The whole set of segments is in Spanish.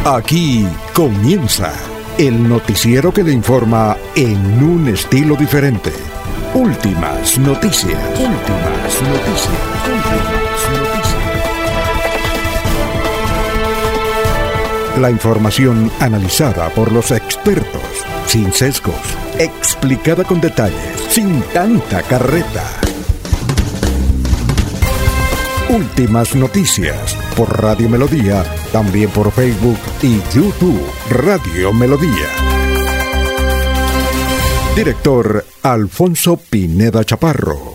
Aquí comienza el noticiero que le informa en un estilo diferente. Últimas noticias. Últimas noticias. Últimas noticias. La información analizada por los expertos, sin sesgos, explicada con detalles, sin tanta carreta. Últimas noticias por Radio Melodía, también por Facebook y YouTube Radio Melodía. Director Alfonso Pineda Chaparro.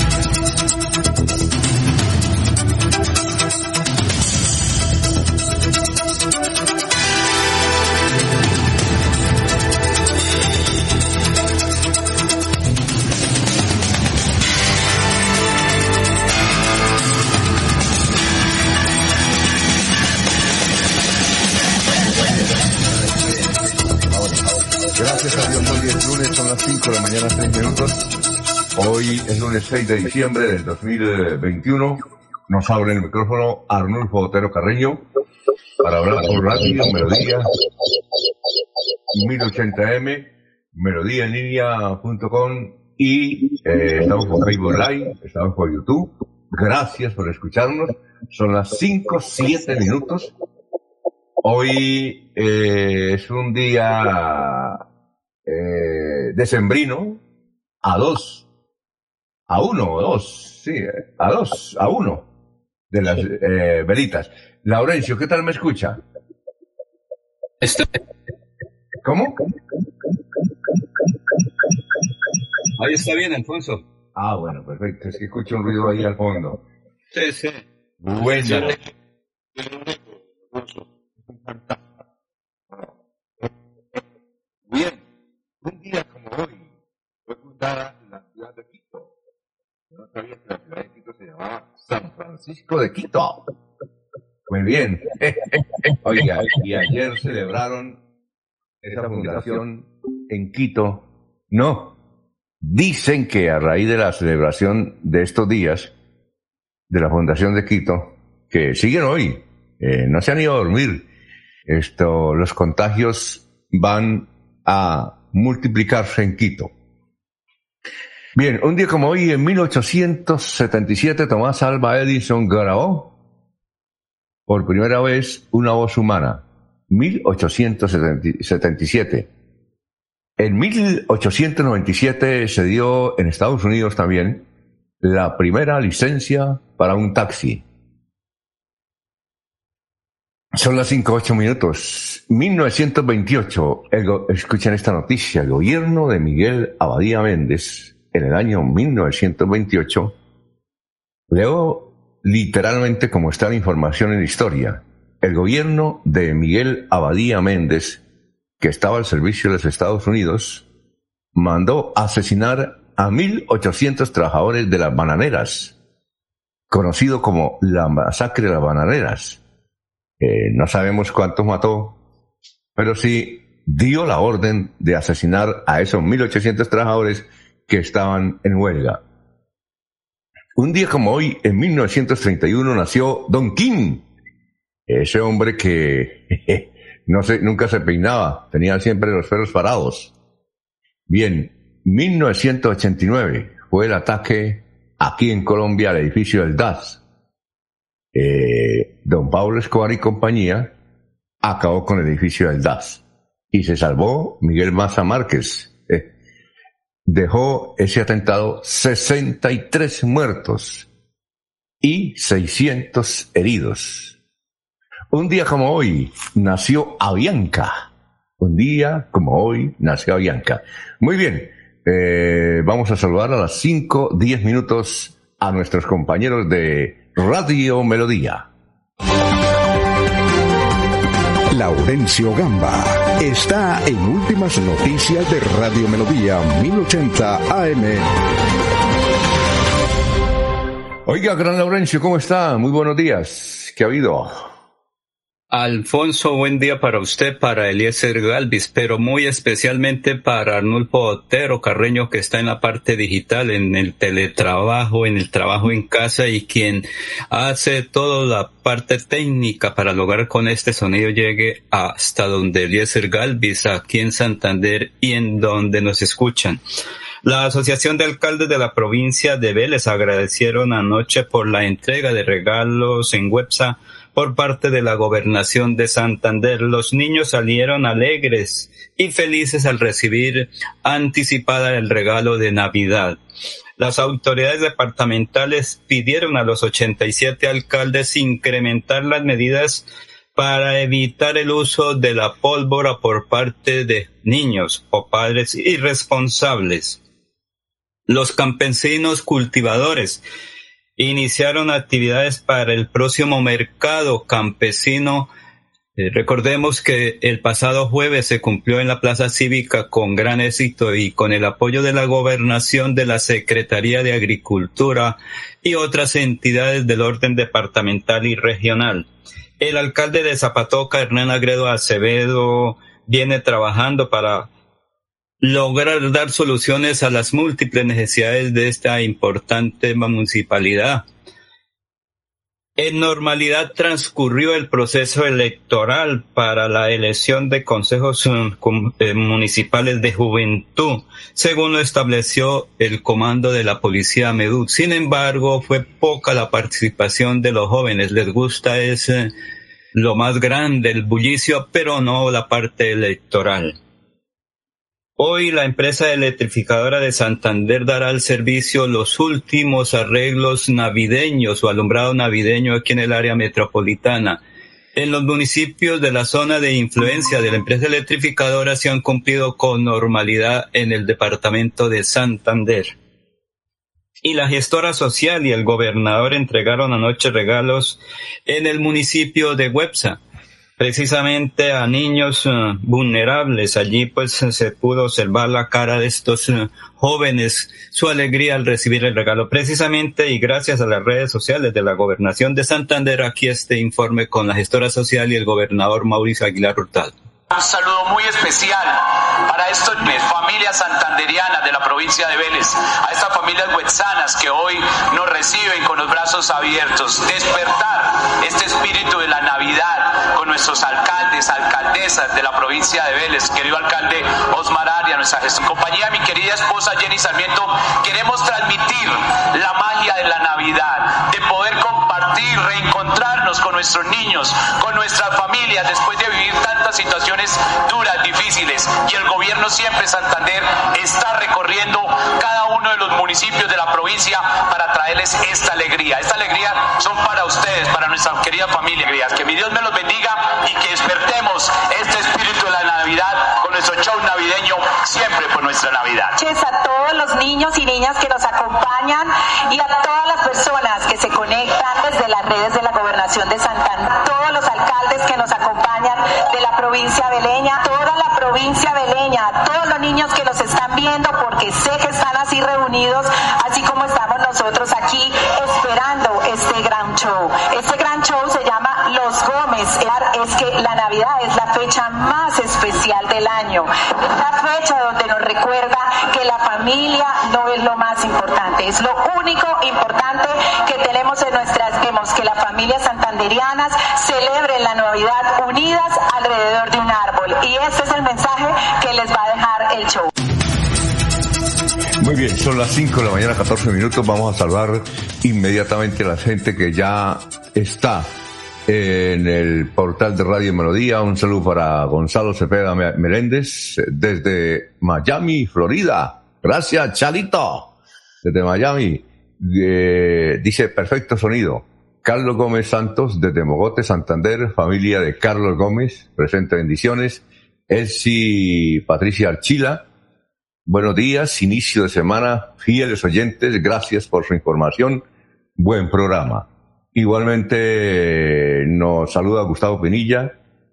Gracias a Dios, hoy es lunes, son las 5 de la mañana, 6 minutos. Hoy es lunes 6 de diciembre del 2021. Nos abre el micrófono Arnulfo Otero Carreño para hablar por Radio Melodía 1080M, melodíaenlínea.com y estamos por Facebook Live, estamos por YouTube. Gracias por escucharnos. Son las 5:07 minutos. Hoy es un día decembrino, a 1 de las velitas. Laurencio, ¿qué tal me escucha? ¿Cómo? Ahí está bien, Alfonso. Ah, bueno, perfecto. Es que escucho un ruido ahí al fondo. Sí, sí. Bueno. Bien, un día como hoy fue fundada la ciudad de Quito. No sabía que la ciudad de Quito se llamaba San Francisco de Quito. Muy bien. Oiga, y ayer celebraron esa fundación en Quito. No, dicen que a raíz de la celebración de estos días de la fundación de Quito, que siguen hoy, no se han ido a dormir, los contagios van a multiplicarse en Quito. Bien, un día como hoy, en 1877, Thomas Alva Edison grabó por primera vez una voz humana. 1877. En 1897 se dio en Estados Unidos también la primera licencia para un taxi. Son las 5:08 minutos. 1928, escuchen esta noticia, el gobierno de Miguel Abadía Méndez, en el año 1928, leo literalmente como está la información en la historia, el gobierno de Miguel Abadía Méndez, que estaba al servicio de los Estados Unidos, mandó asesinar a 1.800 trabajadores de las bananeras, conocido como la masacre de las bananeras. No sabemos cuántos mató, pero sí dio la orden de asesinar a esos 1.800 trabajadores que estaban en huelga. Un día como hoy, en 1931, nació Don King, ese hombre que nunca se peinaba, tenía siempre los pelos parados. Bien, 1989 fue el ataque aquí en Colombia al edificio del DAS. Don Pablo Escobar y compañía acabó con el edificio del DAS y se salvó Miguel Maza Márquez. Dejó ese atentado 63 muertos y 600 heridos. Un día como hoy nació Avianca. Un día como hoy nació Avianca. Muy bien, vamos a saludar a las 5:10 minutos a nuestros compañeros de Radio Melodía. Laurencio Gamba está en Últimas Noticias de Radio Melodía 1080 AM. Oiga, gran Laurencio, ¿cómo está? Muy buenos días. ¿Qué ha habido? Alfonso, buen día para usted, para Eliezer Galvis, pero muy especialmente para Arnulfo Otero Carreño, que está en la parte digital, en el teletrabajo, en el trabajo en casa, y quien hace toda la parte técnica para lograr con este sonido llegue hasta donde Eliezer Galvis, aquí en Santander y en donde nos escuchan. La Asociación de Alcaldes de la provincia de Vélez agradecieron anoche por la entrega de regalos en Websa por parte de la Gobernación de Santander. Los niños salieron alegres y felices al recibir anticipada el regalo de Navidad. Las autoridades departamentales pidieron a los 87 alcaldes incrementar las medidas para evitar el uso de la pólvora por parte de niños o padres irresponsables. Los campesinos cultivadores iniciaron actividades para el próximo mercado campesino. Recordemos que el pasado jueves se cumplió en la Plaza Cívica con gran éxito y con el apoyo de la Gobernación, de la Secretaría de Agricultura y otras entidades del orden departamental y regional. El alcalde de Zapatoca, Hernán Agredo Acevedo, viene trabajando para lograr dar soluciones a las múltiples necesidades de esta importante municipalidad. En normalidad transcurrió el proceso electoral para la elección de consejos municipales de juventud, según lo estableció el comando de la Policía Medut. Sin embargo, fue poca la participación de los jóvenes. Les gusta lo más grande, el bullicio, pero no la parte electoral. Hoy la empresa electrificadora de Santander dará al servicio los últimos arreglos navideños o alumbrado navideño aquí en el área metropolitana. En los municipios de la zona de influencia de la empresa electrificadora se han cumplido con normalidad en el departamento de Santander. Y la gestora social y el gobernador entregaron anoche regalos en el municipio de Websa, precisamente a niños vulnerables. Allí pues se pudo observar la cara de estos jóvenes, su alegría al recibir el regalo. Precisamente y gracias a las redes sociales de la Gobernación de Santander, aquí este informe con la gestora social y el gobernador Mauricio Aguilar Hurtado. Un saludo muy especial para estas familias santanderianas de la provincia de Vélez, a estas familias huetzanas que hoy nos reciben con los brazos abiertos. Despertar este espíritu de la Navidad con nuestros alcaldes, alcaldesas de la provincia de Vélez, querido alcalde Osmar Arias, nuestra gestión. Compañía de mi querida esposa Jenny Sarmiento, queremos transmitir la magia de la Navidad, de poder compartir, reencontrarnos con nuestros niños, con nuestras familias, después de vivir tantas situaciones duras, difíciles, y el gobierno siempre Santander está recorriendo cada uno de los municipios de la provincia para traerles esta alegría. Esta alegría son para ustedes, para nuestra querida familia. Que mi Dios me los bendiga y que despertemos este espíritu de la Navidad con nuestro show navideño, siempre por nuestra Navidad. A todos los niños y niñas que nos acompañan y a todas las personas que se conectan desde las redes de la Gobernación de Santander, todos los alcaldes que nos acompañan de la provincia veleña, toda la provincia veleña, todos los niños que nos están viendo, porque sé que están así reunidos, así como estamos nosotros aquí esperando este gran show. Este gran show se llama Los Gómez. Es que la Navidad es la fecha más especial del año. Es la fecha donde nos recuerda que la familia no es lo más importante, es lo único importante que tenemos en nuestras manos, que las familias santanderianas celebren la Navidad unidas alrededor de un árbol. Y este es el mensaje que les va a dejar el show. Muy bien, son las 5 de la mañana, 14 minutos. Vamos a saludar inmediatamente a la gente que ya está en el portal de Radio Melodía. Un saludo para Gonzalo Cepeda Meléndez desde Miami, Florida. Gracias, Chalito. Desde Miami. Dice, perfecto sonido. Carlos Gómez Santos desde Mogote, Santander. Familia de Carlos Gómez. Presente, bendiciones. Elsie Patricia Archila. Buenos días, inicio de semana, fieles oyentes, gracias por su información, buen programa. Igualmente nos saluda Gustavo Pinilla,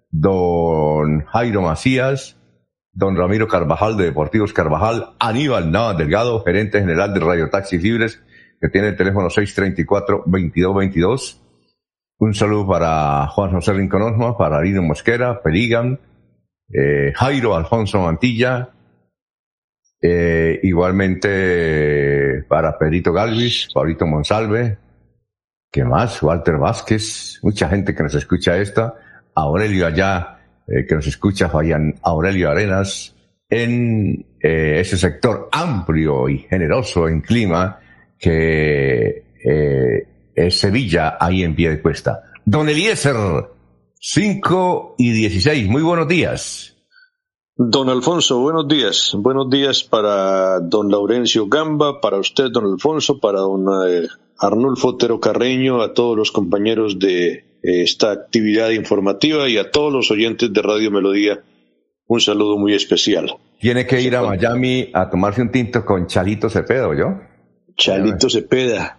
don Jairo Macías, don Ramiro Carvajal de Deportivos Carvajal, Aníbal Navas Delgado, gerente general de Radio Taxis Libres, que tiene el teléfono 634-2222. Un saludo para Juan José Rincón Osma, para Lino Mosquera, Peligan, Jairo Alfonso Mantilla, igualmente para Pedrito Galvis, Pablito Monsalve, ¿qué más? Walter Vázquez, mucha gente que nos escucha Aurelio allá, que nos escucha, Aurelio Arenas, en ese sector amplio y generoso en clima que es Sevilla, ahí en Piedecuesta. Don Eliezer, 5:16, muy buenos días. Don Alfonso, buenos días. Buenos días para don Laurencio Gamba, para usted, don Alfonso, para don Arnulfo Otero Carreño, a todos los compañeros de esta actividad informativa y a todos los oyentes de Radio Melodía, un saludo muy especial. Tiene que ir a Miami a tomarse un tinto con Chalito Cepeda, ¿oyó? Chalito Cepeda.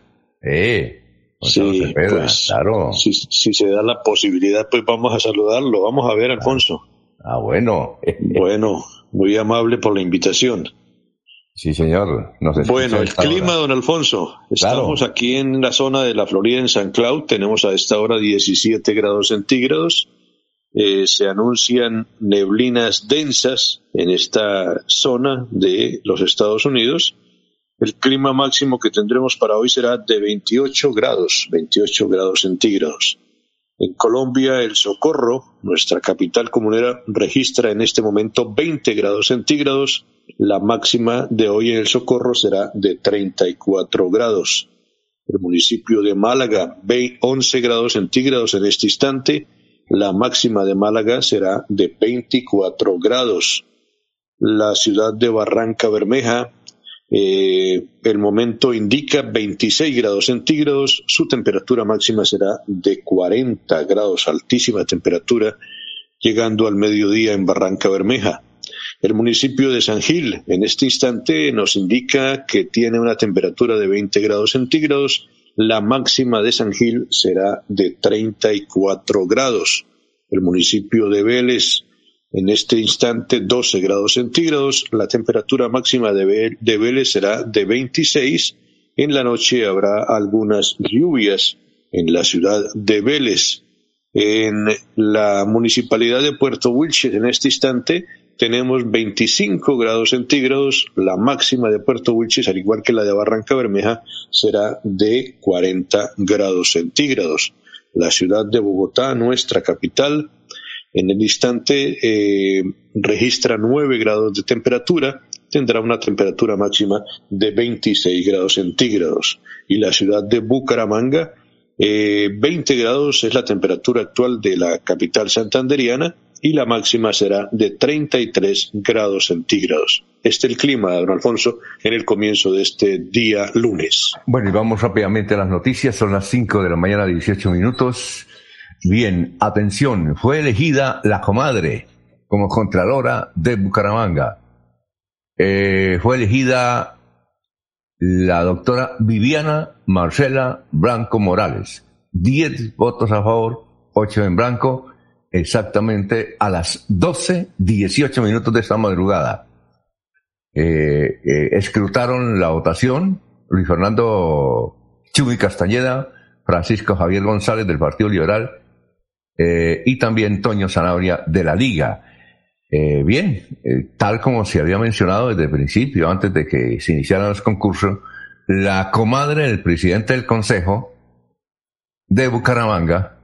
Sí, Cepeda, pues, claro. Si se da la posibilidad, pues vamos a saludarlo. Vamos a ver, Alfonso. Bueno. Bueno, muy amable por la invitación. Sí, señor. Bueno, el clima, don Alfonso. Estamos aquí en la zona de la Florida, en San Cloud. Tenemos a esta hora 17 grados centígrados. Se anuncian neblinas densas en esta zona de los Estados Unidos. El clima máximo que tendremos para hoy será de 28 grados centígrados. En Colombia, El Socorro, nuestra capital comunera, registra en este momento 20 grados centígrados. La máxima de hoy en El Socorro será de 34 grados. El municipio de Málaga, 11 grados centígrados en este instante. La máxima de Málaga será de 24 grados. La ciudad de Barranca Bermeja, el momento indica 26 grados centígrados, su temperatura máxima será de 40 grados, altísima temperatura, llegando al mediodía en Barranca Bermeja. El municipio de San Gil, en este instante, nos indica que tiene una temperatura de 20 grados centígrados, la máxima de San Gil será de 34 grados. El municipio de Vélez, en este instante 12 grados centígrados, la temperatura máxima de Vélez será de 26, en la noche habrá algunas lluvias en la ciudad de Vélez. En la municipalidad de Puerto Wilches, en este instante, tenemos 25 grados centígrados, la máxima de Puerto Wilches, al igual que la de Barranca Bermeja, será de 40 grados centígrados. La ciudad de Bogotá, nuestra capital, en el instante registra 9 grados de temperatura, tendrá una temperatura máxima de 26 grados centígrados. Y la ciudad de Bucaramanga, 20 grados es la temperatura actual de la capital santanderiana y la máxima será de 33 grados centígrados. Este es el clima, don Alfonso, en el comienzo de este día lunes. Bueno, y vamos rápidamente a las noticias. Son las 5 de la mañana, 18 minutos. Bien, atención, fue elegida la comadre como contralora de Bucaramanga. Fue elegida la doctora Viviana Marcela Blanco Morales. 10 votos a favor, 8 en blanco, exactamente a las 12:18 minutos de esta madrugada. Escrutaron la votación Luis Fernando Chumi Castañeda, Francisco Javier González del Partido Liberal, y también Toño Sanabria de la Liga. Tal como se había mencionado desde el principio, antes de que se iniciaran los concursos, la comadre del presidente del Consejo de Bucaramanga,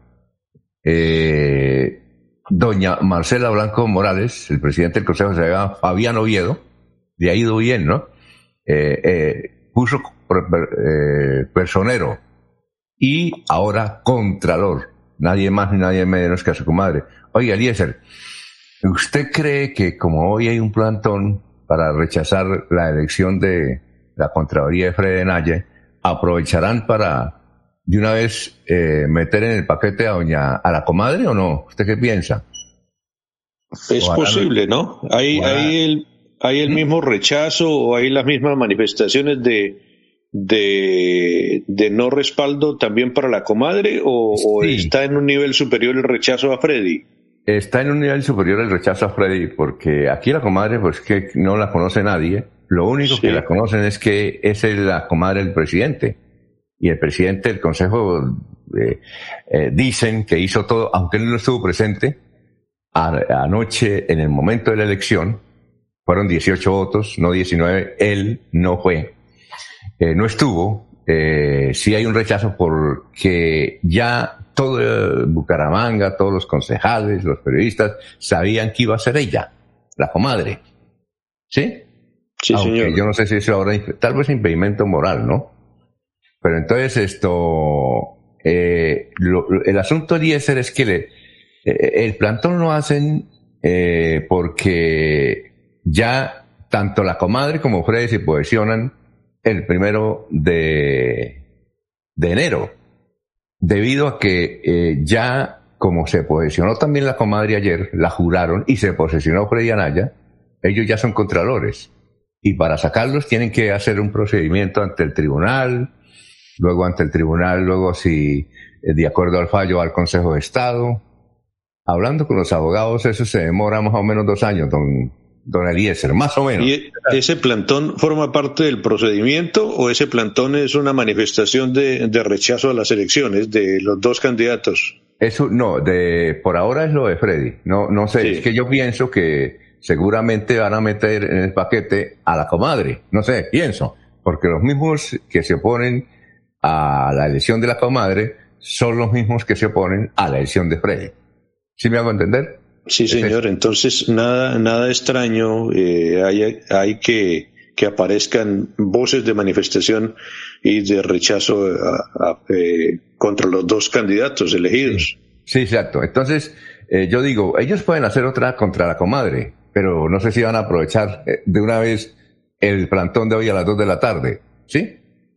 doña Marcela Blanco Morales, el presidente del Consejo se llama Fabián Oviedo, le ha ido bien, ¿no? Puso personero y ahora contralor. Nadie más ni nadie menos que a su comadre. Oiga, Eliezer, ¿usted cree que como hoy hay un plantón para rechazar la elección de la Contraloría de Fred Naye, aprovecharán para de una vez meter en el paquete a la comadre o no? ¿Usted qué piensa? Es posible, ¿no? Hay el mismo rechazo o hay las mismas manifestaciones de no respaldo también para la comadre o Sí. está en un nivel superior el rechazo a Freddy. Está en un nivel superior el rechazo a Freddy, porque aquí la comadre, pues que no la conoce nadie. Lo único Sí. que la conocen es que es la comadre del presidente. Y el presidente del Consejo dicen que hizo todo, aunque él no estuvo presente, anoche en el momento de la elección, fueron 18 votos, no 19, él no fue, no estuvo. Sí hay un rechazo porque ya todo Bucaramanga, todos los concejales, los periodistas sabían que iba a ser ella, la comadre. ¿Sí? Sí, aunque señor. Yo no sé si eso ahora, tal vez impedimento moral, ¿no? Pero entonces el asunto Eliezer es que el plantón lo hacen porque ya tanto la comadre como Freddy se posesionan el 1 de enero, debido a que ya como se posesionó también la comadre ayer, la juraron y se posesionó Freddy Anaya, ellos ya son contralores y para sacarlos tienen que hacer un procedimiento ante el tribunal, luego si de acuerdo al fallo al Consejo de Estado. Hablando con los abogados, eso se demora más o menos 2 años, don Eliezer, más o menos. ¿Y ese plantón forma parte del procedimiento o ese plantón es una manifestación de rechazo a las elecciones de los dos candidatos? Eso no, por ahora es lo de Freddy. No sé, sí. Es que yo pienso que seguramente van a meter en el paquete a la comadre. No sé, pienso, porque los mismos que se oponen a la elección de la comadre son los mismos que se oponen a la elección de Freddy. ¿Sí me hago entender? Sí, señor. Entonces, nada extraño. Hay que aparezcan voces de manifestación y de rechazo contra los dos candidatos elegidos. Sí, exacto. Entonces, yo digo, ellos pueden hacer otra contra la comadre, pero no sé si van a aprovechar de una vez el plantón de hoy a las 2 de la tarde. ¿Sí?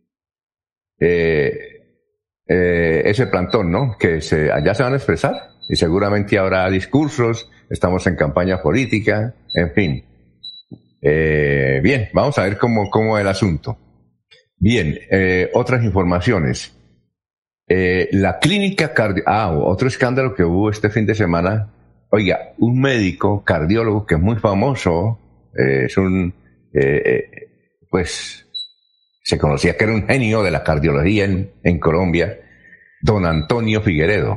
Ese plantón, ¿no? Que allá se van a expresar. Y seguramente habrá discursos, estamos en campaña política, en fin. Bien, vamos a ver cómo es el asunto. Bien, otras informaciones. La clínica otro escándalo que hubo este fin de semana. Oiga, un médico cardiólogo que es muy famoso, pues se conocía que era un genio de la cardiología en Colombia, don Antonio Figueredo.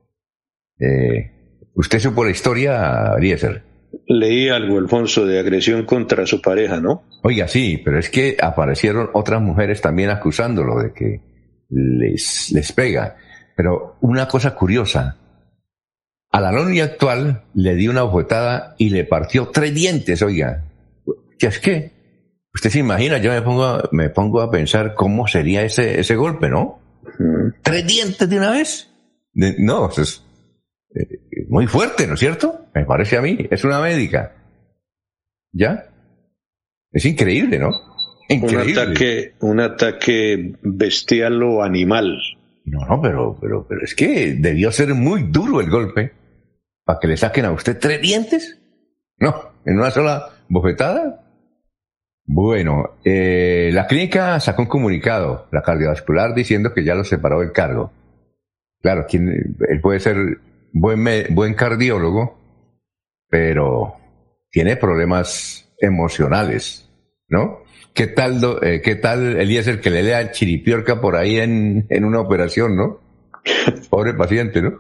¿Usted supo la historia, Eliezer? Leí algo, Alfonso, de agresión contra su pareja, ¿no? Oiga, sí, pero es que aparecieron otras mujeres también acusándolo de que les pega. Pero una cosa curiosa, a la novia actual le dio una bofetada y le partió 3 dientes, oiga. ¿Qué es que? Usted se imagina, yo me pongo a pensar cómo sería ese golpe, ¿no? 3 dientes de una vez. No, es muy fuerte, ¿no es cierto? Me parece a mí. Es una médica. ¿Ya? Es increíble, ¿no? Increíble. Un ataque bestial o animal. No, pero es que debió ser muy duro el golpe para que le saquen a usted 3 dientes. No, en una sola bofetada. Bueno, la clínica sacó un comunicado, la cardiovascular, diciendo que ya lo separó del cargo. Claro, él puede ser buen cardiólogo, pero tiene problemas emocionales, ¿no? ¿Qué tal, Eliezer, que le lea el chiripiorca por ahí en una operación, ¿no? Pobre paciente, ¿no?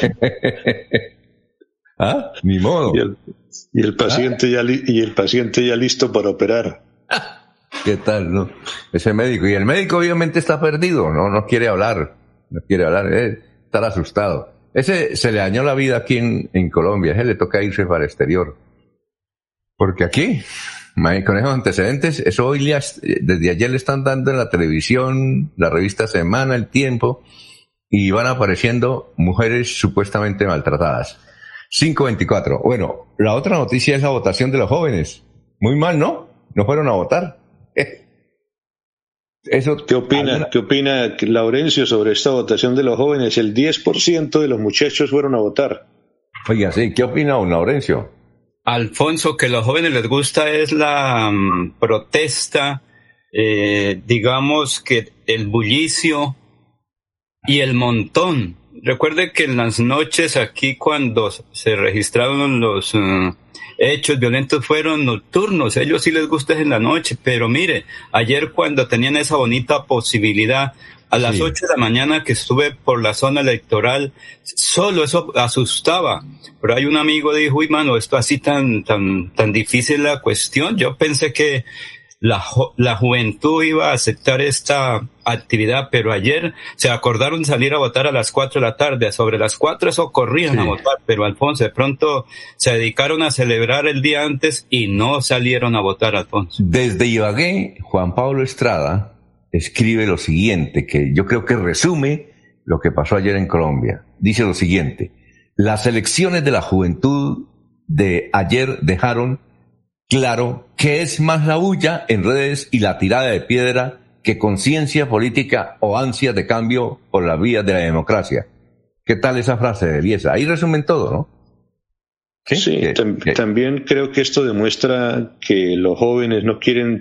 ¿Ah? Ni modo. Y el paciente ya listo para operar. ¿Qué tal, no? Ese médico. Y el médico obviamente está perdido, no quiere hablar. No quiere hablar, estar asustado. Ese se le dañó la vida aquí en Colombia, ese le toca irse para el exterior. Porque aquí, con esos antecedentes, eso hoy desde ayer le están dando en la televisión, la revista Semana, El Tiempo, y van apareciendo mujeres supuestamente maltratadas. 5:24. Bueno, la otra noticia es la votación de los jóvenes. Muy mal, ¿no? No fueron a votar. Eso, ¿Qué opina Laurencio sobre esta votación de los jóvenes? El 10% de los muchachos fueron a votar. Oiga, sí, ¿qué opina don Laurencio? Alfonso, que a los jóvenes les gusta es la protesta, digamos que el bullicio y el montón. Recuerde que en las noches aquí cuando se registraron los hechos violentos fueron nocturnos. Ellos sí les gusta en la noche, pero mire, ayer cuando tenían esa bonita posibilidad A las 8 de la mañana que estuve por la zona electoral, solo eso asustaba. Pero hay un amigo que dijo, uy, mano, esto así tan difícil la cuestión. Yo pensé que la juventud iba a aceptar esta actividad, pero ayer se acordaron salir a votar a las 4 de la tarde. Sobre las 4 eso corrían a votar, pero Alfonso, de pronto se dedicaron a celebrar el día antes y no salieron a votar, Alfonso. Desde Ibagué, Juan Pablo Estrada escribe lo siguiente, que yo creo que resume lo que pasó ayer en Colombia. Dice lo siguiente: las elecciones de la juventud de ayer dejaron claro que es más la bulla en redes y la tirada de piedra que conciencia política o ansias de cambio por las vías de la democracia. ¿Qué tal esa frase de Eliezer? Ahí resumen todo, ¿no? Sí, también creo que esto demuestra que los jóvenes no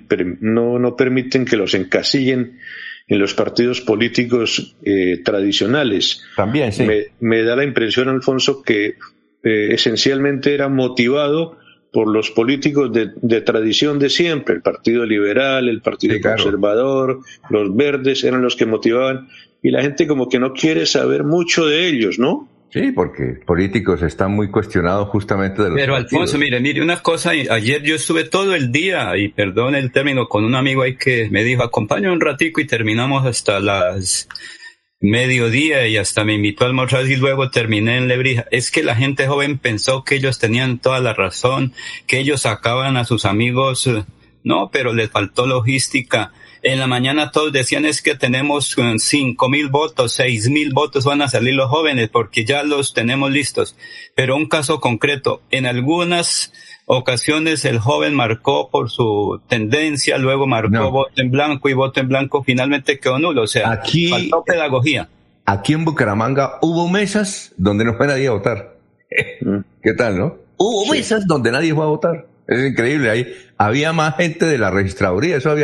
permiten que los encasillen en los partidos políticos tradicionales. También, sí. Me da la impresión, Alfonso, que esencialmente era motivado por los políticos de tradición de siempre, el Partido Liberal, el Partido Conservador, los Verdes, eran los que motivaban, y la gente como que no quiere saber mucho de ellos, ¿no? Sí, porque políticos están muy cuestionados justamente de los Pero partidos. Alfonso, mire una cosa, ayer yo estuve todo el día, y perdón el término, con un amigo ahí que me dijo, acompáñame un ratico, y terminamos hasta las mediodía, y hasta me invitó a almorzar, y luego terminé en Lebrija. Es que la gente joven pensó que ellos tenían toda la razón, que ellos sacaban a sus amigos, no, pero les faltó logística. En la mañana todos decían, es que tenemos 5,000 votos, 6,000 votos, van a salir los jóvenes porque ya los tenemos listos. Pero un caso concreto, en algunas ocasiones el joven marcó por su tendencia, luego marcó voto en blanco, y voto en blanco finalmente quedó nulo. O sea, faltó pedagogía. Aquí en Bucaramanga hubo mesas donde no fue nadie a votar. ¿Qué tal, no? Hubo mesas donde nadie fue a votar. Es increíble. Ahí había más gente de la registraduría, eso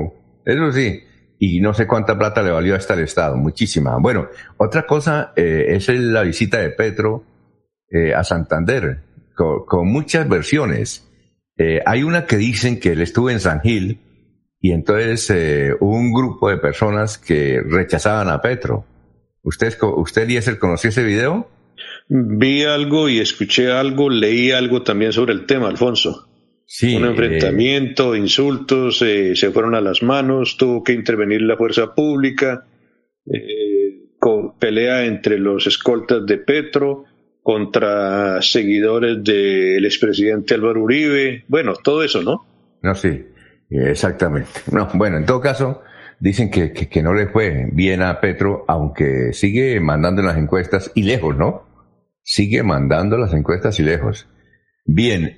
sí. Y no sé cuánta plata le valió hasta el Estado, muchísima. Bueno, otra cosa es la visita de Petro a Santander, con muchas versiones. Hay una que dicen que él estuvo en San Gil y entonces hubo un grupo de personas que rechazaban a Petro. ¿Usted Eliezer, conoció ese video? Vi algo y escuché algo, leí algo también sobre el tema, Alfonso. Sí, un enfrentamiento, insultos, se fueron a las manos, tuvo que intervenir la fuerza pública, con pelea entre los escoltas de Petro contra seguidores del expresidente Álvaro Uribe, bueno, todo eso, ¿no? No, sí, exactamente. No, bueno, en todo caso, dicen que no le fue bien a Petro, aunque sigue mandando las encuestas y lejos, ¿no? Sigue mandando las encuestas y lejos. Bien,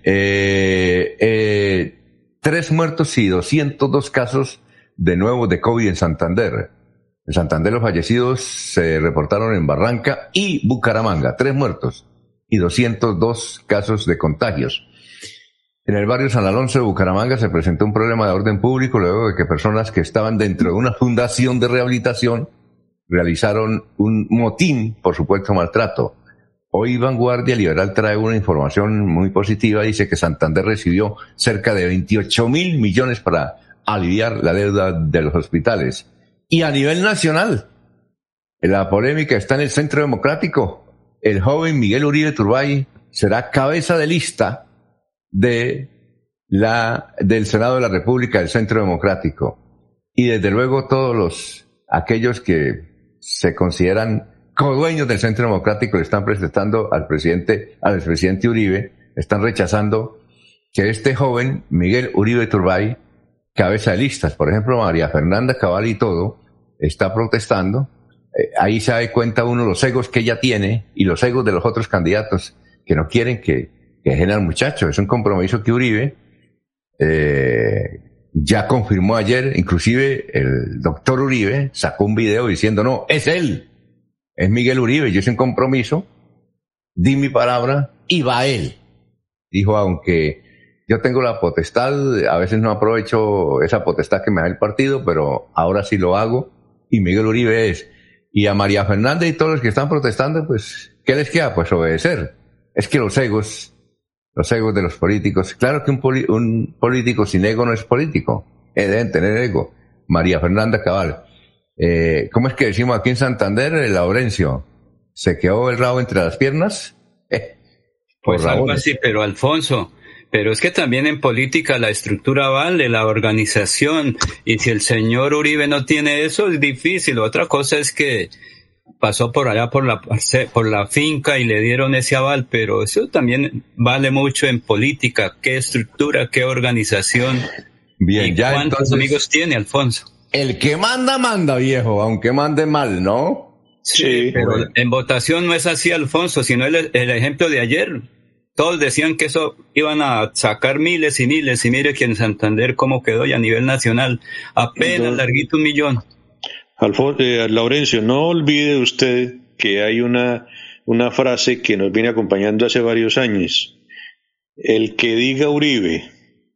3 muertos y 202 casos de nuevo de COVID en Santander. En Santander los fallecidos se reportaron en Barranca y Bucaramanga, 3 muertos y 202 casos de contagios. En el barrio San Alonso de Bucaramanga se presentó un problema de orden público luego de que personas que estaban dentro de una fundación de rehabilitación realizaron un motín por supuesto maltrato. Hoy Vanguardia Liberal trae una información muy positiva, dice que Santander recibió cerca de 28.000 millones para aliviar la deuda de los hospitales. Y a nivel nacional, la polémica está en el Centro Democrático. El joven Miguel Uribe Turbay será cabeza de lista del Senado de la República del Centro Democrático. Y desde luego todos aquellos que se consideran codueños del Centro Democrático le están presentando al expresidente Uribe, están rechazando que este joven, Miguel Uribe Turbay, cabeza de listas, por ejemplo, María Fernanda Cabal y todo, está protestando. Ahí se da cuenta uno los egos que ella tiene y los egos de los otros candidatos que no quieren que dejen al muchacho. Es un compromiso que Uribe ya confirmó ayer, inclusive el doctor Uribe sacó un video diciendo, no, es él. Es Miguel Uribe, yo hice un compromiso, di mi palabra y va él. Dijo, aunque yo tengo la potestad, a veces no aprovecho esa potestad que me da el partido, pero ahora sí lo hago y Miguel Uribe es. Y a María Fernanda y todos los que están protestando, pues, ¿qué les queda? Pues obedecer. Es que los egos de los políticos, claro que un político sin ego no es político, deben tener ego. María Fernanda Cabal. ¿cómo es que decimos aquí en Santander, Laurencio? ¿Se quedó el rabo entre las piernas? Pues algo así, pero Alfonso, pero es que también en política la estructura vale, la organización, y si el señor Uribe no tiene eso, es difícil. Otra cosa es que pasó por allá por la finca y le dieron ese aval, pero eso también vale mucho en política. ¿Qué estructura, qué organización? Bien, ¿Y ya cuántos entonces, amigos tiene, Alfonso? El que manda, viejo, aunque mande mal, ¿no? Sí, pero bueno, en votación no es así, Alfonso, sino el ejemplo de ayer. Todos decían que eso iban a sacar miles y miles, y mire que en Santander cómo quedó, y a nivel nacional apenas larguito 1 millón. Laurencio, no olvide usted que hay una frase que nos viene acompañando hace varios años. El que diga Uribe.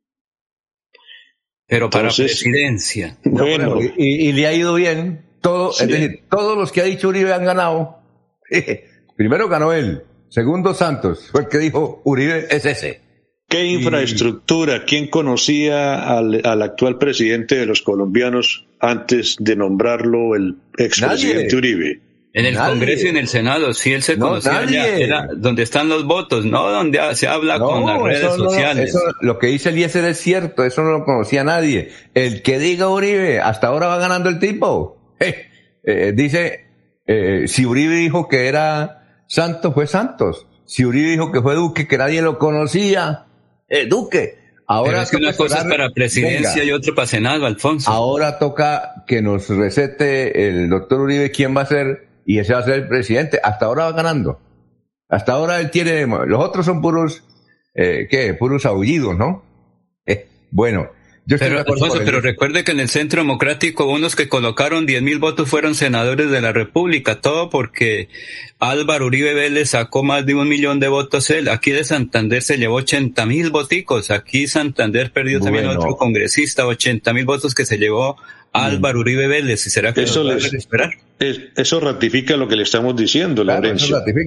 Pero para presidencia. Bueno, y le ha ido bien. Sí. Es decir, todos los que ha dicho Uribe han ganado. Primero ganó él. Segundo, Santos, fue el que dijo, Uribe es ese. ¿Qué infraestructura? ¿Quién conocía al actual presidente de los colombianos antes de nombrarlo el expresidente Uribe? En el Congreso y en el Senado, sí, él se conocía ya, era donde están los votos, no donde se habla con las redes sociales. Eso, lo que dice Eliezer es cierto, eso no lo conocía nadie. El que diga Uribe, hasta ahora va ganando el tipo. Dice, si Uribe dijo que era Santos, fue Santos. Si Uribe dijo que fue Duque, que nadie lo conocía, Duque. Ahora pero es que una cosa es para presidencia y otra para Senado, Alfonso. Ahora toca que nos recete el doctor Uribe quién va a ser, y ese va a ser el presidente. Hasta ahora va ganando. Hasta ahora él tiene, los otros son puros, puros aullidos, ¿no? Bueno. Pero, Alfonso, pero recuerde que en el Centro Democrático unos que colocaron 10,000 votos fueron senadores de la República, todo porque Álvaro Uribe Vélez sacó más de 1 millón de votos él. Aquí de Santander se llevó 80,000 voticos, aquí Santander perdió también a otro congresista, 80,000 votos que se llevó Álvaro Uribe Vélez. ¿Y será que eso nos va a esperar? Eso ratifica lo que le estamos diciendo, Laurencio.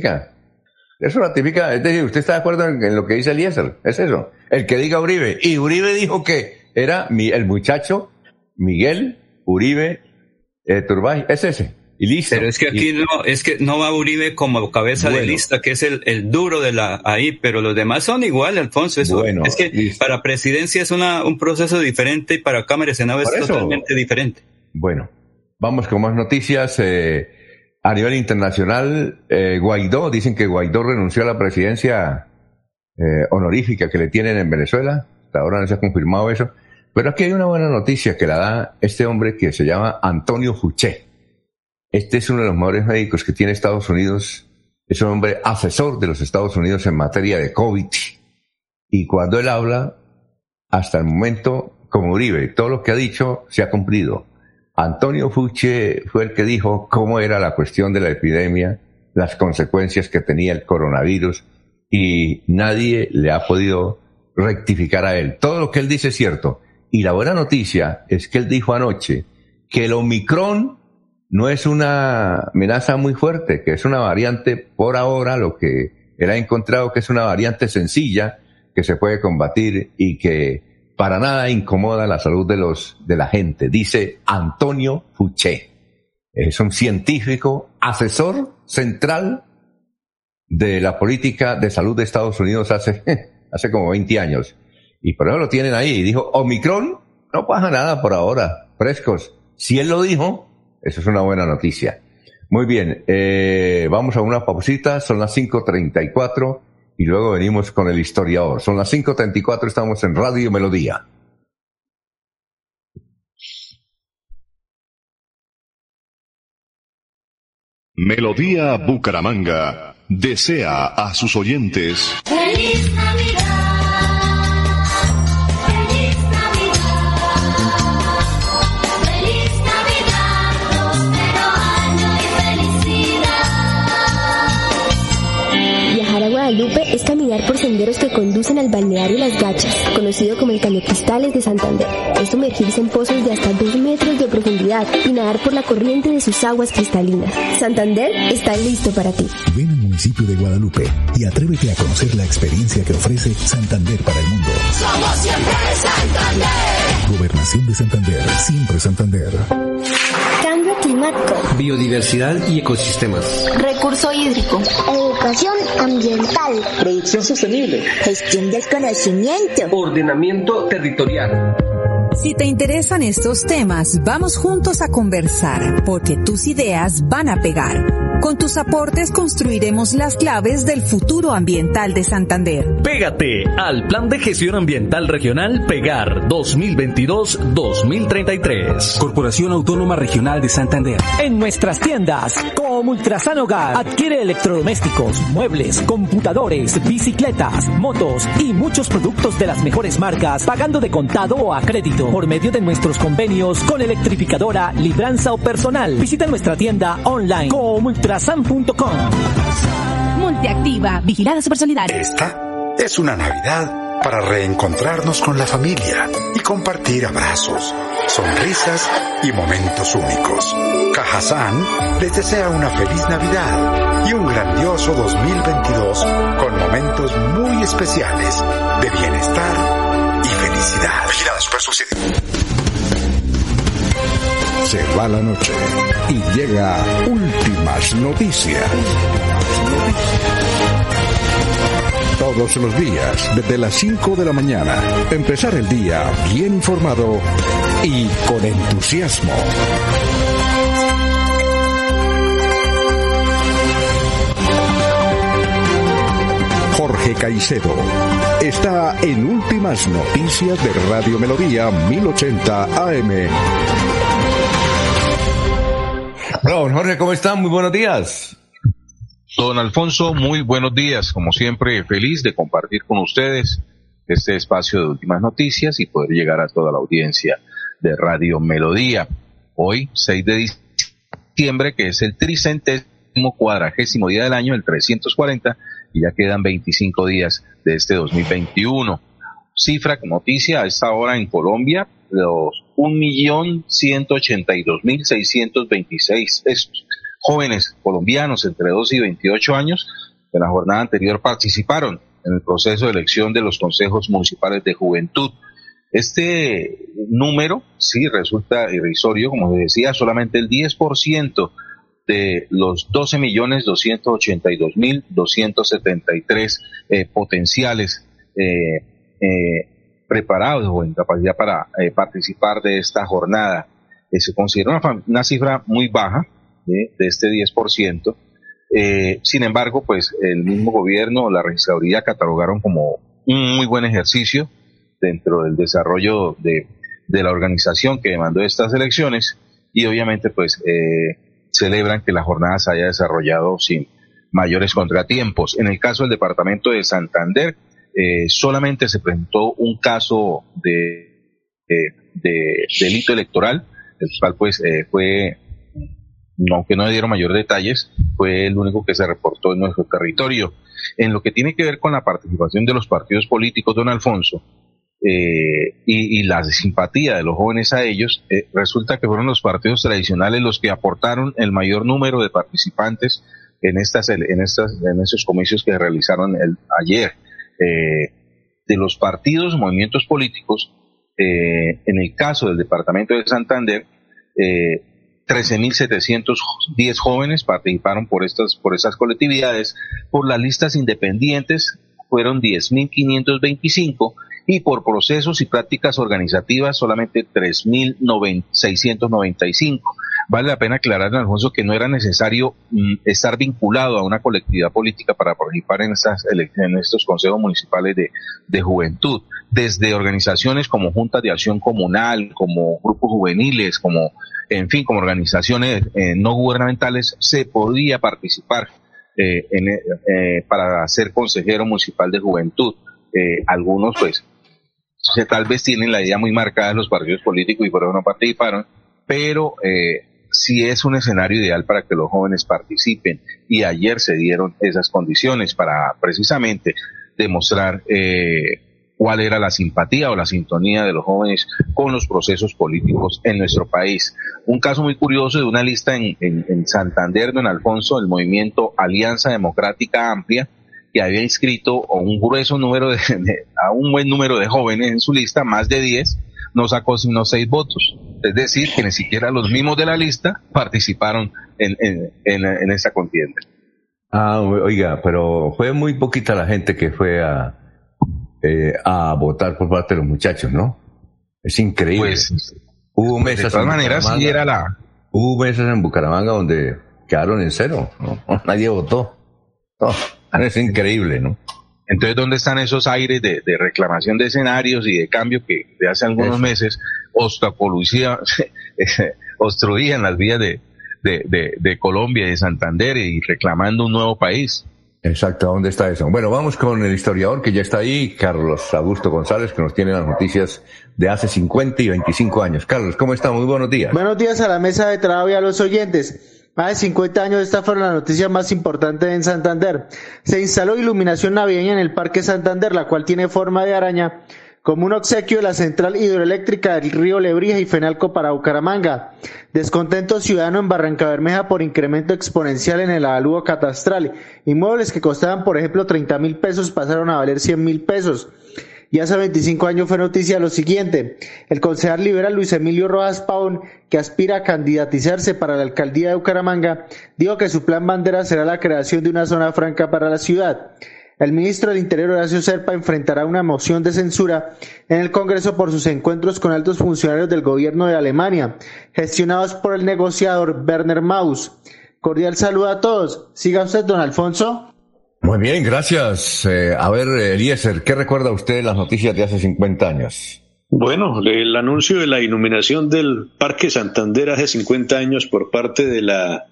Eso ratifica, es decir, ¿usted está de acuerdo en lo que dice Eliezer? Es eso, el que diga Uribe. Y Uribe dijo que era el muchacho Miguel Uribe Turbay, es ese, y listo. Pero es que aquí no va Uribe como cabeza de lista, que es el duro de ahí, pero los demás son igual, Alfonso. Eso es que listo. Para presidencia es un proceso diferente y para Cámara y Senado es totalmente diferente. Bueno, vamos con más noticias. A nivel internacional, Guaidó, dicen que Guaidó renunció a la presidencia honorífica que le tienen en Venezuela. Hasta ahora no se ha confirmado eso. Pero aquí hay una buena noticia que la da este hombre que se llama Antonio Fauci. Este es uno de los mejores médicos que tiene Estados Unidos. Es un hombre asesor de los Estados Unidos en materia de COVID. Y cuando él habla, hasta el momento, como Uribe, todo lo que ha dicho se ha cumplido. Antonio Fauci fue el que dijo cómo era la cuestión de la epidemia, las consecuencias que tenía el coronavirus, y nadie le ha podido rectificar a él. Todo lo que él dice es cierto. Y la buena noticia es que él dijo anoche que el Omicron no es una amenaza muy fuerte, que es una variante por ahora, lo que él ha encontrado que es una variante sencilla, que se puede combatir y que para nada incomoda la salud de la gente. Dice Antonio Fauci. Es un científico, asesor central de la política de salud de Estados Unidos hace como 20 años. Y por eso lo tienen ahí. Y dijo, Omicron, no pasa nada por ahora, frescos. Si él lo dijo, eso es una buena noticia. Muy bien, vamos a una pausita, son las 5:34 y luego venimos con el historiador. Son las 5:34, estamos en Radio Melodía. Melodía Bucaramanga desea a sus oyentes ¡Feliz Navidad! ¡Feliz Navidad! ¡Feliz Navidad! ¡Próspero año y felicidad! Viajar a Guadalupe es caminar por senderos que conducen al balneario Las Gachas, conocido como el Cañocristales de Santander. Es sumergirse en pozos de hasta 2 metros de profundidad y nadar por la corriente de sus aguas cristalinas. Santander está listo para ti. Ven al municipio de Guadalupe y atrévete a conocer la experiencia que ofrece Santander para el mundo. Somos siempre Santander. Gobernación de Santander, siempre Santander. Cambio climático, biodiversidad y ecosistemas, recurso hídrico, educación ambiental, producción sostenible, gestión del conocimiento, ordenamiento territorial. Si te interesan estos temas, vamos juntos a conversar, porque tus ideas van a pegar. Con tus aportes construiremos las claves del futuro ambiental de Santander. Pégate al Plan de Gestión Ambiental Regional PEGAR 2022-2033. Corporación Autónoma Regional de Santander. En nuestras tiendas, como Ultrasan Hogar, adquiere electrodomésticos, muebles, computadores, bicicletas, motos y muchos productos de las mejores marcas, pagando de contado o a crédito por medio de nuestros convenios con Electrificadora, Libranza o Personal. Visita nuestra tienda online como ultrasan.com. Multiactiva, vigilada Supersolidaria. Esta es una Navidad para reencontrarnos con la familia y compartir abrazos, sonrisas y momentos únicos. Cajazán les desea una feliz Navidad y un grandioso 2022 con momentos muy especiales de bienestar y felicidad. Vigilada Supersubsidio. Se va la noche y llega Últimas Noticias. Todos los días, desde las 5 de la mañana, empezar el día bien informado y con entusiasmo. Jorge Caicedo está en Últimas Noticias de Radio Melodía 1080 AM. Hola, don Jorge, ¿cómo están? Muy buenos días. Don Alfonso, muy buenos días. Como siempre, feliz de compartir con ustedes este espacio de Últimas Noticias y poder llegar a toda la audiencia de Radio Melodía. Hoy, 6 de diciembre, que es el 340º día del año, el 340, y ya quedan 25 días de este 2021. Cifra, noticia, a esta hora en Colombia, los 1.182.626 jóvenes colombianos entre 12 y 28 años en la jornada anterior participaron en el proceso de elección de los consejos municipales de juventud. Este número sí resulta irrisorio, como decía, solamente el 10% de los 12.282.273 potenciales preparados o en capacidad para participar de esta jornada. Se considera una cifra muy baja de este 10%. Sin embargo, pues el mismo gobierno, la registraduría catalogaron como un muy buen ejercicio dentro del desarrollo de la organización que demandó estas elecciones y obviamente pues celebran que la jornada se haya desarrollado sin mayores contratiempos. En el caso del departamento de Santander, solamente se presentó un caso de delito electoral, el cual pues fue, aunque no dieron mayor detalles, fue el único que se reportó en nuestro territorio. En lo que tiene que ver con la participación de los partidos políticos, don Alfonso, y la simpatía de los jóvenes a ellos, resulta que fueron los partidos tradicionales los que aportaron el mayor número de participantes en esos comicios que se realizaron ayer. De los partidos, movimientos políticos, en el caso del departamento de Santander, 13.710 jóvenes participaron por estas colectividades. Por las listas independientes fueron 10.525 y por procesos y prácticas organizativas solamente 3.695. Vale la pena aclarar, Alfonso, que no era necesario estar vinculado a una colectividad política para participar en estos consejos municipales de juventud. Desde organizaciones como juntas de acción comunal, como grupos juveniles, como organizaciones no gubernamentales, se podía participar para ser consejero municipal de juventud. Algunos, pues, tal vez tienen la idea muy marcada de los partidos políticos y por eso no participaron, pero sí es un escenario ideal para que los jóvenes participen, y ayer se dieron esas condiciones para precisamente demostrar cuál era la simpatía o la sintonía de los jóvenes con los procesos políticos en nuestro país. Un caso muy curioso de una lista en Santander, don Alfonso, el movimiento Alianza Democrática Amplia, que había inscrito a un buen número de jóvenes en su lista, más de 10, no sacó sino 6 votos. Es decir, que ni siquiera los mismos de la lista participaron en esta contienda. Oiga, pero fue muy poquita la gente que fue a votar por parte de los muchachos, ¿no? Es increíble. Pues, hubo mesas de todas maneras, sí era hubo mesas en Bucaramanga donde quedaron en cero, ¿no? Nadie votó. Es increíble, ¿no? Entonces, ¿dónde están esos aires de reclamación de escenarios y de cambio que de hace algunos meses obstruían las vías de Colombia y de Santander y reclamando un nuevo país? Exacto, ¿dónde está eso? Bueno, vamos con el historiador que ya está ahí, Carlos Augusto González, que nos tiene las noticias de hace 50 y 25 años. Carlos, ¿cómo está? Muy buenos días. Buenos días a la mesa de trabajo y a los oyentes. Más de 50 años, estas fueron las noticias más importantes en Santander. Se instaló iluminación navideña en el Parque Santander, la cual tiene forma de araña, como un obsequio de la central hidroeléctrica del río Lebrija y Fenalco para Bucaramanga. Descontento ciudadano en Barrancabermeja por incremento exponencial en el avalúo catastral. Inmuebles que costaban, por ejemplo, 30.000 pesos pasaron a valer 100.000 pesos. Y hace 25 años fue noticia lo siguiente: el concejal liberal Luis Emilio Rojas Pavón, que aspira a candidatizarse para la alcaldía de Bucaramanga, dijo que su plan bandera será la creación de una zona franca para la ciudad. El ministro del Interior, Horacio Serpa, enfrentará una moción de censura en el Congreso por sus encuentros con altos funcionarios del gobierno de Alemania, gestionados por el negociador Werner Maus. Cordial saludo a todos. Siga usted, don Alfonso. Muy bien, gracias. A ver, Eliezer, ¿qué recuerda usted de las noticias de hace 50 años? Bueno, el anuncio de la iluminación del Parque Santander hace 50 años por parte de la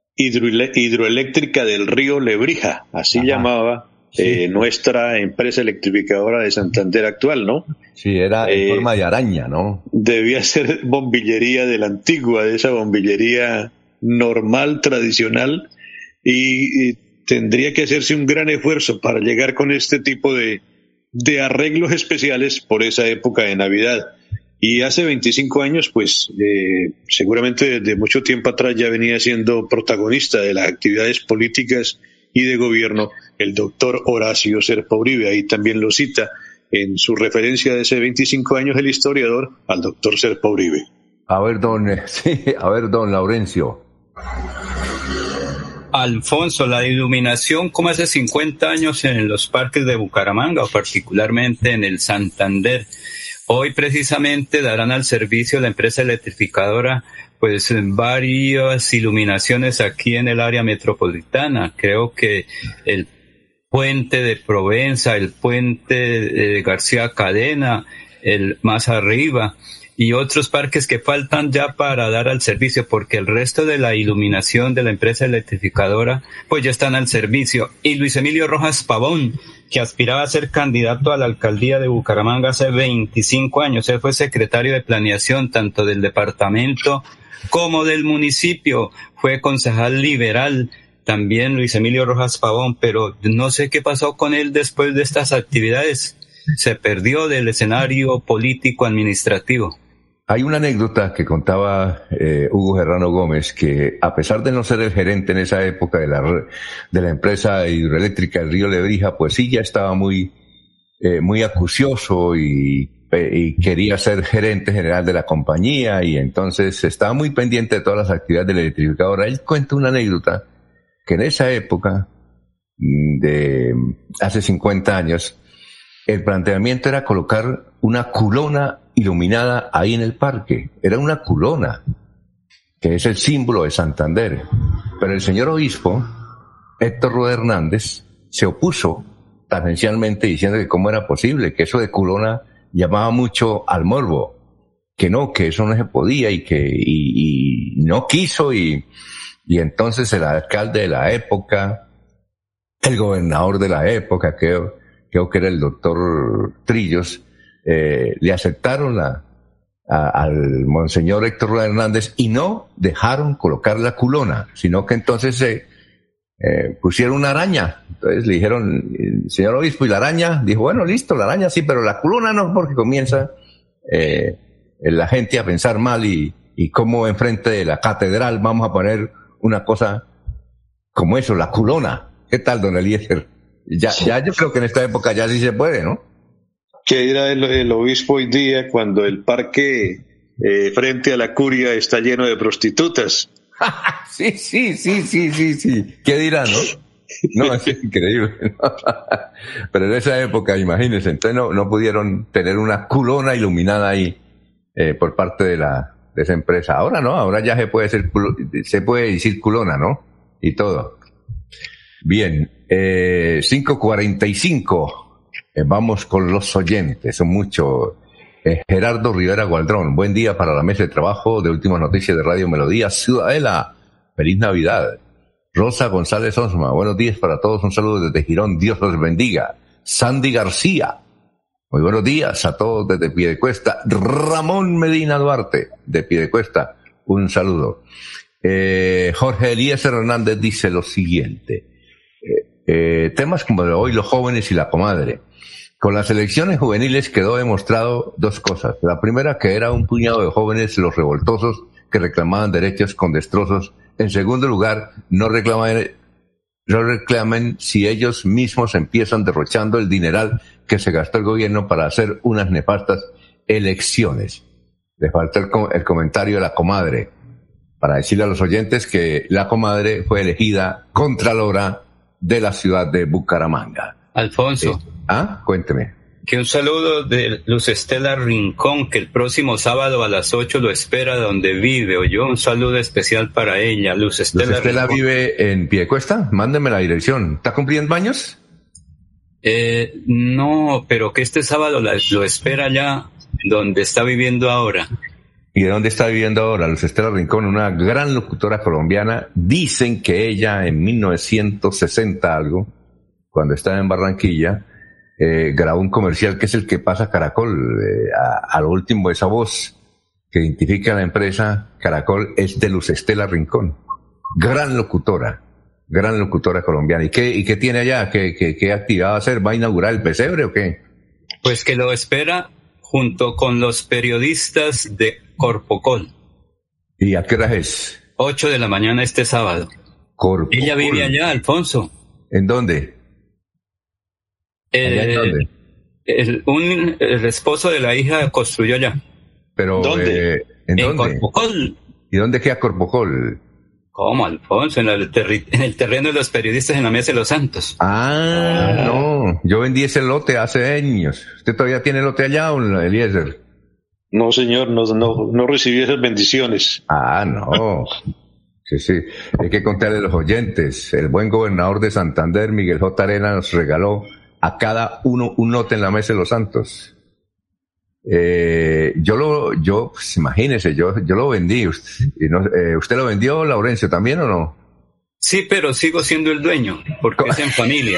hidroeléctrica del río Lebrija, así llamaba nuestra empresa electrificadora de Santander actual, ¿no? Sí, era en forma de araña, ¿no? Debía ser bombillería de la antigua, de esa bombillería normal, tradicional, y tendría que hacerse un gran esfuerzo para llegar con este tipo de arreglos especiales por esa época de Navidad. Y hace 25 años, pues, seguramente desde mucho tiempo atrás ya venía siendo protagonista de las actividades políticas y de gobierno el doctor Horacio Serpa Uribe. Ahí también lo cita en su referencia de hace 25 años el historiador al doctor Serpa Uribe. A ver, don Laurencio. Alfonso, la iluminación como hace 50 años en los parques de Bucaramanga o particularmente en el Santander. Hoy precisamente darán al servicio la empresa electrificadora pues varias iluminaciones aquí en el área metropolitana. Creo que el puente de Provenza, el puente de García Cadena, el más arriba, y otros parques que faltan ya para dar al servicio, porque el resto de la iluminación de la empresa electrificadora pues ya están al servicio. Y Luis Emilio Rojas Pavón, que aspiraba a ser candidato a la alcaldía de Bucaramanga hace 25 años, él fue secretario de planeación tanto del departamento como del municipio, fue concejal liberal también Luis Emilio Rojas Pavón, pero no sé qué pasó con él después de estas actividades, se perdió del escenario político administrativo. Hay una anécdota que contaba Hugo Serrano Gómez, que a pesar de no ser el gerente en esa época de la empresa hidroeléctrica del río Lebrija, pues sí ya estaba muy acucioso y quería ser gerente general de la compañía, y entonces estaba muy pendiente de todas las actividades de la electrificadora. Él cuenta una anécdota que en esa época, de hace 50 años, el planteamiento era colocar una culona iluminada ahí en el parque. Era una culona, que es el símbolo de Santander. Pero el señor obispo, Héctor Rueda Hernández, se opuso tangencialmente diciendo que cómo era posible, que eso de culona llamaba mucho al morbo, que no, que eso no se podía y no quiso, y entonces el alcalde de la época, el gobernador de la época, creo que era el doctor Trillos, le aceptaron al monseñor Héctor Rueda Hernández y no dejaron colocar la culona, sino que entonces se pusieron una araña. Entonces le dijeron, señor obispo, ¿y la araña? Dijo, bueno, listo, la araña sí, pero la culona no, porque comienza la gente a pensar mal y cómo enfrente de la catedral vamos a poner una cosa como eso, la culona. ¿Qué tal, don Eliezer? Ya yo creo que en esta época ya sí se puede, ¿no? ¿Qué dirá el obispo hoy día cuando el parque frente a la curia está lleno de prostitutas? Sí. ¿Qué dirá, no? No, es increíble. Pero en esa época, imagínense, entonces no pudieron tener una culona iluminada ahí por parte de esa empresa. Ahora no, ahora ya se puede decir culona, ¿no? Y todo. Bien, 5:45. Vamos con los oyentes, son muchos. Gerardo Rivera Gualdrón, buen día para la mesa de trabajo de Últimas Noticias de Radio Melodía Ciudadela. Feliz Navidad. Rosa González Osma, buenos días para todos, un saludo desde Girón, Dios los bendiga. Sandy García, muy buenos días a todos desde Piedecuesta. Ramón Medina Duarte, de Piedecuesta, un saludo. Jorge Eliezer Hernández dice lo siguiente, temas como de hoy, los jóvenes y la comadre. Con las elecciones juveniles quedó demostrado dos cosas. La primera, que era un puñado de jóvenes los revoltosos que reclamaban derechos con destrozos. En segundo lugar, no reclamen si ellos mismos empiezan derrochando el dineral que se gastó el gobierno para hacer unas nefastas elecciones. Le falta el comentario de la comadre, para decirle a los oyentes que la comadre fue elegida contralora de la ciudad de Bucaramanga. Alfonso. Cuénteme. Que un saludo de Luz Estela Rincón, que el próximo sábado a las 8 lo espera donde vive. Oyó, un saludo especial para ella, Luz Estela. ¿Luz Estela vive en Piedecuesta? Mándeme la dirección. ¿Está cumpliendo años? No, pero que este sábado lo espera ya donde está viviendo ahora. ¿Y de dónde está viviendo ahora? Luz Estela Rincón, una gran locutora colombiana. Dicen que ella en 1960 algo, cuando estaba en Barranquilla, grabó un comercial que es el que pasa Caracol. A lo último, esa voz que identifica a la empresa Caracol es de Luz Estela Rincón. Gran locutora colombiana. ¿Y qué tiene allá? ¿Qué actividad va a hacer? ¿Va a inaugurar el pesebre o qué? Pues que lo espera junto con los periodistas de Corpocol. ¿Y a qué hora es? 8 de la mañana este sábado. Corpocol. Ella vive allá, Alfonso. ¿En dónde? ¿En dónde? El esposo de la hija construyó allá. Pero, ¿dónde? ¿En dónde? Corpocol. ¿Y dónde queda Corpocol? ¿Cómo, Alfonso? En el terreno de los periodistas en la Mesa de los Santos. No. Yo vendí ese lote hace años. ¿Usted todavía tiene lote allá, Eliezer? No, señor, no recibí esas bendiciones. No. Sí. Hay que contarle a los oyentes. El buen gobernador de Santander, Miguel J. Arenas, nos regaló a cada uno un lote en la Mesa de los Santos. Pues imagínese, yo lo vendí. ¿Usted lo vendió, Laurencio, también o no? Sí, pero sigo siendo el dueño, porque es en familia.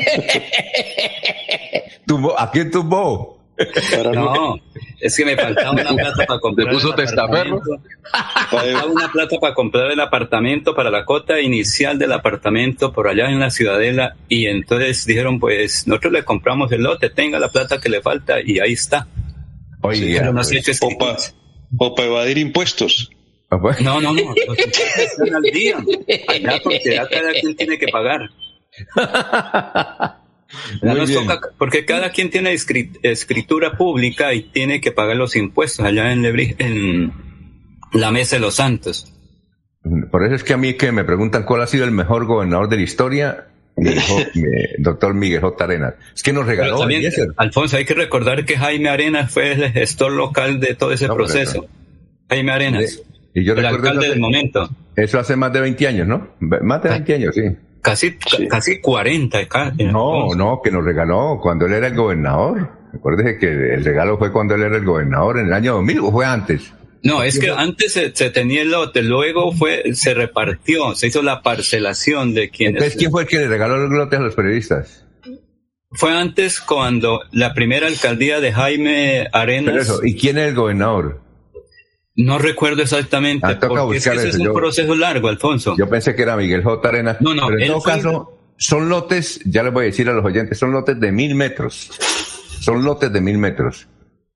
¿A quién tumbó? No, es que me faltaba una plata para comprar. ¿Te puso testaferro? Faltaba una plata para comprar el apartamento, para la cuota inicial del apartamento por allá en la Ciudadela, y entonces dijeron, pues nosotros le compramos el lote, tenga la plata que le falta, y ahí está. Oye, pero no se ha hecho o para evadir impuestos. No, los impuestos están al día, allá, porque ya cada quien tiene que pagar. Toca, porque cada quien tiene escritura pública y tiene que pagar los impuestos allá en la Mesa de los Santos. Por eso es que a mí que me preguntan cuál ha sido el mejor gobernador de la historia, doctor Miguel J. Arenas. Es que nos regaló. También, Alfonso, hay que recordar que Jaime Arenas fue el gestor local de todo ese proceso. Jaime Arenas, y yo el alcalde del momento. Eso hace más de 20 años, ¿no? Más de 20 años, sí. Casi 40. No, que nos regaló cuando él era el gobernador. Acuérdese que el regalo fue cuando él era el gobernador en el año 2000, ¿o fue antes? No, es que antes se tenía el lote, luego se repartió, se hizo la parcelación de quienes... Entonces, ¿quién fue el que le regaló los lotes a los periodistas? Fue antes, cuando la primera alcaldía de Jaime Arenas... Pero eso, ¿y quién es el gobernador? No recuerdo exactamente, porque ese es un proceso largo, Alfonso. Yo pensé que era Miguel J. Arenas. No, pero en todo caso, son lotes, ya les voy a decir a los oyentes, son lotes de 1000 metros. Son lotes de 1000 metros.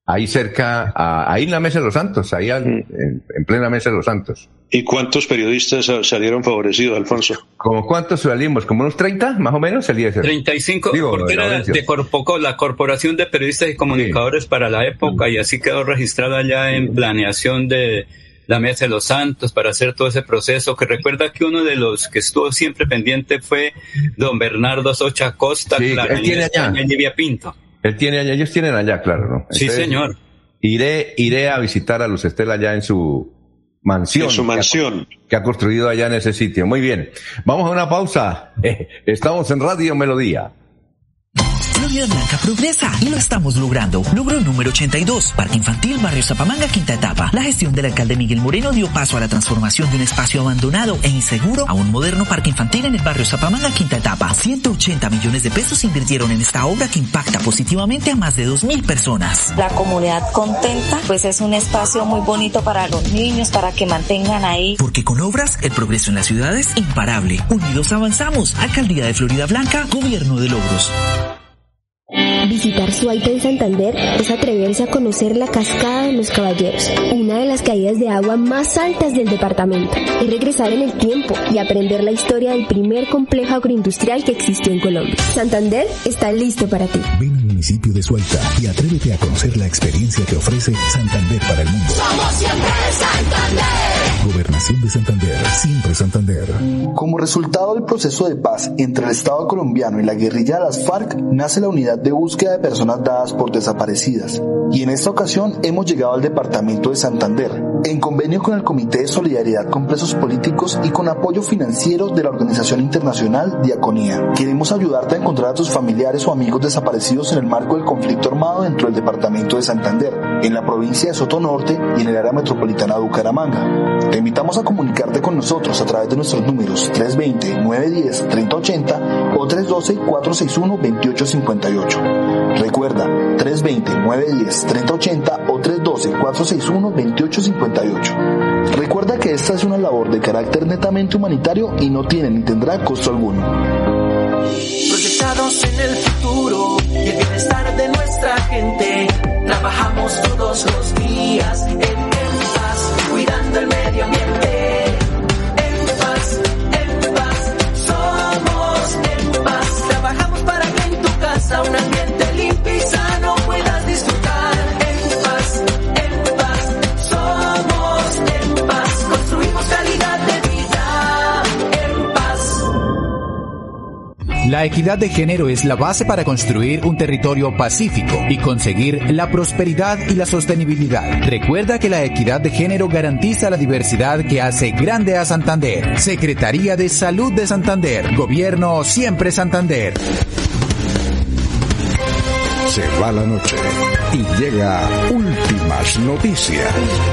ahí cerca, ahí en la Mesa de los Santos, ahí en plena Mesa de los Santos. ¿Y cuántos periodistas salieron favorecidos, Alfonso? ¿Como cuántos salimos? ¿Como unos 30, más o menos? 35, porque era de Corpoco, la Corporación de Periodistas y Comunicadores para la época, y así quedó registrada ya en planeación de la Mesa de los Santos para hacer todo ese proceso, que recuerda que uno de los que estuvo siempre pendiente fue don Bernardo Socha Costa, sí, Clara, él tiene allá. y Livia Pinto. Él tiene allá, ellos tienen allá, claro, ¿no? Entonces, sí, señor. Iré a visitar a Luz Estela allá en su mansión. En su mansión. Que ha construido allá en ese sitio. Muy bien. Vamos a una pausa. Estamos en Radio Melodía. Florida Blanca progresa y lo estamos logrando. Logro número 82, Parque Infantil Barrio Zapamanga, quinta etapa. La gestión del alcalde Miguel Moreno dio paso a la transformación de un espacio abandonado e inseguro a un moderno parque infantil en el barrio Zapamanga, quinta etapa. 180 millones de pesos se invirtieron en esta obra que impacta positivamente a más de 2.000 personas. La comunidad contenta, pues es un espacio muy bonito para los niños, para que mantengan ahí. Porque con obras, el progreso en la ciudad es imparable. Unidos avanzamos. Alcaldía de Florida Blanca, Gobierno de Logros. Visitar Suaita en Santander es atreverse a conocer la Cascada de los Caballeros, una de las caídas de agua más altas del departamento. Es regresar en el tiempo y aprender la historia del primer complejo agroindustrial que existió en Colombia. Santander está listo para ti. Ven al municipio de Suaita y atrévete a conocer la experiencia que ofrece Santander para el mundo. Somos siempre Santander. Gobernación de Santander, siempre Santander. Como resultado del proceso de paz entre el Estado colombiano y la guerrilla de las FARC, nace la Unidad de Búsqueda de Personas Dadas por Desaparecidas. Y en esta ocasión hemos llegado al departamento de Santander, en convenio con el Comité de Solidaridad con Presos Políticos y con apoyo financiero de la organización internacional Diaconía. Queremos ayudarte a encontrar a tus familiares o amigos desaparecidos en el marco del conflicto armado dentro del departamento de Santander, en la provincia de Sotonorte y en el área metropolitana de Bucaramanga. Te invitamos a comunicarte con nosotros a través de nuestros números 320-910-3080 o 312-461-2858. Recuerda, 320-910-3080 o 312-461-2858. Recuerda que esta es una labor de carácter netamente humanitario y no tiene ni tendrá costo alguno. Proyectados en el futuro y el bienestar de nuestra gente, trabajamos todos los días en paz, cuidando el medio ambiente. En paz, somos en paz. Trabajamos para que en tu casa un ambiente limpio y sano puedas disfrutar. En paz, somos en paz. Construimos calidad de vida en paz. La equidad de género es la base para construir un territorio pacífico y conseguir la prosperidad y la sostenibilidad. Recuerda que la equidad de género garantiza la diversidad que hace grande a Santander. Secretaría de Salud de Santander. Gobierno siempre Santander. Se va la noche y llega Últimas Noticias.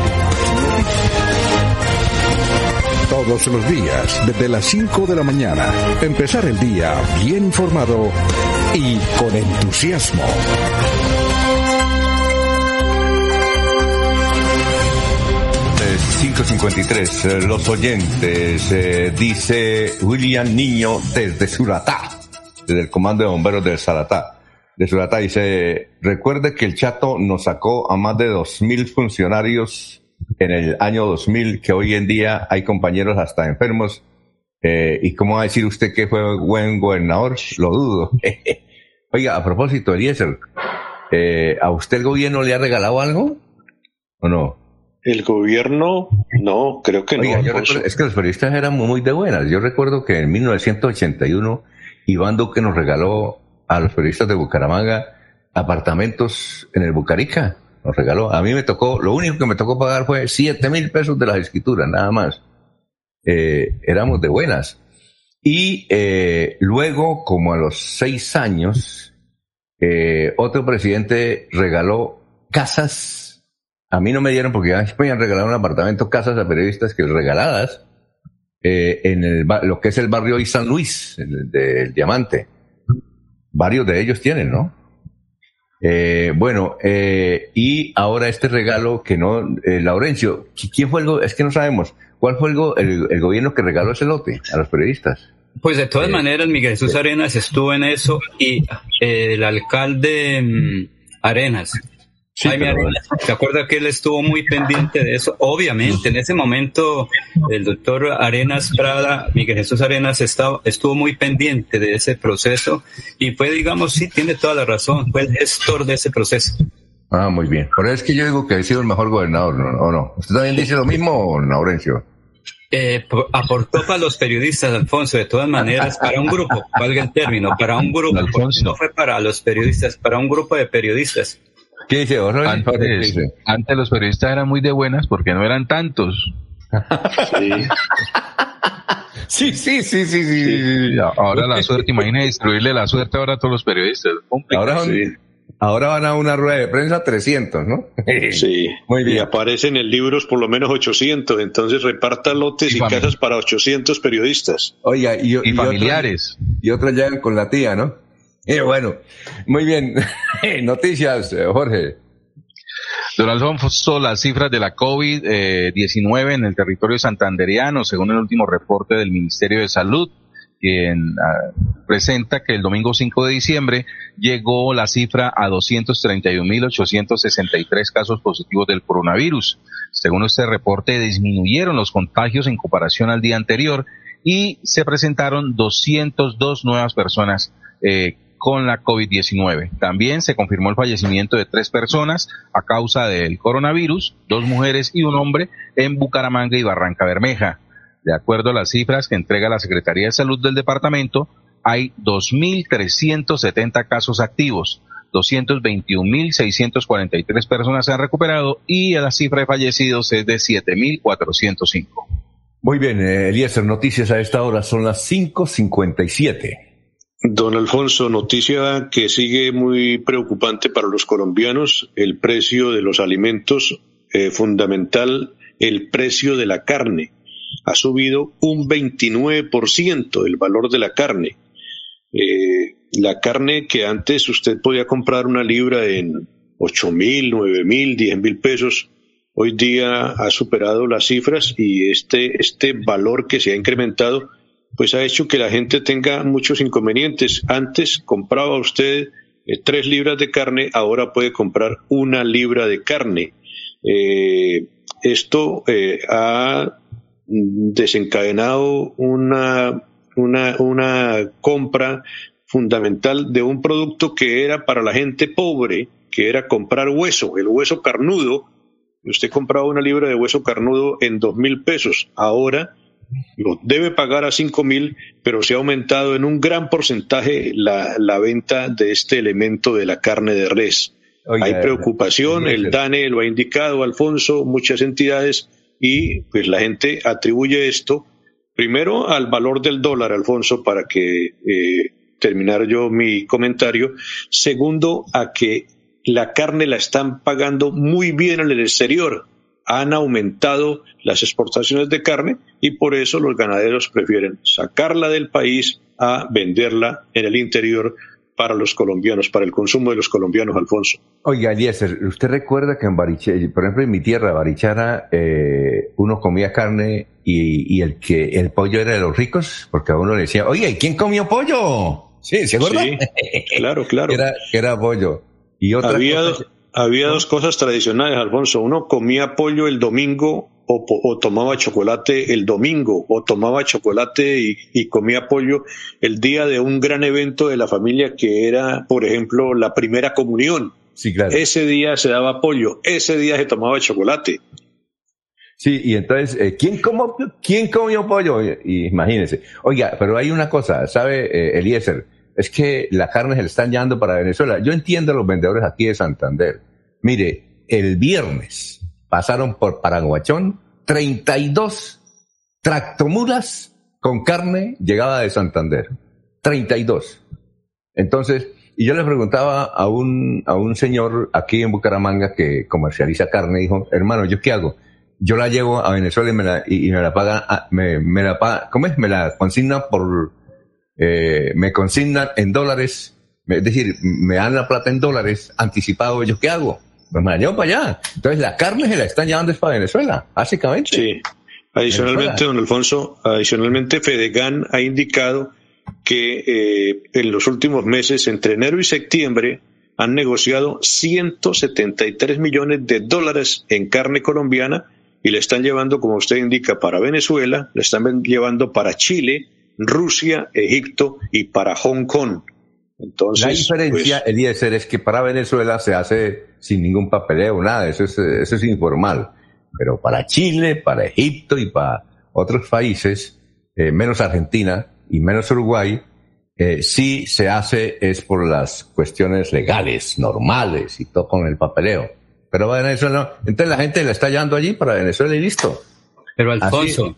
Todos los días, desde las 5 de la mañana, empezar el día bien informado y con entusiasmo. 5:53, los oyentes, dice William Niño desde Suratá, desde el Comando de Bomberos de Suratá, dice, recuerde que el Chato nos sacó a más de 2.000 funcionarios en el año 2000, que hoy en día hay compañeros hasta enfermos, ¿y cómo va a decir usted que fue buen gobernador? Lo dudo. Oiga, a propósito, Eliezer, ¿a usted el gobierno le ha regalado algo o no? El gobierno, no, creo que Oiga, no. Yo recuerdo, es que los periodistas eran muy de buenas. Yo recuerdo que en 1981 Iván Duque nos regaló a los periodistas de Bucaramanga apartamentos en el Bucarica. Nos regaló. A mí me tocó, lo único que me tocó pagar fue 7.000 pesos de las escrituras, nada más. Éramos de buenas. Y luego, como a los 6 años, otro presidente regaló casas. A mí no me dieron porque ya me habían regalado un apartamento, casas a periodistas que regaladas en lo que es el barrio de San Luis, del Diamante. Varios de ellos tienen, ¿no? Y ahora este regalo que no, Laurencio, ¿quién fue es que no sabemos, ¿cuál fue el gobierno que regaló ese lote a los periodistas? Pues de todas maneras, Miguel Jesús Arenas estuvo en eso y el alcalde Arenas Sí, Jaime Arenas, ¿se acuerda que él estuvo muy pendiente de eso? Obviamente, en ese momento el doctor Arenas Prada, Miguel Jesús Arenas, estuvo muy pendiente de ese proceso y fue, digamos, sí, tiene toda la razón, fue el gestor de ese proceso. Ah, muy bien. Por eso es que yo digo que ha sido el mejor gobernador, ¿o no? ¿Usted también dice lo mismo, Laurencio? Aportó para los periodistas, Alfonso, de todas maneras, para un grupo, valga el término, para un grupo, no fue para los periodistas, para un grupo de periodistas. ¿Qué dice? Antes los periodistas eran muy de buenas porque no eran tantos. Sí. Ahora la suerte, imagínese distribuirle la suerte ahora a todos los periodistas. Ahora van a una rueda de prensa 300, ¿no? Sí, muy bien. Y aparecen en libros por lo menos 800, entonces reparta lotes y casas para 800 periodistas. Oiga, y familiares. Y otros llegan con la tía, ¿no? Bueno, muy bien. Noticias, Jorge. Don Alfonso, las cifras de la COVID-19 en el territorio santandereano, según el último reporte del Ministerio de Salud, quien presenta que el domingo 5 de diciembre llegó la cifra a 231.863 casos positivos del coronavirus. Según este reporte, disminuyeron los contagios en comparación al día anterior y se presentaron 202 nuevas personas con la COVID-19. También se confirmó el fallecimiento de 3 personas a causa del coronavirus, 2 mujeres y un hombre en Bucaramanga y Barranca Bermeja. De acuerdo a las cifras que entrega la Secretaría de Salud del departamento, hay 2.370 casos activos, 221.643 personas se han recuperado y la cifra de fallecidos es de 7.405. Muy bien, Eliezer, noticias a esta hora, son las 5:57. Don Alfonso, noticia que sigue muy preocupante para los colombianos, el precio de los alimentos, fundamental, el precio de la carne. Ha subido un 29% el valor de la carne. La carne que antes usted podía comprar una libra en 8.000, 9.000, 10.000 pesos, hoy día ha superado las cifras y este valor que se ha incrementado pues ha hecho que la gente tenga muchos inconvenientes. Antes compraba usted 3 libras de carne, ahora puede comprar 1 libra de carne. Esto ha desencadenado una compra fundamental de un producto que era para la gente pobre, que era comprar hueso, el hueso carnudo. Usted compraba 1 libra de hueso carnudo en 2.000 pesos. Ahora lo debe pagar a 5.000, pero se ha aumentado en un gran porcentaje la venta de este elemento de la carne de res. Oiga, hay preocupación, el DANE lo ha indicado, Alfonso, muchas entidades, y pues la gente atribuye esto primero al valor del dólar, Alfonso, para que terminar yo mi comentario. Segundo, a que la carne la están pagando muy bien en el exterior. Han aumentado las exportaciones de carne y por eso los ganaderos prefieren sacarla del país a venderla en el interior para los colombianos, para el consumo de los colombianos, Alfonso. Oiga, Eliezer, ¿usted recuerda que en Barichara, por ejemplo en mi tierra, Barichara, uno comía carne y el pollo era de los ricos? Porque a uno le decía, oye, ¿quién comió pollo? Sí, ¿se acuerda? Sí, claro. Era pollo. Y otra Había 2 cosas tradicionales, Alfonso. Uno comía pollo el domingo o tomaba chocolate el domingo, o tomaba chocolate y comía pollo el día de un gran evento de la familia que era, por ejemplo, la primera comunión. Sí, claro. Ese día se daba pollo, ese día se tomaba chocolate. Sí, y entonces, ¿quién comió pollo? Y imagínense. Oiga, pero hay una cosa, ¿sabe, Eliezer? Es que la carne se la están llevando para Venezuela. Yo entiendo a los vendedores aquí de Santander. Mire, el viernes pasaron por Paraguachón 32 tractomulas con carne llegada de Santander. 32. Entonces, y yo le preguntaba a un señor aquí en Bucaramanga que comercializa carne, dijo, hermano, ¿yo qué hago? Yo la llevo a Venezuela y me la pagan, ¿cómo es? Me la consignan me consignan en dólares, es decir, me dan la plata en dólares anticipado. ¿Yo qué hago? Pues me la llevo para allá. Entonces la carne se la están llevando es para Venezuela, básicamente. Sí. Adicionalmente, don Alfonso, Fedegan ha indicado que en los últimos meses, entre enero y septiembre, han negociado 173 millones de dólares en carne colombiana y le están llevando, como usted indica, para Venezuela, le están llevando para Chile, Rusia, Egipto y para Hong Kong. Entonces, la diferencia, pues, Eliezer, es que para Venezuela se hace sin ningún papeleo, nada, eso es informal. Pero para Chile, para Egipto y para otros países, menos Argentina y menos Uruguay, sí se hace es por las cuestiones legales, normales y todo con el papeleo. Pero Venezuela no. Entonces la gente le está llevando allí para Venezuela y listo. Pero Alfonso,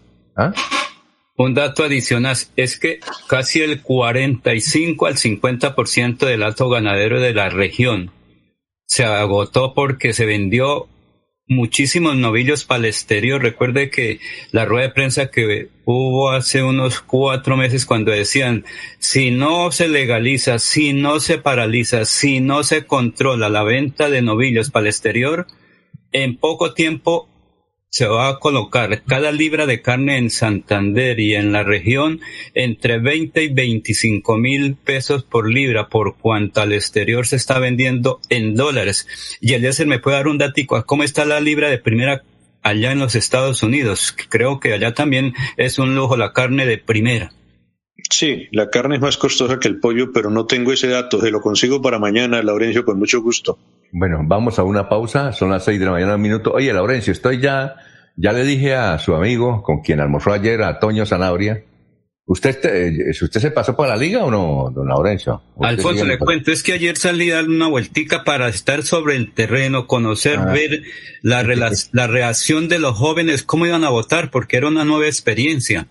un dato adicional es que casi el 45 al 50% del hato ganadero de la región se agotó porque se vendió muchísimos novillos para el exterior. Recuerde que la rueda de prensa que hubo hace unos 4 meses cuando decían, si no se legaliza, si no se paraliza, si no se controla la venta de novillos para el exterior, en poco tiempo se va a colocar cada libra de carne en Santander y en la región entre 20 y 25 mil pesos por libra, por cuanto al exterior se está vendiendo en dólares. Y Eliezer me puede dar un datico, ¿cómo está la libra de primera allá en los Estados Unidos? Creo que allá también es un lujo la carne de primera. Sí, la carne es más costosa que el pollo, pero no tengo ese dato, se lo consigo para mañana, Laurencio, con mucho gusto. Bueno, vamos a una pausa, son las 6 de la mañana, un minuto. Oye, Laurencio, ya le dije a su amigo, con quien almorzó ayer, a Toño Zanabria, ¿usted se pasó por la liga o no, don Laurencio? Alfonso, le cuento, es que ayer salí a dar una vueltica para estar sobre el terreno, conocer, ver la reacción de los jóvenes, cómo iban a votar, porque era una nueva experiencia.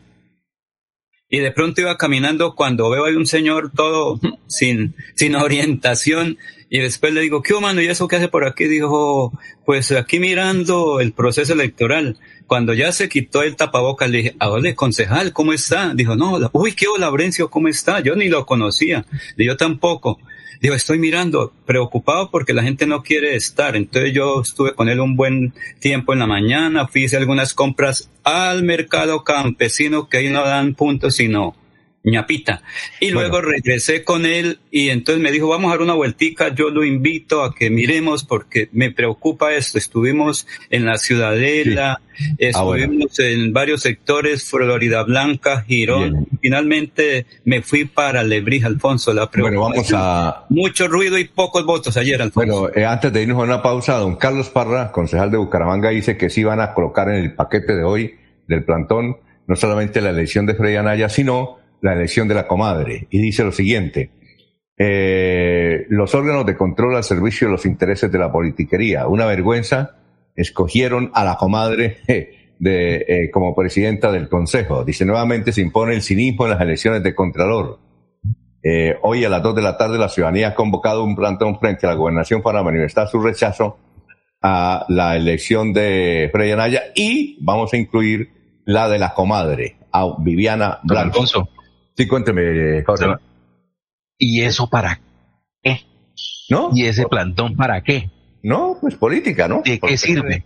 Y de pronto iba caminando cuando veo ahí un señor todo sin orientación y después le digo, ¿qué mano? ¿Y eso qué hace por aquí? Dijo, pues aquí mirando el proceso electoral. Cuando ya se quitó el tapabocas le dije, hola concejal, ¿cómo está? Dijo, no, uy, qué hola Laurencio, ¿cómo está? Yo ni lo conocía, y yo tampoco. Digo, estoy mirando, preocupado porque la gente no quiere estar. Entonces yo estuve con él un buen tiempo en la mañana, hice algunas compras al mercado campesino, que ahí no dan puntos sino ñapita. Y luego regresé con él y entonces me dijo, vamos a dar una vueltica, yo lo invito a que miremos porque me preocupa esto. Estuvimos en la Ciudadela, estuvimos en varios sectores, Florida Blanca, Girón. Finalmente me fui para Lebrija, Alfonso. La vamos a... Mucho ruido y pocos votos ayer, Alfonso. Antes de irnos a una pausa, don Carlos Parra, concejal de Bucaramanga, dice que sí van a colocar en el paquete de hoy del plantón no solamente la elección de Freddy Anaya, sino la elección de la comadre, y dice lo siguiente: los órganos de control al servicio de los intereses de la politiquería, una vergüenza, escogieron a la comadre como presidenta del consejo. Dice, nuevamente se impone el cinismo en las elecciones de Contralor. Hoy a las 2 de la tarde la ciudadanía ha convocado un plantón frente a la gobernación para manifestar su rechazo a la elección de Freddy Anaya, y vamos a incluir la de la comadre, a Viviana Blanco. Alfonso. Sí, cuénteme, Jorge. ¿Y eso para qué? ¿No? ¿Y ese plantón para qué? No, pues política, ¿no? ¿De qué sirve?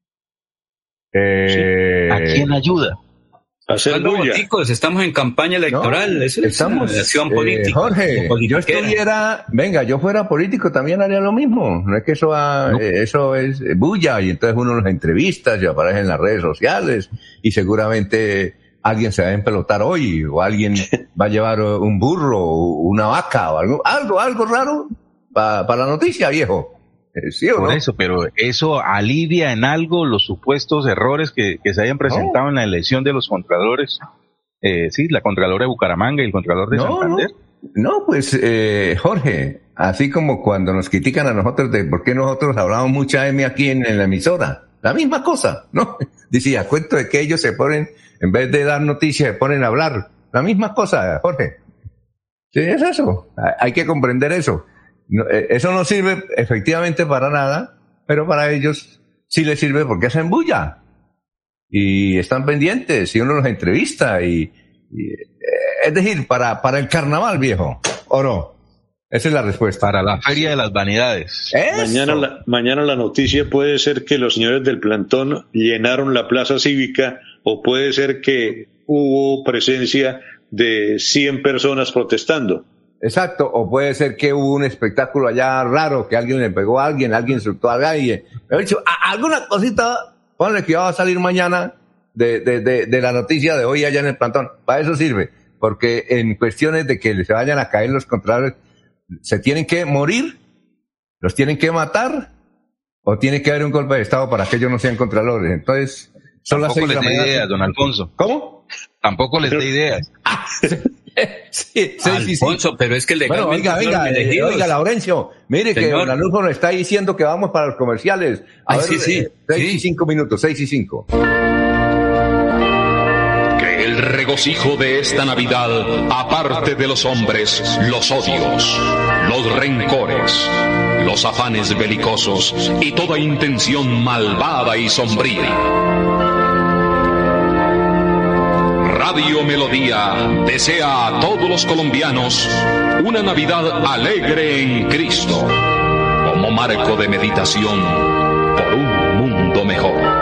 ¿A quién ayuda? Chicos, estamos en campaña electoral, eso es una acción política. Jorge, yo fuera político también haría lo mismo. No es que eso es bulla, y entonces uno los entrevistas y aparece en las redes sociales y seguramente alguien se va a empelotar hoy, o alguien va a llevar un burro, o una vaca, o algo raro para la noticia, viejo. ¿Sí o Por no? eso, pero eso alivia en algo los supuestos errores que se hayan presentado en la elección de los contralores. La contralora de Bucaramanga y el contralor de Santander. No, pues, Jorge, así como cuando nos critican a nosotros de por qué nosotros hablamos mucha M aquí en la emisora, la misma cosa, ¿no? Dice, a cuento de que ellos se ponen, en vez de dar noticias, se ponen a hablar. La misma cosa, Jorge. Sí, es eso. Hay que comprender eso. No, eso no sirve efectivamente para nada, pero para ellos sí les sirve porque hacen bulla. Y están pendientes, y uno los entrevista, es decir, para el carnaval, viejo, ¿o no? Esa es la respuesta. Para la Feria de las Vanidades. Mañana la noticia puede ser que los señores del plantón llenaron la plaza cívica, o puede ser que hubo presencia de 100 personas protestando. Exacto, o puede ser que hubo un espectáculo allá raro, que alguien le pegó a alguien insultó a alguien. Me he dicho, alguna cosita, ponle que va a salir mañana de la noticia de hoy allá en el plantón. Para eso sirve, porque en cuestiones de que se vayan a caer los controladores, se tienen que morir, los tienen que matar, o tiene que haber un golpe de Estado para que ellos no sean contralores. Entonces, son las 6 de la mañana. Tampoco les dé ideas, don Alfonso. ¿Cómo? Tampoco les dé ideas. Sí, Alfonso, pero es que legalmente oiga, Laurencio, mire, señor, que don Alfonso nos está diciendo que vamos para los comerciales. A ver, 6 y 5 minutos, 6 y 5. Que el regocijo de esta Navidad aparte de los hombres los odios, los rencores, los afanes belicosos y toda intención malvada y sombría. Radio Melodía desea a todos los colombianos una Navidad alegre en Cristo, como marco de meditación por un mundo mejor.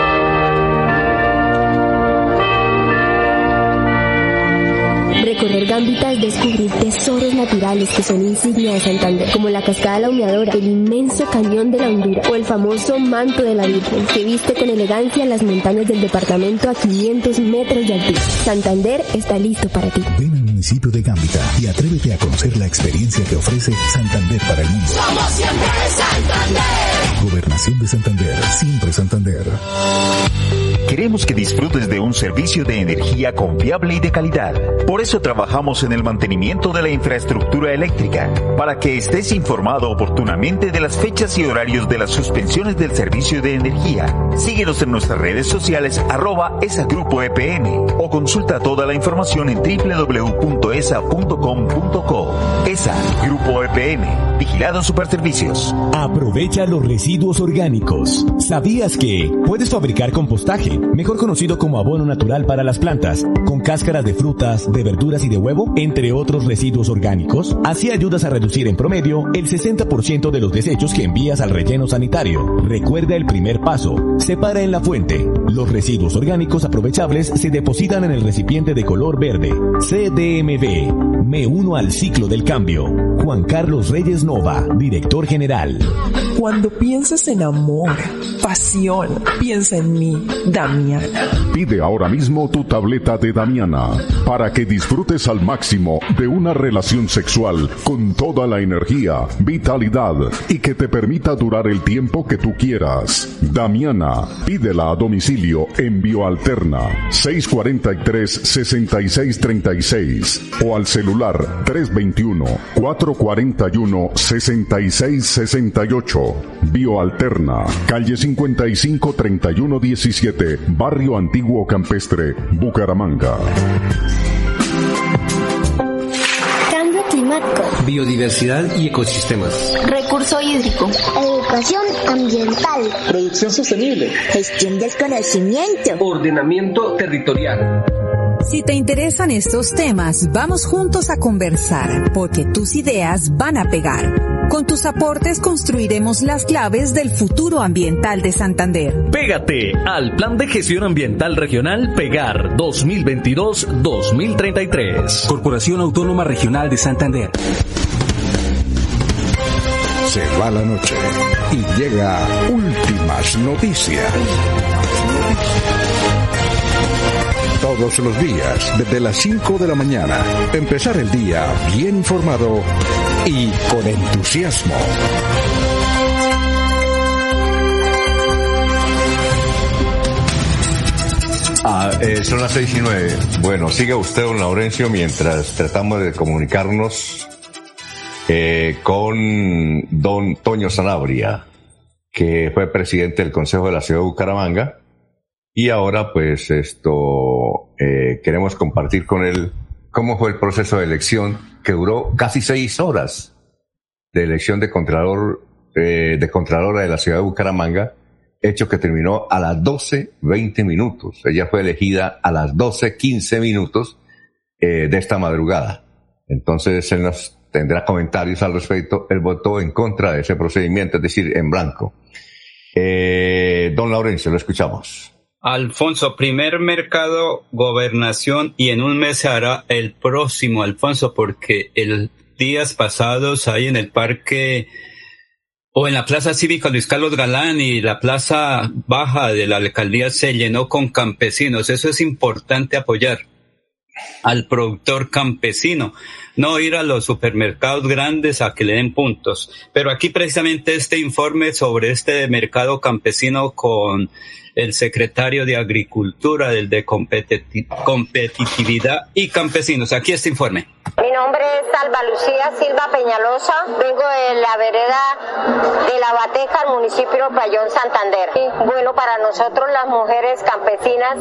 Recorrer Gambita es descubrir tesoros naturales que son insignia de Santander, como la Cascada La Humeadora, el inmenso Cañón de la Hondura o el famoso Manto de la Virgen, que viste con elegancia las montañas del departamento a 500 metros de altura. Santander está listo para ti. Ven al municipio de Gambita y atrévete a conocer la experiencia que ofrece Santander para el mundo. Somos siempre Santander. Gobernación de Santander, siempre Santander. Queremos que disfrutes de un servicio de energía confiable y de calidad. Por eso trabajamos en el mantenimiento de la infraestructura eléctrica, para que estés informado oportunamente de las fechas y horarios de las suspensiones del servicio de energía. Síguenos en nuestras redes sociales @esagrupoepm o consulta toda la información en www.esa.com.co. ESA Grupo EPM, Vigilado Superservicios. Aprovecha los residuos orgánicos. ¿Sabías que puedes fabricar compostaje, mejor conocido como abono natural para las plantas, con cáscaras de frutas, de verduras y de huevo, entre otros residuos orgánicos? Así ayudas a reducir en promedio el 60% de los desechos que envías al relleno sanitario. Recuerda el primer paso: separa en la fuente. Los residuos orgánicos aprovechables se depositan en el recipiente de color verde. CDMV. Me uno al ciclo del cambio. Juan Carlos Reyes Nova, director general. Cuando pienses en amor, pasión, piensa en mí, Damiana. Pide ahora mismo tu tableta de Damiana para que disfrutes al máximo de una relación sexual con toda la energía, vitalidad y que te permita durar el tiempo que tú quieras. Damiana, pídela a domicilio en Bioalterna 643-6636 o al celular 321-441-6668. Bioalterna, calle 55-3117, Barrio Antiguo Campestre, Bucaramanga. Cambio climático. Biodiversidad y ecosistemas. Recurso hídrico. Educación ambiental. Producción sostenible. Gestión del conocimiento. Ordenamiento territorial. Si te interesan estos temas, vamos juntos a conversar, porque tus ideas van a pegar. Con tus aportes construiremos las claves del futuro ambiental de Santander. Pégate al Plan de Gestión Ambiental Regional PEGAR 2022-2033. Corporación Autónoma Regional de Santander. Se va la noche y llega Últimas Noticias. Todos los días, desde las 5 de la mañana, empezar el día bien informado y con entusiasmo. Son las 6:09. Bueno, siga usted, don Laurencio, mientras tratamos de comunicarnos con don Toño Sanabria, que fue presidente del Consejo de la Ciudad de Bucaramanga. Y ahora, pues, queremos compartir con él cómo fue el proceso de elección, que duró casi 6 horas, de elección de Contralora de la Ciudad de Bucaramanga, hecho que terminó a las 12:20 minutos. Ella fue elegida a las 12:15 minutos de esta madrugada. Entonces, él nos tendrá comentarios al respecto. Él votó en contra de ese procedimiento, es decir, en blanco. Don Laurencio, lo escuchamos. Alfonso, primer mercado Gobernación, y en un mes se hará el próximo, Alfonso, porque el días pasados ahí en el parque o en la Plaza Cívica Luis Carlos Galán y la Plaza Baja de la alcaldía se llenó con campesinos. Eso es importante, apoyar al productor campesino, no ir a los supermercados grandes a que le den puntos. Pero aquí precisamente este informe sobre este mercado campesino con el secretario de Agricultura, del de Competitividad y Campesinos. Aquí este informe. Mi nombre es Alba Lucía Silva Peñalosa, vengo de la vereda de La Bateca, al municipio de Playón, Santander. Y bueno, para nosotros las mujeres campesinas,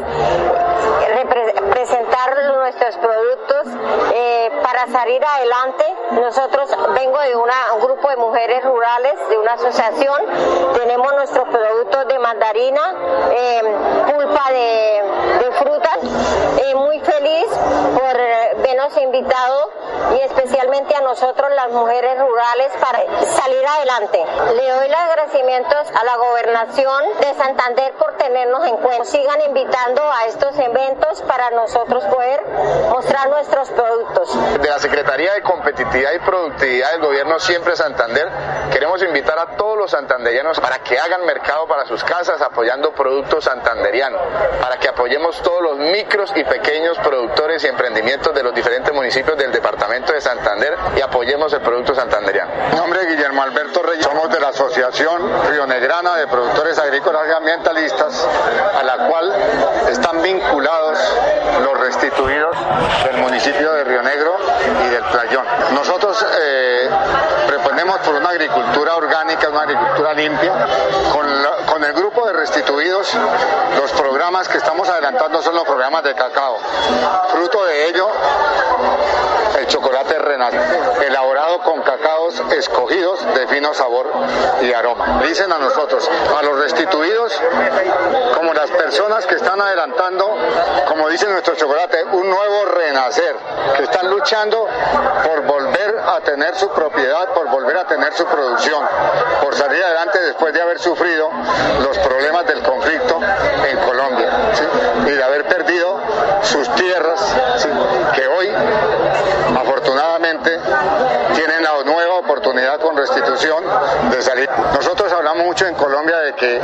presentar nuestros productos para salir adelante. Nosotros vengo de un grupo de mujeres rurales, de una asociación, tenemos nuestros productos de mandarina, pulpa de frutas, muy feliz por vernos invitados y especialmente a nosotros las mujeres rurales para salir adelante. Le doy los agradecimientos a la Gobernación de Santander por tenernos en cuenta. Sigan invitando a estos eventos para nosotros poder mostrar nuestros productos. De la Secretaría de Competitividad y Productividad del Gobierno Siempre Santander, queremos invitar a todos los santanderianos para que hagan mercado para sus casas apoyando productos santanderianos, para que apoyemos todos los micros y pequeños productores y emprendimientos de los diferentes municipios del departamento de Santander y apoyemos el producto santanderiano. Mi nombre es Guillermo Alberto Reyes, somos de la Asociación Rionegrana de Productores Agrícolas y Ambientalistas, a la cual están vinculados los restituidos del municipio de Río Negro y del Playón. Nosotros proponemos por una agricultura orgánica, una agricultura limpia. Con el grupo de restituidos, los programas que estamos adelantando son los programas de cacao. Fruto de ello, el chocolate Renace, elaborado con cacaos escogidos de fino sabor y aroma. Dicen a nosotros, a los restituidos, como las personas que están adelantando, como dice nuestro chocolate, un nuevo renacer, que están luchando por volver a tener su propiedad, por volver a tener su producción, por salir adelante después de haber sufrido los problemas del conflicto en Colombia, ¿sí? Y de haber perdido sus tierras, ¿sí? Que hoy afortunadamente tienen la nueva oportunidad con restitución de salir. Nosotros hablamos mucho en Colombia de que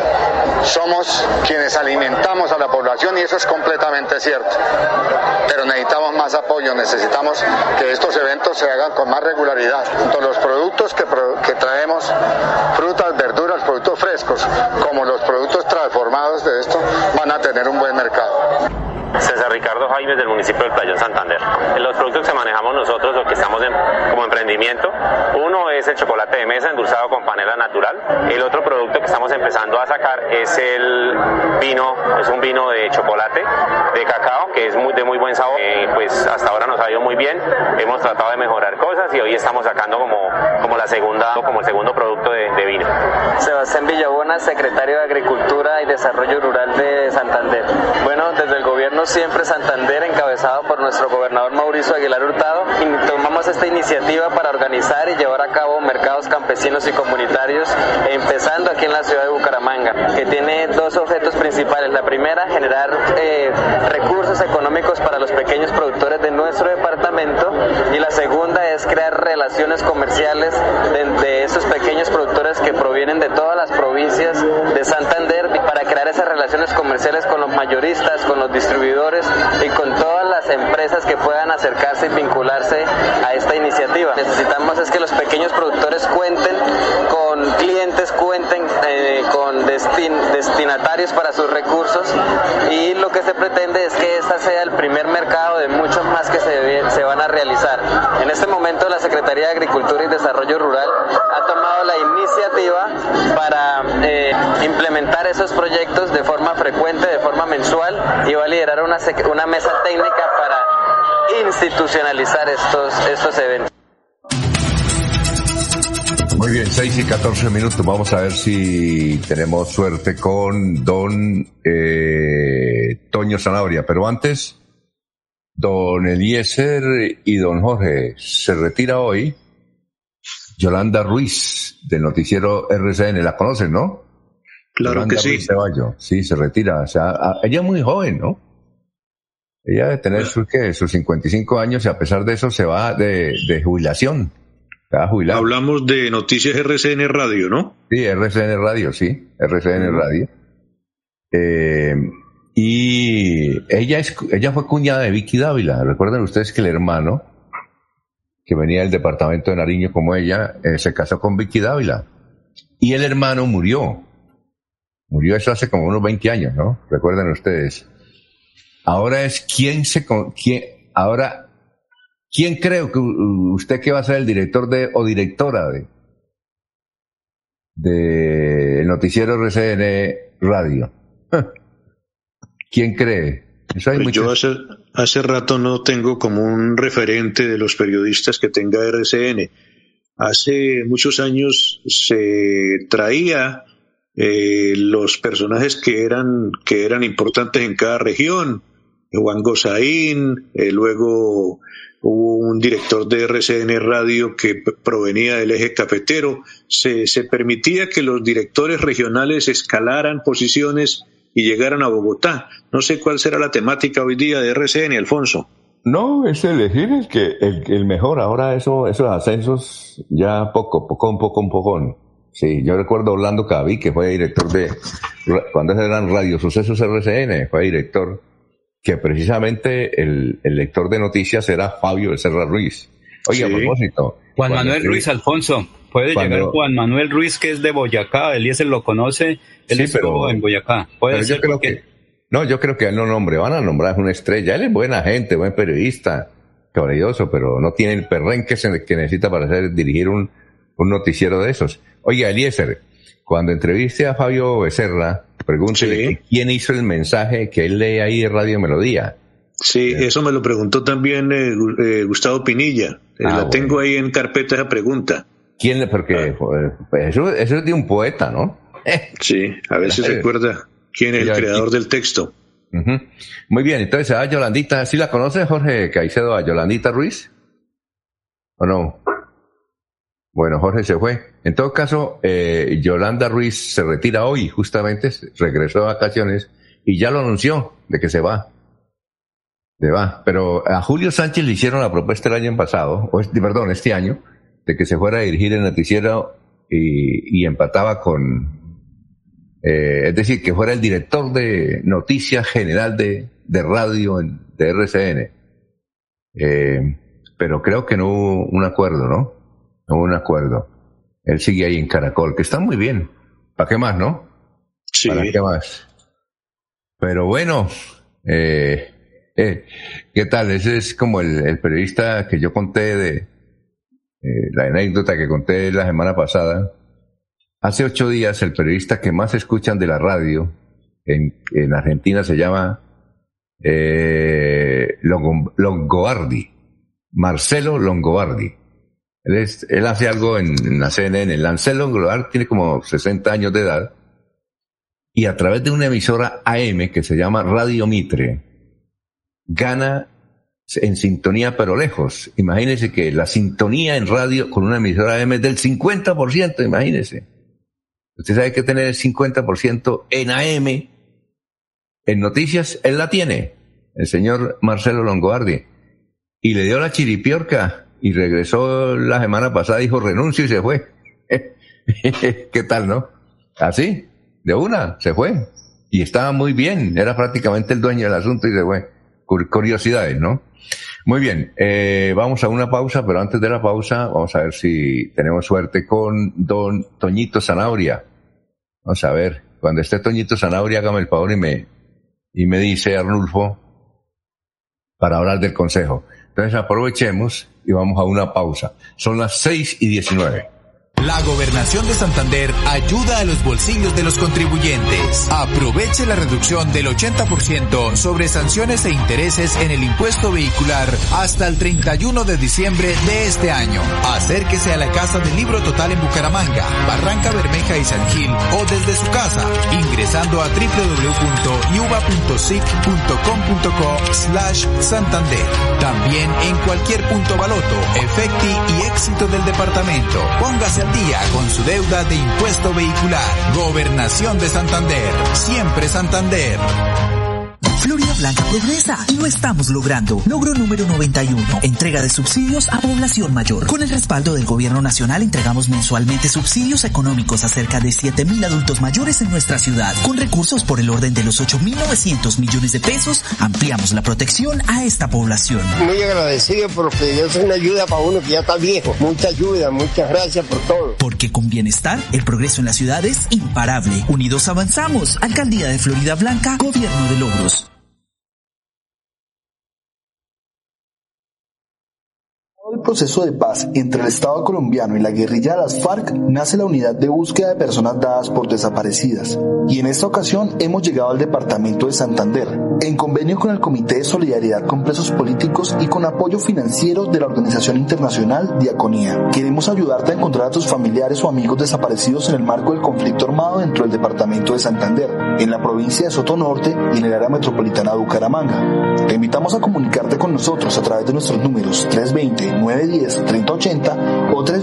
somos quienes alimentamos a la población y eso es completamente cierto, pero necesitamos más apoyo, necesitamos que estos eventos se hagan con más regularidad. Entonces, los productos que traemos, frutas, verduras, productos frescos, como los productos transformados de esto, van a tener un buen mercado. César Ricardo Jaimes, del municipio del Playón, Santander. Los productos que manejamos nosotros o que estamos como emprendimiento, uno es el chocolate de mesa endulzado con panela natural. El otro producto que estamos empezando a sacar es el vino, es un vino de chocolate, de cacao, que es de muy buen sabor. Pues hasta ahora nos ha ido muy bien, hemos tratado de mejorar cosas y hoy estamos sacando como el segundo producto de vino. Sebastián Villabona, secretario de Agricultura y Desarrollo Rural de Santander. Bueno, desde el gobierno Siempre Santander, encabezado por nuestro gobernador Mauricio Aguilar Hurtado, tomamos esta iniciativa para organizar y llevar a cabo mercados campesinos y comunitarios, empezando aquí en la ciudad de Bucaramanga, que tiene dos objetos principales. La primera, generar recursos económicos para los pequeños productores de nuestro departamento, y la segunda es crear relaciones comerciales de esos pequeños productores que provienen de todas las provincias de Santander, para crear esas relaciones comerciales con los mayoristas, con los distribuidores y con todas las empresas que puedan acercarse y vincularse a esta iniciativa. Necesitamos es que los pequeños productores cuenten con clientes, cuenten con destinatarios para sus recursos, y lo que se pretende es que este sea el primer mercado de muchos más que se van a realizar. En este momento la Secretaría de Agricultura y Desarrollo Rural ha tomado la iniciativa para implementar esos proyectos de forma frecuente, de forma mensual, y va a liderar una mesa técnica para institucionalizar estos eventos. Muy bien, 6:14. Vamos a ver si tenemos suerte con don Toño Zanabria. Pero antes, don Eliezer y don Jorge, se retira hoy Yolanda Ruiz, del noticiero RCN. La conocen, ¿no? Claro que sí. Ceballos. Sí, se retira. O sea, ella es muy joven, ¿no? Ella debe tener sus 55 años y a pesar de eso se va de jubilación. Se va a jubilar. Hablamos de Noticias RCN Radio, ¿no? Sí, RCN Radio, sí. RCN Radio. Y ella fue cuñada de Vicky Dávila. Recuerden ustedes que el hermano, que venía del departamento de Nariño como ella, se casó con Vicky Dávila. Y el hermano murió. Murió eso hace como unos 20 años, ¿no? Recuerden ustedes. Ahora es ¿quién creo que usted que va a ser el director o directora de noticiero RCN Radio? ¿Quién cree? Yo hace rato no tengo como un referente de los periodistas que tenga RCN. Hace muchos años se traía los personajes que eran importantes en cada región. Juan Gozaín, luego hubo un director de RCN Radio que provenía del eje cafetero. Se permitía que los directores regionales escalaran posiciones y llegaran a Bogotá. No sé cuál será la temática hoy día de RCN, Alfonso. No, es elegir el mejor. Ahora esos ascensos ya poco. Sí, yo recuerdo a Orlando Caví, que fue director cuando eran Radio Sucesos RCN, fue director, que precisamente el lector de noticias era Fabio Becerra Ruiz. Oye, sí. A propósito. Juan Manuel Ruiz, Alfonso. Puede llegar Juan Manuel Ruiz, que es de Boyacá, Eliezer lo conoce, él estuvo en Boyacá. Yo creo que él no nombre, van a nombrar una estrella. Él es buena gente, buen periodista, caballeroso, pero no tiene el perrenque que necesita para dirigir un noticiero de esos. Oye, Eliezer, cuando entreviste a Fabio Becerra, pregúntele quién hizo el mensaje que él lee ahí de Radio Melodía. Sí, eso me lo preguntó también Gustavo Pinilla. La tengo ahí en carpeta esa pregunta. ¿Quién? Porque eso es de un poeta, ¿no? Sí, a veces se recuerda quién es el creador del texto. Uh-huh. Muy bien, entonces a Yolandita, ¿sí la conoce Jorge Caicedo, a Yolandita Ruiz? ¿O no? Bueno, Jorge se fue. En todo caso, Yolanda Ruiz se retira hoy, justamente, regresó de vacaciones y ya lo anunció de que se va. Pero a Julio Sánchez le hicieron la propuesta el año pasado, este año, de que se fuera a dirigir el noticiero y empataba es decir, que fuera el director de noticias general de radio de RCN. Pero creo que no hubo un acuerdo, ¿no? No hubo un acuerdo. Él sigue ahí en Caracol, que está muy bien. ¿Para qué más, no? Sí. ¿Para qué más? Pero bueno, ¿qué tal? Ese es como el periodista que yo conté la anécdota que conté la semana pasada. Hace 8 días el periodista que más escuchan de la radio en Argentina se llama Longobardi, Marcelo Longobardi. Él hace algo en la CNN. Marcelo Longobardi tiene como 60 años de edad y a través de una emisora AM que se llama Radio Mitre gana en sintonía pero lejos. Imagínense que la sintonía en radio con una emisora AM es del 50%, imagínense. Usted sabe que tener el 50% en AM, en noticias, él la tiene, el señor Marcelo Longobardi. Y le dio la chiripiorca y regresó la semana pasada, dijo renuncio y se fue. ¿Qué tal, no? Así, de una, se fue. Y estaba muy bien, era prácticamente el dueño del asunto y se fue. Curiosidades, ¿no? Muy bien, vamos a una pausa, pero antes de la pausa vamos a ver si tenemos suerte con don Toñito Zanabria. Vamos a ver, cuando esté Toñito Zanabria, hágame el favor y me dice Arnulfo para hablar del consejo. Entonces aprovechemos y vamos a una pausa. Son las 6:19. La Gobernación de Santander ayuda a los bolsillos de los contribuyentes. Aproveche la reducción del 80% sobre sanciones e intereses en el impuesto vehicular hasta el 31 de diciembre de este año. Acérquese a la Casa del Libro Total en Bucaramanga, Barranca Bermeja y San Gil o desde su casa, ingresando a www.yuba.sic.com.co/Santander. También en cualquier punto Baloto, Efecti y Éxito del departamento. Póngase al al día con su deuda de impuesto vehicular. Gobernación de Santander. Siempre Santander. Florida Blanca progresa y lo estamos logrando. Logro número 91. Entrega de subsidios a población mayor. Con el respaldo del Gobierno Nacional entregamos mensualmente subsidios económicos a cerca de 7.000 adultos mayores en nuestra ciudad. Con recursos por el orden de los 8.900 millones de pesos, ampliamos la protección a esta población. Muy agradecido porque es una ayuda para uno que ya está viejo. Mucha ayuda, muchas gracias por todo. Porque con bienestar, el progreso en la ciudad es imparable. Unidos avanzamos. Alcaldía de Florida Blanca, Gobierno de Logros. El proceso de paz entre el Estado colombiano y la guerrilla de las FARC nace la unidad de búsqueda de personas dadas por desaparecidas. Y en esta ocasión hemos llegado al departamento de Santander, en convenio con el Comité de Solidaridad con Presos Políticos y con apoyo financiero de la organización internacional Diaconía. Queremos ayudarte a encontrar a tus familiares o amigos desaparecidos en el marco del conflicto armado dentro del departamento de Santander, en la provincia de Sotonorte y en el área metropolitana de Bucaramanga. Te invitamos a comunicarte con nosotros a través de nuestros números 320-910-3080 o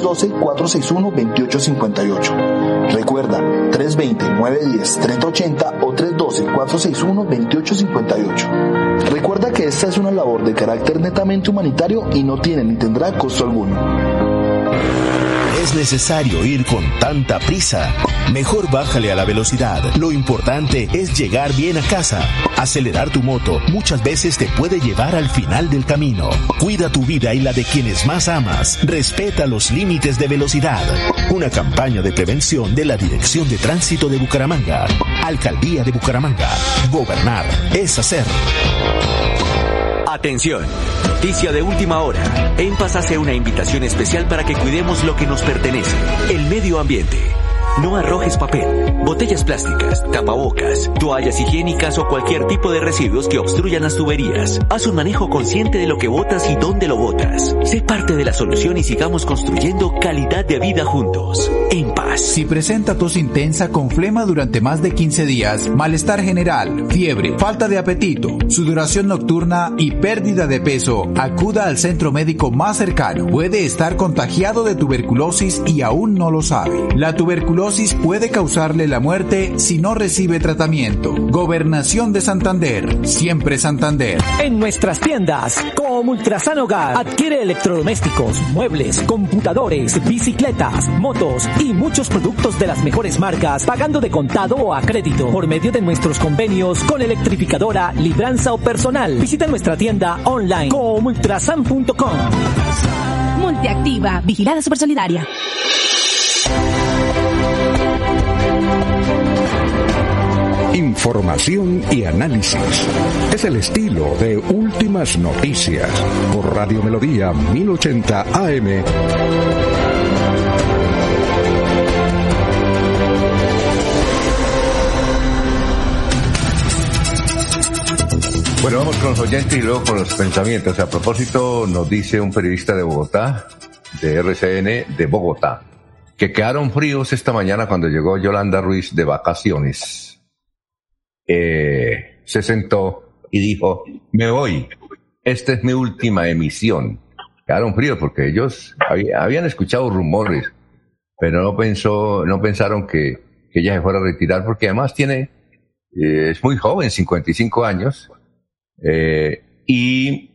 312-461-2858. Recuerda, 320-910-3080 o 312-461-2858. Recuerda que esta es una labor de carácter netamente humanitario y no tiene ni tendrá costo alguno. Es necesario ir con tanta prisa. Mejor bájale a la velocidad. Lo importante es llegar bien a casa. Acelerar tu moto muchas veces te puede llevar al final del camino. Cuida tu vida y la de quienes más amas. Respeta los límites de velocidad. Una campaña de prevención de la Dirección de Tránsito de Bucaramanga. Alcaldía de Bucaramanga. Gobernar es hacer. Atención, noticia de última hora. En Paz hace una invitación especial para que cuidemos lo que nos pertenece, el medio ambiente. No arrojes papel, botellas plásticas, tapabocas, toallas higiénicas o cualquier tipo de residuos que obstruyan las tuberías. Haz un manejo consciente de lo que botas y dónde lo botas. Sé parte de la solución y sigamos construyendo calidad de vida juntos. En Paz. Si presenta tos intensa con flema durante más de 15 días, malestar general, fiebre, falta de apetito, sudoración nocturna y pérdida de peso, acuda al centro médico más cercano. Puede estar contagiado de tuberculosis y aún no lo sabe. La tuberculosis puede causarle la muerte si no recibe tratamiento. Gobernación de Santander. Siempre Santander. En nuestras tiendas, como Ultrasan Hogar, adquiere electrodomésticos, muebles, computadores, bicicletas, motos y muchos productos de las mejores marcas, pagando de contado o a crédito por medio de nuestros convenios con Electrificadora, Libranza o Personal. Visita nuestra tienda online comultrasan.com. Multiactiva, vigilada Supersolidaria. Información y análisis. Es el estilo de Últimas Noticias por Radio Melodía 1080 AM. Bueno, vamos con los oyentes y luego con los pensamientos. A propósito, nos dice un periodista de Bogotá, de RCN de Bogotá, que quedaron fríos esta mañana cuando llegó Yolanda Ruiz de vacaciones. Se sentó y dijo, me voy, esta es mi última emisión. Quedaron fríos porque ellos habían escuchado rumores, pero no pensaron que ella se fuera a retirar, porque además es muy joven, 55 años, y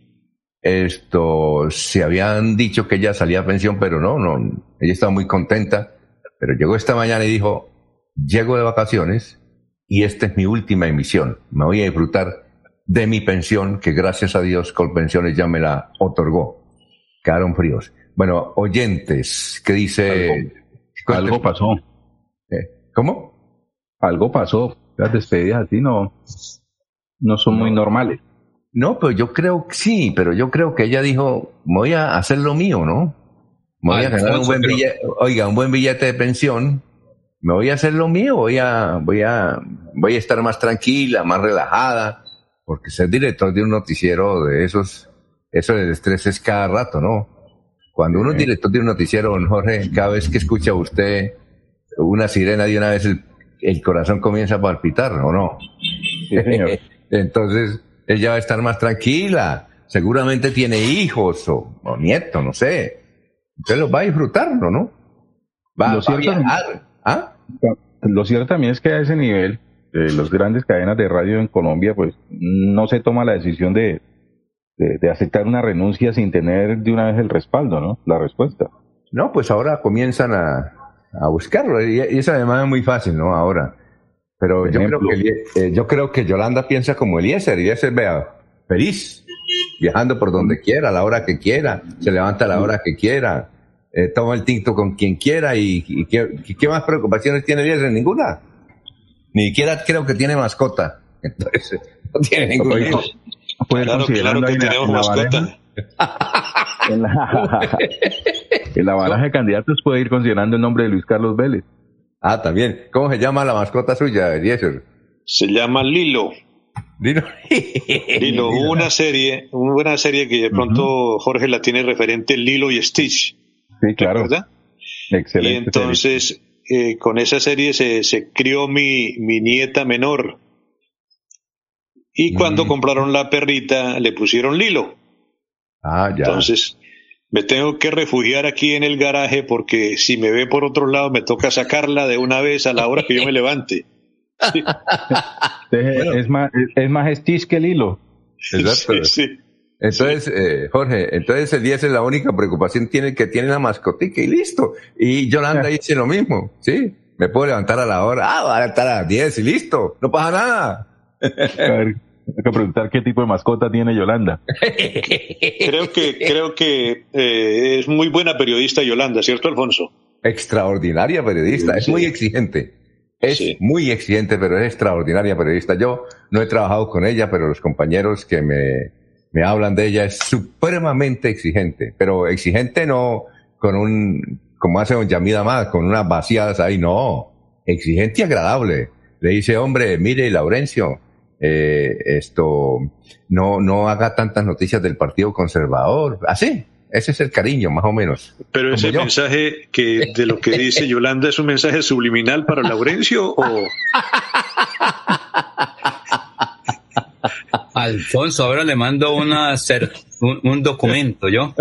se habían dicho que ella salía a pensión, pero no, ella estaba muy contenta, pero llegó esta mañana y dijo, llego de vacaciones y esta es mi última emisión, me voy a disfrutar de mi pensión, que gracias a Dios Colpensiones ya me la otorgó. Quedaron fríos. Bueno, oyentes, ¿qué dice? Algo pasó. ¿Cómo? Algo pasó. Las despedidas así no son muy normales. No, pero yo creo que sí, pero yo creo que ella dijo, voy a hacer lo mío, ¿no? Me voy a ganar un buen billete, un buen billete de pensión, me voy a hacer lo mío, voy a estar más tranquila, más relajada, porque ser director de un noticiero de eso del estrés es cada rato, ¿no? Cuando uno es director de un noticiero, don Jorge, cada vez que escucha usted una sirena, de una vez el corazón comienza a palpitar, ¿o no? Sí, señor. Entonces, ella va a estar más tranquila, seguramente tiene hijos o nietos, no sé. Entonces los va a disfrutar, ¿no? va a viajar. ¿Ah? Lo cierto también es que a ese nivel, las grandes cadenas de radio en Colombia, pues no se toma la decisión de aceptar una renuncia sin tener de una vez el respaldo, ¿no? La respuesta. No, pues ahora comienzan a buscarlo, y eso además es muy fácil, ¿no? Ahora. Pero yo creo que Yolanda piensa como Eliezer vea, feliz, viajando por donde quiera, a la hora que quiera, se levanta a la hora que quiera, toma el tinto con quien quiera, y ¿qué más preocupaciones tiene Eliezer? Ninguna. Ni siquiera creo que tiene mascota. Entonces, no tiene ningún hijo. Claro que tenemos mascota. En la baraja de candidatos puede ir considerando el nombre de Luis Carlos Vélez. Ah, también. ¿Cómo se llama la mascota suya, Eliezer? Se llama Lilo. Lilo. Hubo una serie que de pronto Jorge la tiene referente, Lilo y Stitch. Sí, claro. ¿Verdad? Excelente. Y entonces, con esa serie se crió mi nieta menor. Y cuando compraron la perrita, le pusieron Lilo. Ah, ya. Entonces, me tengo que refugiar aquí en el garaje porque si me ve por otro lado, me toca sacarla de una vez a la hora que yo me levante. Sí. Es más Stitch que Lilo. Exacto. Sí. Entonces, Jorge, el 10 es la única preocupación que tiene la mascotica y listo. Y Yolanda dice lo mismo, ¿sí? Me puedo levantar a la hora, voy a levantar a las 10 y listo, no pasa nada. A ver, hay que preguntar qué tipo de mascota tiene Yolanda. Creo que es muy buena periodista Yolanda, ¿cierto, Alfonso? Extraordinaria periodista, sí. Es muy exigente. Muy exigente, pero es extraordinaria periodista. Yo no he trabajado con ella, pero los compañeros que me hablan de ella es supremamente exigente. Pero exigente no como hace don Yamid Amad, con unas vaciadas ahí, no. Exigente y agradable. Le dice, hombre, mire, Laurencio, no haga tantas noticias del Partido Conservador. Así, ese es el cariño, más o menos. Pero ese mensaje de lo que dice Yolanda es un mensaje subliminal para Laurencio o... Alfonso, ahora le mando un documento, ¿yo?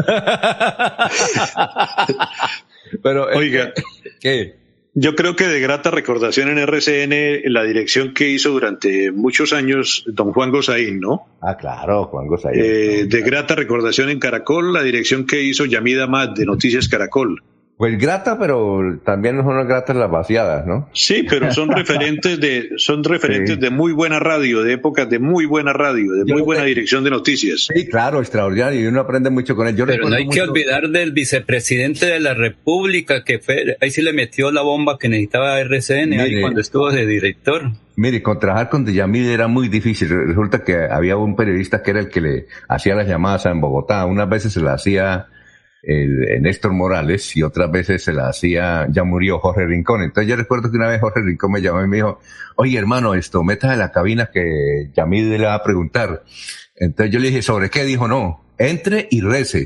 Pero, oiga, ¿qué? Yo creo que de grata recordación en RCN la dirección que hizo durante muchos años don Juan Gozaín, ¿no? Ah, claro, Juan Gozaín. De grata recordación en Caracol, la dirección que hizo Yamid Amad de Noticias Caracol. Pues grata, pero también no son gratas las vaciadas, ¿no? Sí, pero son referentes de muy buena radio, de épocas de muy buena radio, de muy buena dirección de noticias. Sí, claro, extraordinario, y uno aprende mucho con él. Pero no hay que olvidar del vicepresidente de la República, que fue, ahí sí le metió la bomba que necesitaba RCN, ahí cuando estuvo de director. Mire, trabajar con Yamid era muy difícil. Resulta que había un periodista que era el que le hacía las llamadas en Bogotá. Unas veces se las hacía Néstor Morales y otras veces se la hacía, ya murió Jorge Rincón. Entonces yo recuerdo que una vez Jorge Rincón me llamó y me dijo, oye hermano, métase en la cabina que Yamid le va a preguntar. Entonces yo le dije, ¿sobre qué? Dijo, no, entre y rece.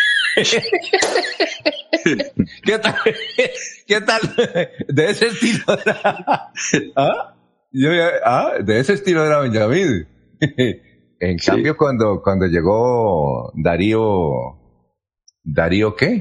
¿Qué tal? De ese estilo era. De ese estilo era Yamid. En cambio, cuando llegó ¿Darío qué?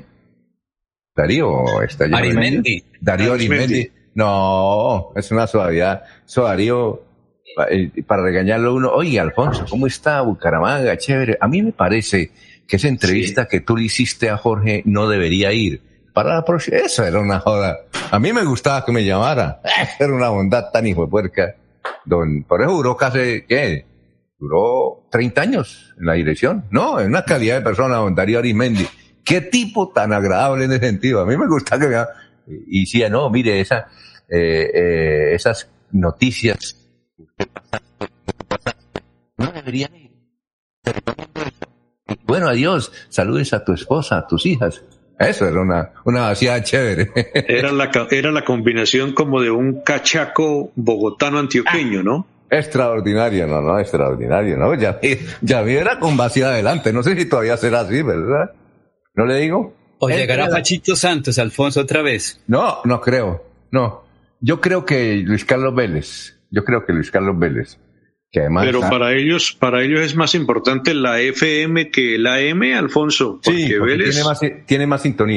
Arizmendi. Darío Arizmendi. No, es una suavidad. Darío, para regañarlo uno, oye, Alfonso, ¿cómo está Bucaramanga? Chévere. A mí me parece que esa entrevista que tú le hiciste a Jorge no debería ir. Para la próxima, eso era una joda. A mí me gustaba que me llamara. Era una bondad tan hijo de puerca. Por eso duró casi, duró 30 años en la dirección. No, en una calidad de persona, don Darío Arizmendi. Qué tipo tan agradable en ese sentido. A mí me gusta que y decía, no, mire, esas noticias no deberían ir. Bueno, adiós, saludes a tu esposa, a tus hijas. Eso era una vacía chévere. Era la combinación como de un cachaco bogotano antioqueño, ¿no? Extraordinario, extraordinario, ¿no? Ya era con vacía adelante. No sé si todavía será así, ¿verdad? ¿No le digo? ¿O llegará Pachito Santos, Alfonso, otra vez? No creo. No. Yo creo que Luis Carlos Vélez. Que además pero para ellos es más importante la FM que la AM, Alfonso. Porque Vélez tiene más sintonía.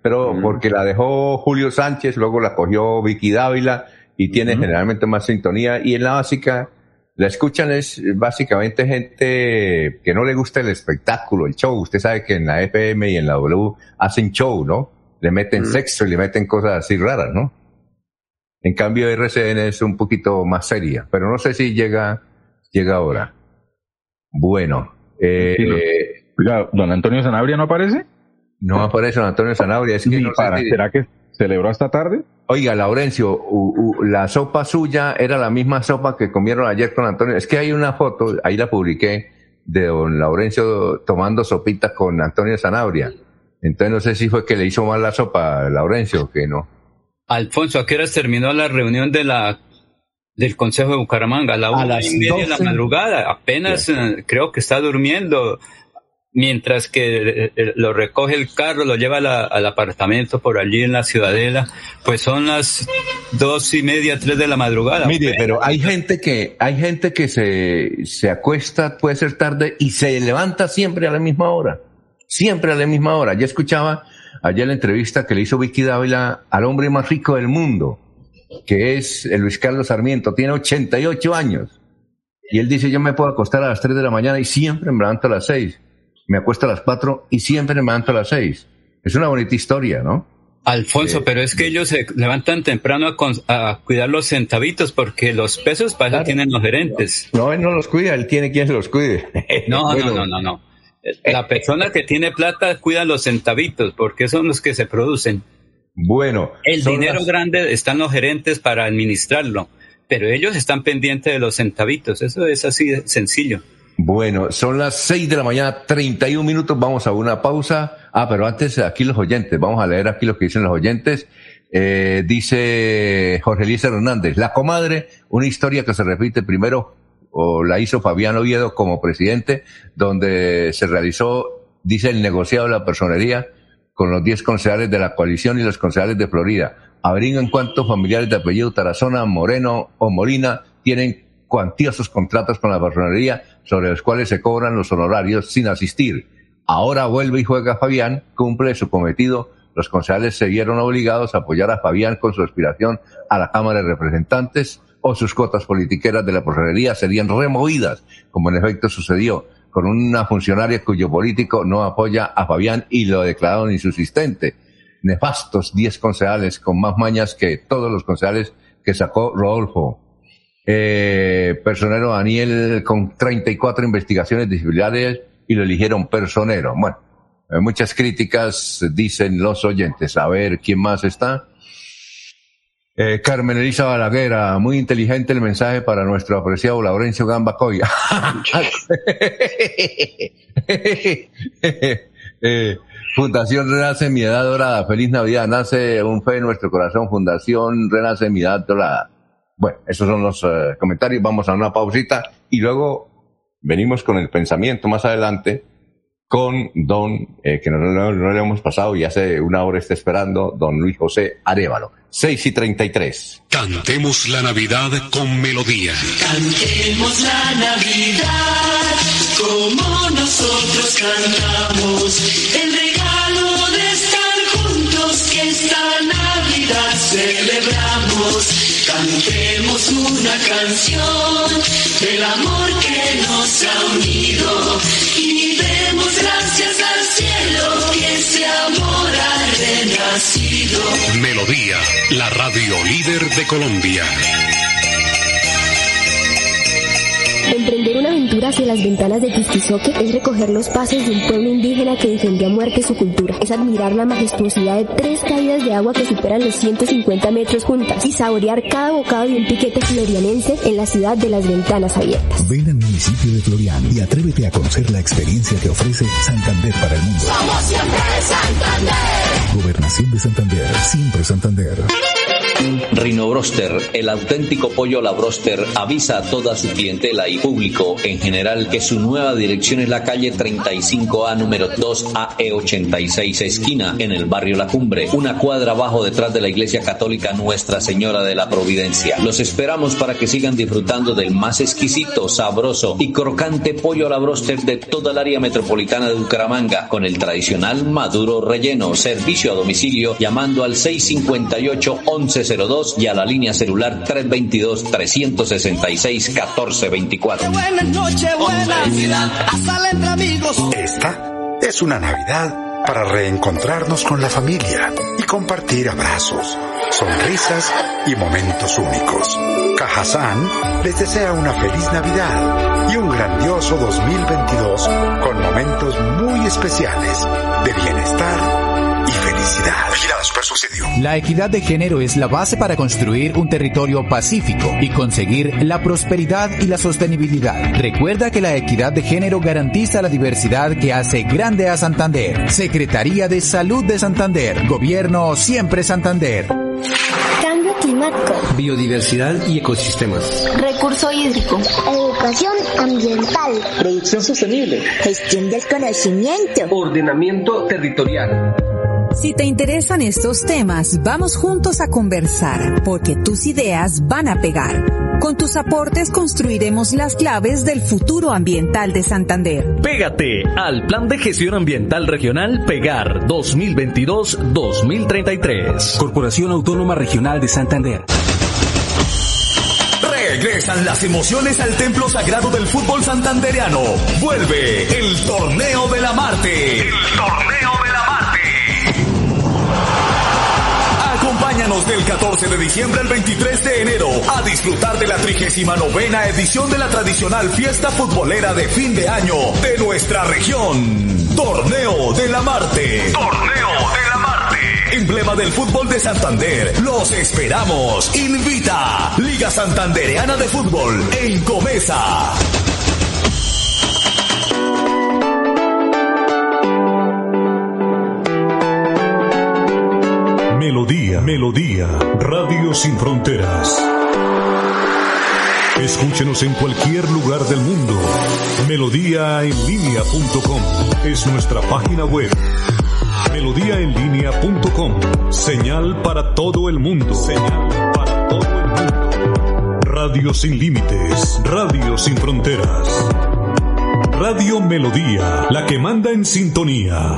pero porque la dejó Julio Sánchez, luego la cogió Vicky Dávila y tiene generalmente más sintonía, y en la básica la escuchan es básicamente gente que no le gusta el espectáculo, el show. Usted sabe que en la FM y en la W hacen show, ¿no? Le meten sexo y le meten cosas así raras, ¿no? En cambio RCN es un poquito más seria, pero no sé si llega ahora. Bueno, Oiga, ¿don Antonio Sanabria no aparece? No aparece don Antonio Sanabria, es que no sé si... ¿Será que celebró hasta tarde? Oiga, Laurencio, la sopa suya era la misma sopa que comieron ayer con Antonio. Es que hay una foto, ahí la publiqué, de don Laurencio tomando sopita con Antonio Sanabria. Entonces no sé si fue que le hizo mal la sopa a Laurencio o que no. Alfonso, ¿a qué horas terminó la reunión del Consejo de Bucaramanga? A las 1:30 de la madrugada. Apenas creo que está durmiendo. Mientras que lo recoge el carro, lo lleva al apartamento por allí en la Ciudadela, pues son las 2:30, 3 de la madrugada. Mire, pero hay gente que se acuesta, puede ser tarde, y se levanta siempre a la misma hora. Siempre a la misma hora. Ya escuchaba ayer la entrevista que le hizo Vicky Dávila al hombre más rico del mundo, que es Luis Carlos Sarmiento. Tiene 88 años. Y él dice, yo me puedo acostar a las 3 de la mañana y siempre me levanto a las 6. Me acuesto a las 4 y siempre me levanto a las 6. Es una bonita historia, ¿no? Alfonso, pero es que ellos se levantan temprano a cuidar los centavitos, porque los pesos para eso tienen los gerentes. No, él no los cuida, él tiene quien se los cuide. No. La persona que tiene plata cuida los centavitos, porque son los que se producen. Bueno. El dinero grande están los gerentes para administrarlo, pero ellos están pendientes de los centavitos. Eso es así de sencillo. Bueno, son las 6 de la mañana, 31 minutos, vamos a una pausa. Pero antes, aquí los oyentes, vamos a leer aquí lo que dicen los oyentes. Dice Jorge Eliezer Hernández, La Comadre, una historia que se repite primero, o la hizo Fabián Oviedo como presidente, donde se realizó, dice, el negociado de la personería con los 10 concejales de la coalición y los concejales de Florida. Averigüen cuántos familiares de apellido Tarazona, Moreno o Molina tienen cuantiosos contratos con la personería sobre los cuales se cobran los honorarios sin asistir. Ahora vuelve y juega Fabián, cumple su cometido. Los concejales se vieron obligados a apoyar a Fabián con su aspiración a la Cámara de Representantes, o sus cuotas politiqueras de la personería serían removidas, como en efecto sucedió con una funcionaria cuyo político no apoya a Fabián y lo declararon insubsistente. Nefastos 10 concejales con más mañas que todos los concejales que sacó Rodolfo. Personero Daniel con 34 investigaciones disciplinarias y lo eligieron personero. Bueno, muchas críticas, dicen los oyentes. A ver, ¿quién más está? Carmen Elisa Balaguer, muy inteligente el mensaje para nuestro apreciado Laurencio Gamba Coya. Fundación Renace mi edad dorada, feliz Navidad, nace un fe en nuestro corazón, Fundación Renace mi edad dorada. Bueno, esos son los comentarios, vamos a una pausita y luego venimos con el pensamiento más adelante con don, que no le hemos pasado y hace una hora está esperando, don Luis José Arévalo. 6:33. Cantemos la Navidad con melodía. Cantemos la Navidad como nosotros cantamos. El regalo de estar juntos que esta Navidad celebramos. Cantemos una canción del amor que nos ha unido y demos gracias al cielo que ese amor ha renacido. Melodía, la radio líder de Colombia. Emprender una aventura hacia las ventanas de Tistizoque es recoger los pasos de un pueblo indígena que defendió a muerte su cultura. Es admirar la majestuosidad de 3 caídas de agua que superan los 150 metros juntas y saborear cada bocado de un piquete florianense en la ciudad de las ventanas abiertas. Ven al municipio de Florian y atrévete a conocer la experiencia que ofrece Santander para el mundo. Somos siempre Santander. Gobernación de Santander, siempre Santander. Rhino Broster, el auténtico pollo a la broster, avisa a toda su clientela y público en general que su nueva dirección es la calle 35A número 2 AE86 esquina en el barrio La Cumbre, una cuadra abajo detrás de la Iglesia Católica Nuestra Señora de la Providencia. Los esperamos para que sigan disfrutando del más exquisito, sabroso y crocante pollo a la broster de toda el área metropolitana de Bucaramanga, con el tradicional maduro relleno. Servicio a domicilio llamando al 658-1102 y a la línea celular 322-366-1424. Buenas noches, buenas. Sale entre amigos. Esta es una Navidad para reencontrarnos con la familia y compartir abrazos, sonrisas y momentos únicos. Cajazán les desea una feliz Navidad y un grandioso 2022 con momentos muy especiales de bienestar y felicidad. Vigilado Supersubsidio. La equidad de género es la base para construir un territorio pacífico y conseguir la prosperidad y la sostenibilidad. Recuerda que la equidad de género garantiza la diversidad que hace grande a Santander. Secretaría de Salud de Santander. Gobierno siempre Santander. Cambio climático. Biodiversidad y ecosistemas. Recurso hídrico. Educación ambiental. Producción sostenible. Gestión del conocimiento. Ordenamiento territorial. Si te interesan estos temas, vamos juntos a conversar, porque tus ideas van a pegar. Con tus aportes construiremos las claves del futuro ambiental de Santander. Pégate al Plan de Gestión Ambiental Regional PEGAR 2022-2033. Corporación Autónoma Regional de Santander. Regresan las emociones al templo sagrado del fútbol santandereano. Vuelve el Torneo de la Marte. El Torneo de la Marte. Acompáñanos del 14 de diciembre al 23 de enero a disfrutar de la 39ª edición de la tradicional fiesta futbolera de fin de año de nuestra región. Torneo de la Marte. Torneo de la Marte. Emblema del fútbol de Santander. Los esperamos. Invita Liga Santandereana de Fútbol en Comesa. Melodía, Radio Sin Fronteras. Escúchenos en cualquier lugar del mundo. Melodíaenlínea.com es nuestra página web. Melodíaenlínea.com, señal para todo el mundo. Radio sin límites, Radio sin fronteras. Radio Melodía, la que manda en sintonía.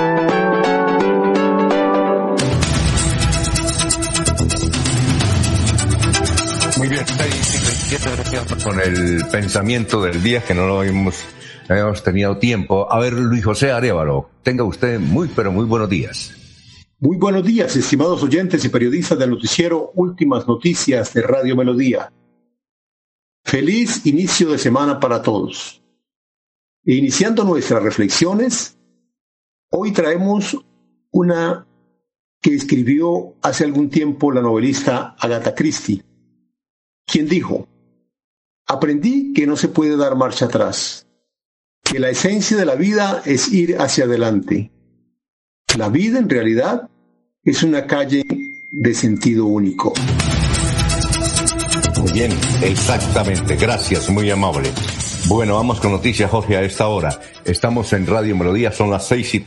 Muy bien, con el pensamiento del día que no lo habíamos tenido tiempo. A ver, Luis José Arévalo, tenga usted muy buenos días. Muy buenos días, estimados oyentes y periodistas del noticiero Últimas Noticias de Radio Melodía. Feliz inicio de semana para todos. E iniciando nuestras reflexiones, hoy traemos una que escribió hace algún tiempo la novelista Agatha Christie, quien dijo: aprendí que no se puede dar marcha atrás, que la esencia de la vida es ir hacia adelante. La vida en realidad es una calle de sentido único. Muy bien, exactamente, gracias, muy amable. Bueno, vamos con noticias, Jorge, a esta hora. Estamos en Radio Melodía, son las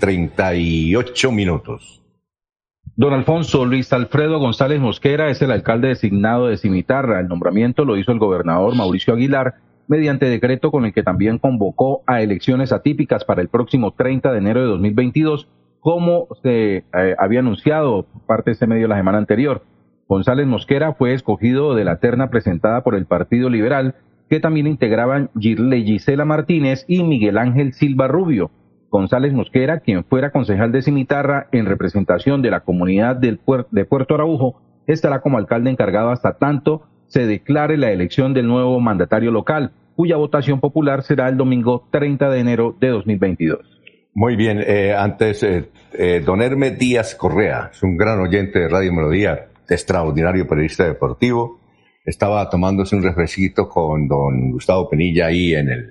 6:38. Don Alfonso, Luis Alfredo González Mosquera es el alcalde designado de Cimitarra. El nombramiento lo hizo el gobernador Mauricio Aguilar mediante decreto con el que también convocó a elecciones atípicas para el próximo 30 de enero de 2022, como se había anunciado por parte de este medio la semana anterior. González Mosquera fue escogido de la terna presentada por el Partido Liberal, que también integraban Gisela Martínez y Miguel Ángel Silva Rubio. González Mosquera, quien fuera concejal de Cimitarra en representación de la comunidad de Puerto Araujo, estará como alcalde encargado hasta tanto se declare la elección del nuevo mandatario local, cuya votación popular será el domingo 30 de enero de 2022. Muy bien, antes, don Hermes Díaz Correa, es un gran oyente de Radio Melodía, extraordinario periodista deportivo, estaba tomándose un refresquito con don Gustavo Penilla ahí en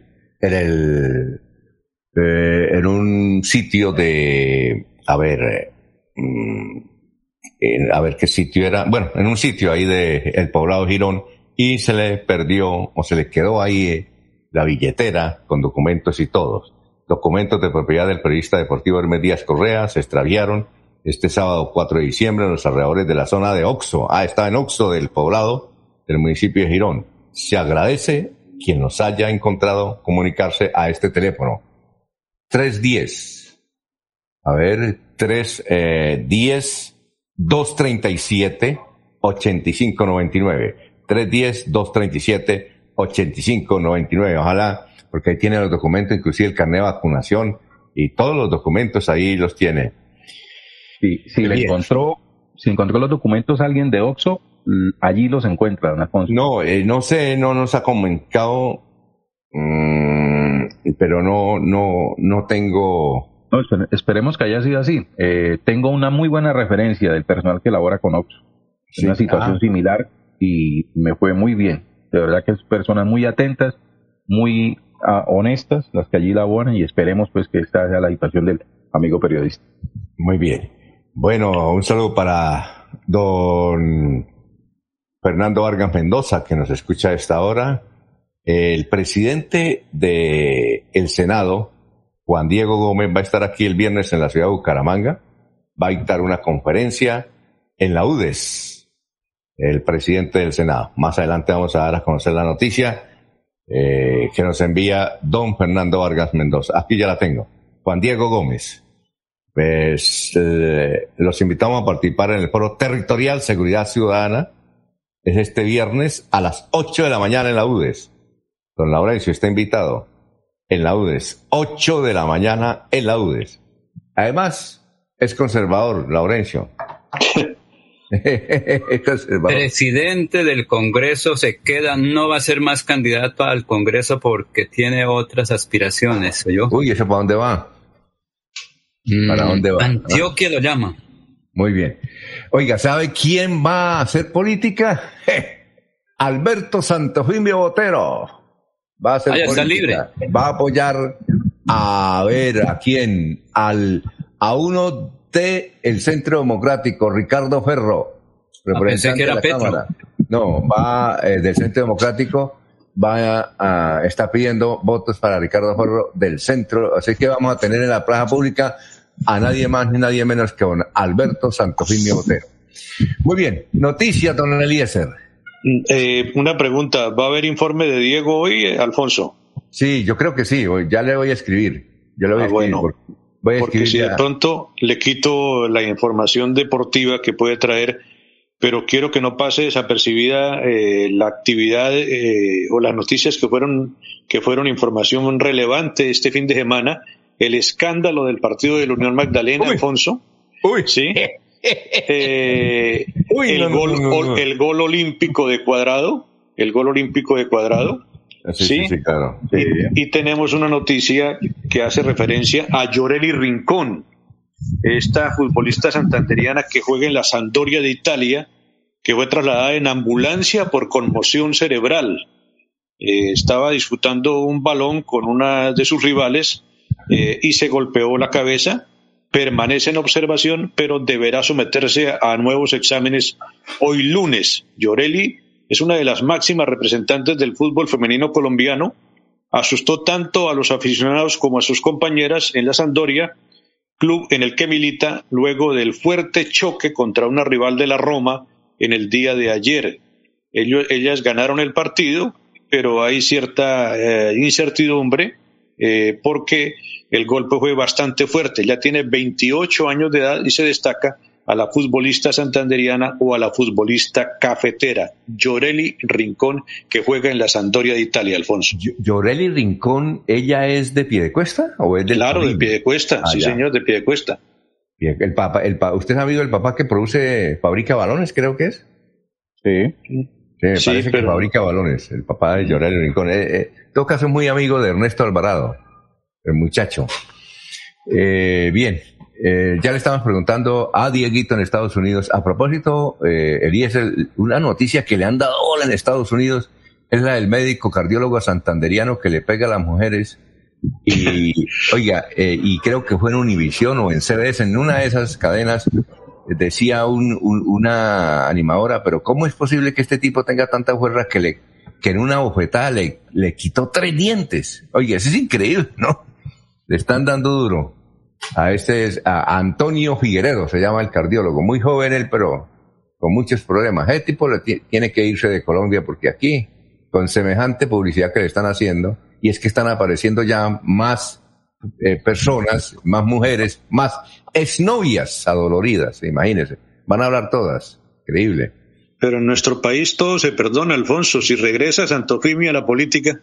un sitio de, a ver qué sitio era, bueno, en un sitio ahí de el poblado Girón, y se le perdió o se le quedó ahí la billetera con documentos y todos. Documentos de propiedad del periodista deportivo Hermes Díaz Correa se extraviaron este sábado 4 de diciembre en los alrededores de la zona de Oxo. Está en Oxo del poblado del municipio de Girón. Se agradece quien los haya encontrado comunicarse a este teléfono. 310. A ver, 310-237-8599. 310-237-8599. Ojalá, porque ahí tiene los documentos, inclusive el carnet de vacunación y todos los documentos ahí los tiene. Sí, si encontró los documentos alguien de Oxxo, allí los encuentra, don Alfonso. No, no sé, no nos ha comunicado, pero no tengo. No, esperemos que haya sido así. Tengo una muy buena referencia del personal que labora con Oxxo. Sí, una situación similar y me fue muy bien. De verdad que es personas muy atentas, muy honestas las que allí laboran, y esperemos pues que esta sea la situación del amigo periodista. Muy bien. Bueno, un saludo para don Fernando Vargas Mendoza, que nos escucha a esta hora. El presidente del Senado, Juan Diego Gómez, va a estar aquí el viernes en la ciudad de Bucaramanga. Va a dictar una conferencia en la UDES, el presidente del Senado. Más adelante vamos a dar a conocer la noticia que nos envía don Fernando Vargas Mendoza. Aquí ya la tengo. Juan Diego Gómez. Pues los invitamos a participar en el Foro Territorial Seguridad Ciudadana. Es este viernes a las 8 de la mañana en la UDES. Don Laurencio está invitado en la UDES. 8 de la mañana en la UDES. Además, es conservador, Laurencio. Presidente del Congreso se queda, no va a ser más candidato al Congreso porque tiene otras aspiraciones. ¿Oyó? Uy, ¿eso para dónde va? ¿Para dónde va? Antioquia lo llama. Muy bien. Oiga, ¿sabe quién va a hacer política? Alberto Santofimio Botero. Va a hacer política. Está libre. Va a apoyar a quién, a uno de el Centro Democrático, Ricardo Ferro, representante de la Cámara. No, va del Centro Democrático, está pidiendo votos para Ricardo Ferro del Centro, así que vamos a tener en la plaza pública a nadie más ni nadie menos que don Alberto Santofimio Botero. Muy bien, noticias, don Eliezer. Una pregunta, ¿va a haber informe de Diego hoy, Alfonso? Sí, yo creo que sí, ya le voy a escribir. Yo le voy a escribir. Bueno, porque si de pronto le quito la información deportiva que puede traer, pero quiero que no pase desapercibida la actividad o las noticias que fueron información relevante este fin de semana. El escándalo del partido de la Unión Magdalena, Alfonso. Sí. El gol olímpico de Cuadrado. Sí, claro. Y tenemos una noticia que hace referencia a Yoreli Rincón, esta futbolista santanderiana que juega en la Sampdoria de Italia, que fue trasladada en ambulancia por conmoción cerebral. Estaba disputando un balón con una de sus rivales y se golpeó la cabeza. Permanece en observación, pero deberá someterse a nuevos exámenes hoy lunes. Yoreli es una de las máximas representantes del fútbol femenino colombiano. Asustó tanto a los aficionados como a sus compañeras en la Sampdoria, club en el que milita luego del fuerte choque contra una rival de la Roma en el día de ayer. Ellas ganaron el partido, pero hay cierta incertidumbre porque el golpe fue bastante fuerte. Ella tiene 28 años de edad y se destaca a la futbolista santanderiana o a la futbolista cafetera, Yoreli Rincón, que juega en la Sampdoria de Italia, Alfonso. ¿Yoreli Rincón, ella es de Piedecuesta o es del Claro, Torino? de Piedecuesta, sí ya. Señor, de Piedecuesta. ¿Usted ha sabido el papá que fabrica balones, creo que es? Sí. Sí, me parece que fabrica balones, el papá de Yoreli Rincón. En todo caso es muy amigo de Ernesto Alvarado, el muchacho. Bien. Ya le estamos preguntando a Dieguito en Estados Unidos. A propósito, Eliezer, una noticia que le han dado bola en Estados Unidos es la del médico cardiólogo santanderiano que le pega a las mujeres. Y, oiga, y creo que fue en Univisión o en CBS, en una de esas cadenas, decía una animadora, pero ¿cómo es posible que este tipo tenga tanta fuerza que en una bofetada le quitó 3 dientes? Oye, eso es increíble, ¿no? Le están dando duro a Antonio Figueredo, se llama el cardiólogo, muy joven él, pero con muchos problemas. Ese tipo tiene que irse de Colombia, porque aquí, con semejante publicidad que le están haciendo, y es que están apareciendo ya más personas, más mujeres, más exnovias adoloridas, imagínense, van a hablar todas, increíble. Pero en nuestro país todo se perdona, Alfonso. Si regresa Santofimio a la política.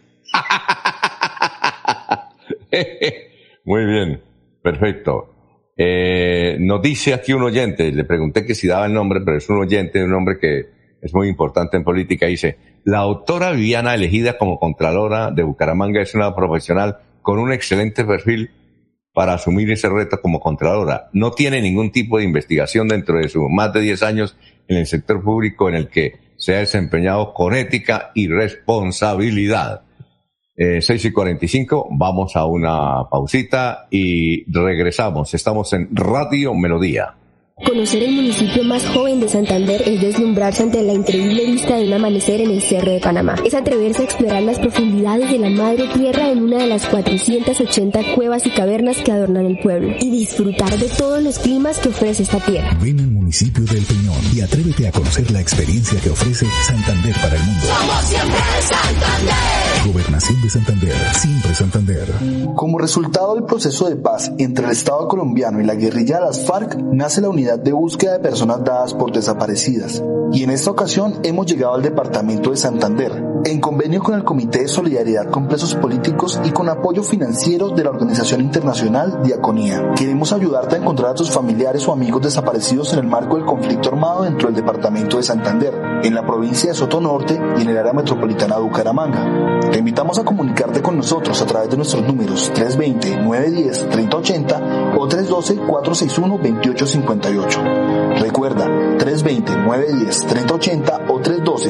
Muy bien, perfecto. Nos dice aquí un oyente, le pregunté que si daba el nombre, pero es un oyente, un hombre que es muy importante en política, dice: la doctora Viviana, elegida como Contralora de Bucaramanga, es una profesional con un excelente perfil para asumir ese reto como Contralora. No tiene ningún tipo de investigación dentro de sus más de 10 años en el sector público, en el que se ha desempeñado con ética y responsabilidad. 6:45, vamos a una pausita y regresamos. Estamos en Radio Melodía. Conocer el municipio más joven de Santander es deslumbrarse ante la increíble vista de un amanecer en el Cerro de Panamá. Es atreverse a explorar las profundidades de la madre tierra en una de las 480 cuevas y cavernas que adornan el pueblo, y disfrutar de todos los climas que ofrece esta tierra. Ven al municipio del Peñón y atrévete a conocer la experiencia que ofrece Santander para el mundo. Somos siempre Santander. Gobernación de Santander, siempre Santander. Como resultado del proceso de paz entre el Estado colombiano y la guerrilla de las FARC, nace la Unidad de Búsqueda de Personas Dadas por Desaparecidas. Y en esta ocasión hemos llegado al departamento de Santander, en convenio con el Comité de Solidaridad con Presos Políticos y con apoyo financiero de la organización internacional Diaconía. Queremos ayudarte a encontrar a tus familiares o amigos desaparecidos en el marco del conflicto armado dentro del departamento de Santander, en la provincia de Soto Norte y en el área metropolitana de Bucaramanga. Te invitamos a comunicarte con nosotros a través de nuestros números 320-910-3080 o 312-461-2858. Recuerda, 320-910-3080 o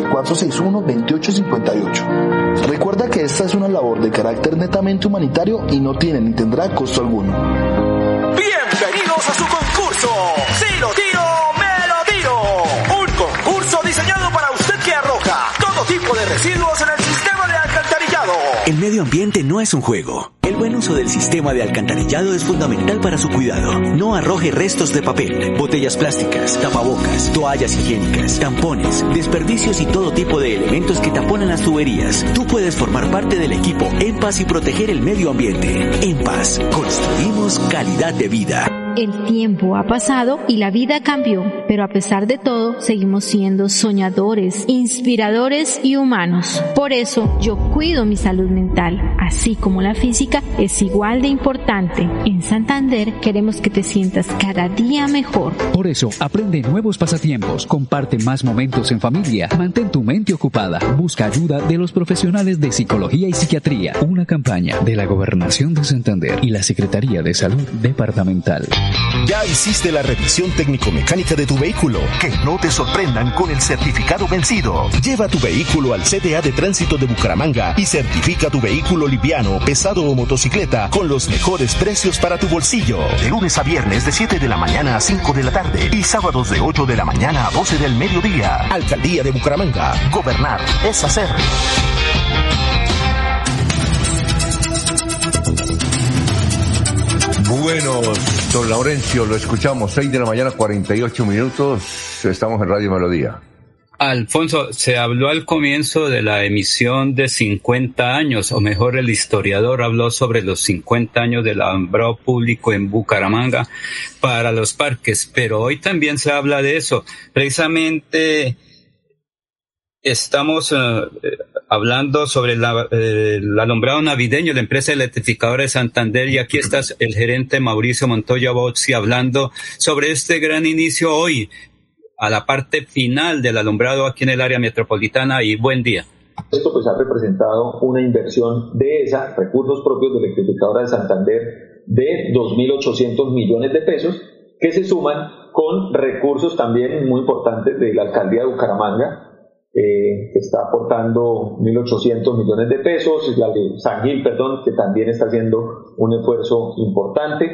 312-461-2858. Recuerda que esta es una labor de carácter netamente humanitario y no tiene ni tendrá costo alguno. Bienvenidos a su concurso. Si lo tiro, me lo tiro. Un concurso diseñado para usted que arroja todo tipo de residuos en el sistema de alcantarillado. El medio ambiente no es un juego. El buen uso del sistema de alcantarillado es fundamental para su cuidado. No arroje restos de papel, botellas plásticas, tapabocas, toallas higiénicas, tampones, desperdicios y todo tipo de elementos que taponan las tuberías. Tú puedes formar parte del equipo En Paz y proteger el medio ambiente. En Paz, construimos calidad de vida. El tiempo ha pasado y la vida cambió, pero a pesar de todo, seguimos siendo soñadores, inspiradores y humanos. Por eso, yo cuido mi salud mental, así como la física es igual de importante. En Santander queremos que te sientas cada día mejor. Por eso, aprende nuevos pasatiempos, comparte más momentos en familia, mantén tu mente ocupada, busca ayuda de los profesionales de psicología y psiquiatría. Una campaña de la Gobernación de Santander y la Secretaría de Salud Departamental. Ya hiciste la revisión técnico-mecánica de tu vehículo. Que no te sorprendan con el certificado vencido. Lleva tu vehículo al CDA de Tránsito de Bucaramanga y certifica tu vehículo liviano, pesado o motocicleta con los mejores precios para tu bolsillo. De lunes a viernes de 7 de la mañana a 5 de la tarde y sábados de 8 de la mañana a 12 del mediodía. Alcaldía de Bucaramanga. Gobernar es hacer. Bueno, don Laurencio, lo escuchamos, 6 de la mañana, 48 minutos, estamos en Radio Melodía. Alfonso, se habló al comienzo de la emisión de 50 años, o mejor, el historiador habló sobre los 50 años del alumbrado público en Bucaramanga para los parques, pero hoy también se habla de eso. Precisamente estamos hablando sobre el alumbrado navideño, la empresa electrificadora de Santander, y aquí está el gerente Mauricio Montoya Bozzi hablando sobre este gran inicio hoy, a la parte final del alumbrado aquí en el área metropolitana. Y buen día. Esto pues ha representado una inversión de ESA, recursos propios de la electrificadora de Santander, de 2.800 millones de pesos, que se suman con recursos también muy importantes de la alcaldía de Bucaramanga, que está aportando 1.800 millones de pesos, la de San Gil, que también está haciendo un esfuerzo importante,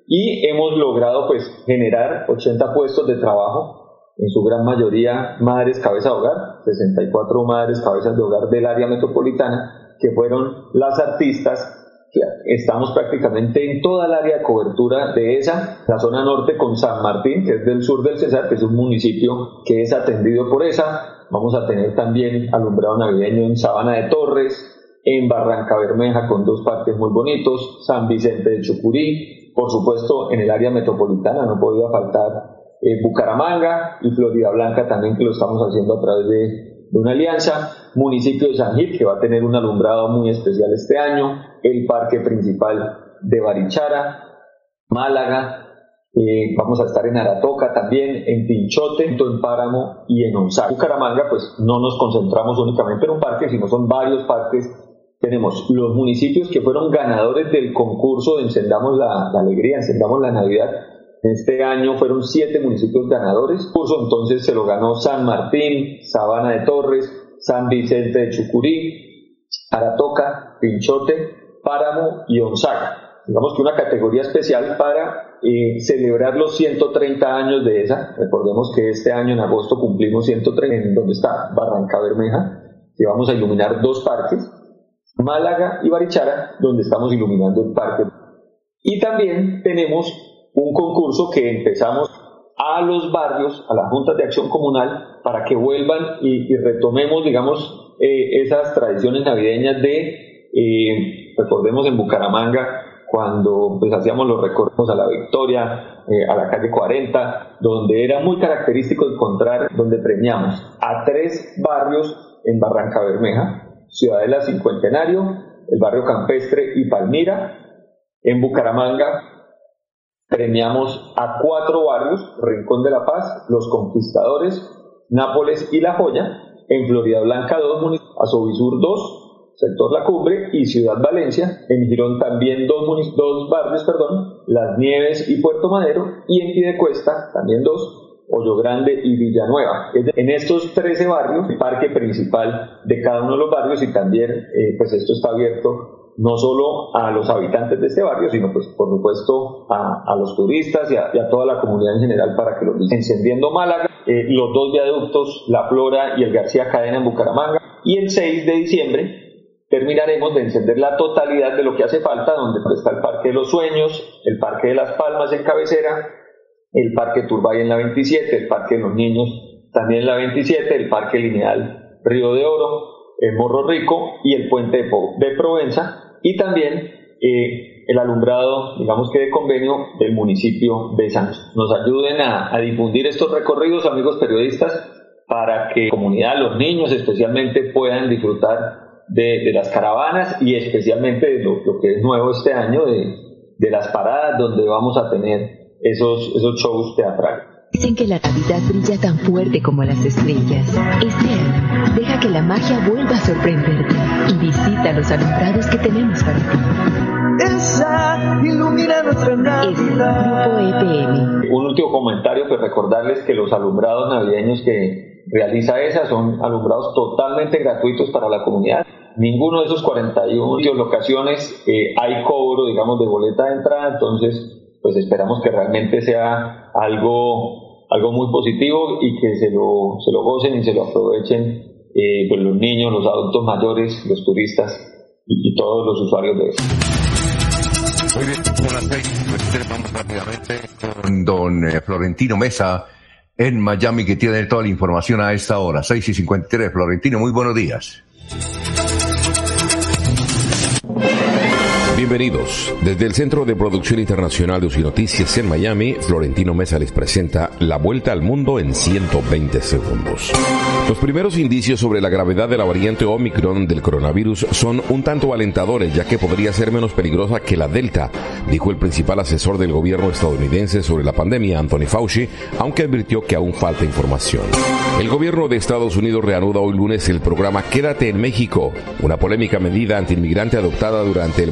y hemos logrado pues generar 80 puestos de trabajo, en su gran mayoría madres cabeza de hogar, 64 madres cabezas de hogar del área metropolitana, que fueron las artistas. Estamos prácticamente en toda el área de cobertura de esa, la zona norte con San Martín, que es del sur del Cesar, que es un municipio que es atendido por esa. Vamos a tener también alumbrado navideño en Sabana de Torres, en Barranca Bermeja con 2 parques muy bonitos, San Vicente de Chucurí, por supuesto en el área metropolitana no podía faltar Bucaramanga y Florida Blanca también, que lo estamos haciendo a través de una alianza, municipio de San Gil, que va a tener un alumbrado muy especial este año, el parque principal de Barichara, Málaga, vamos a estar en Aratoca también, en Pinchote, en Páramo y en Onzaga. Bucaramanga, pues no nos concentramos únicamente en un parque, sino son varios parques. Tenemos los municipios que fueron ganadores del concurso de Encendamos la Alegría, Encendamos la Navidad. Este año fueron 7 municipios ganadores. El concurso entonces se lo ganó San Martín, Sabana de Torres, San Vicente de Chucurí, Aratoca, Pinchote, Páramo y Onzaga. Digamos que una categoría especial para celebrar los 130 años de esa. Recordemos que este año en agosto cumplimos 130, en donde está Barranca Bermeja, que vamos a iluminar 2 parques, Málaga y Barichara, donde estamos iluminando el parque. Y también tenemos un concurso que empezamos a los barrios, a las juntas de acción comunal, para que vuelvan y retomemos, digamos, esas tradiciones navideñas de, recordemos en Bucaramanga, cuando pues hacíamos los recorridos a la Victoria, a la calle 40, donde era muy característico encontrar, donde premiamos a 3 barrios en Barranca Bermeja, Ciudadela, Cincuentenario, el barrio Campestre y Palmira. En Bucaramanga premiamos a 4 barrios, Rincón de la Paz, Los Conquistadores, Nápoles y La Joya. En Florida Blanca 2 municipios, Azovisur 2, sector La Cumbre y Ciudad Valencia. En Girón también 2 barrios, Las Nieves y Puerto Madero. Y en Piedecuesta también 2, Hoyo Grande y Villanueva. En estos 13 barrios, el parque principal de cada uno de los barrios, y también pues esto está abierto no solo a los habitantes de este barrio, sino pues por supuesto a los turistas y a toda la comunidad en general para que lo visiten. Encendiendo Málaga, los 2 viaductos, La Flora y el García Cadena en Bucaramanga, y el 6 de diciembre terminaremos de encender la totalidad de lo que hace falta, donde está el Parque de los Sueños, el Parque de las Palmas en Cabecera, el Parque Turbay en la 27, el Parque de los Niños también en la 27, el Parque Lineal Río de Oro, el Morro Rico y el Puente de Provenza, y también el alumbrado, digamos que de convenio del municipio de San José. Nos ayuden a difundir estos recorridos, amigos periodistas, para que la comunidad, los niños especialmente, puedan disfrutar de las caravanas y especialmente de lo que es nuevo este año, de las paradas donde vamos a tener esos shows teatrales. Dicen que la Navidad brilla tan fuerte como las estrellas. Este año, deja que la magia vuelva a sorprenderte y visita los alumbrados que tenemos para ti. Esa ilumina nuestra Navidad. Grupo EPM. Un último comentario, pues recordarles que los alumbrados navideños que realiza ESA son alumbrados totalmente gratuitos para la comunidad. Ninguno de esos 41 locaciones hay cobro, digamos, de boleta de entrada, entonces pues esperamos que realmente sea algo muy positivo y que se lo gocen y se lo aprovechen pues los niños, los adultos mayores, los turistas y todos los usuarios de eso. Muy bien, vamos rápidamente con don Florentino Mesa en Miami, que tiene toda la información a esta hora, 6:53. Florentino, muy buenos días. Bienvenidos. Desde el Centro de Producción Internacional de UCI Noticias en Miami, Florentino Mesa les presenta la vuelta al mundo en 120 segundos. Los primeros indicios sobre la gravedad de la variante Omicron del coronavirus son un tanto alentadores, ya que podría ser menos peligrosa que la Delta, dijo el principal asesor del gobierno estadounidense sobre la pandemia, Anthony Fauci, aunque advirtió que aún falta información. El gobierno de Estados Unidos reanuda hoy lunes el programa Quédate en México, una polémica medida antiinmigrante adoptada durante el mandato de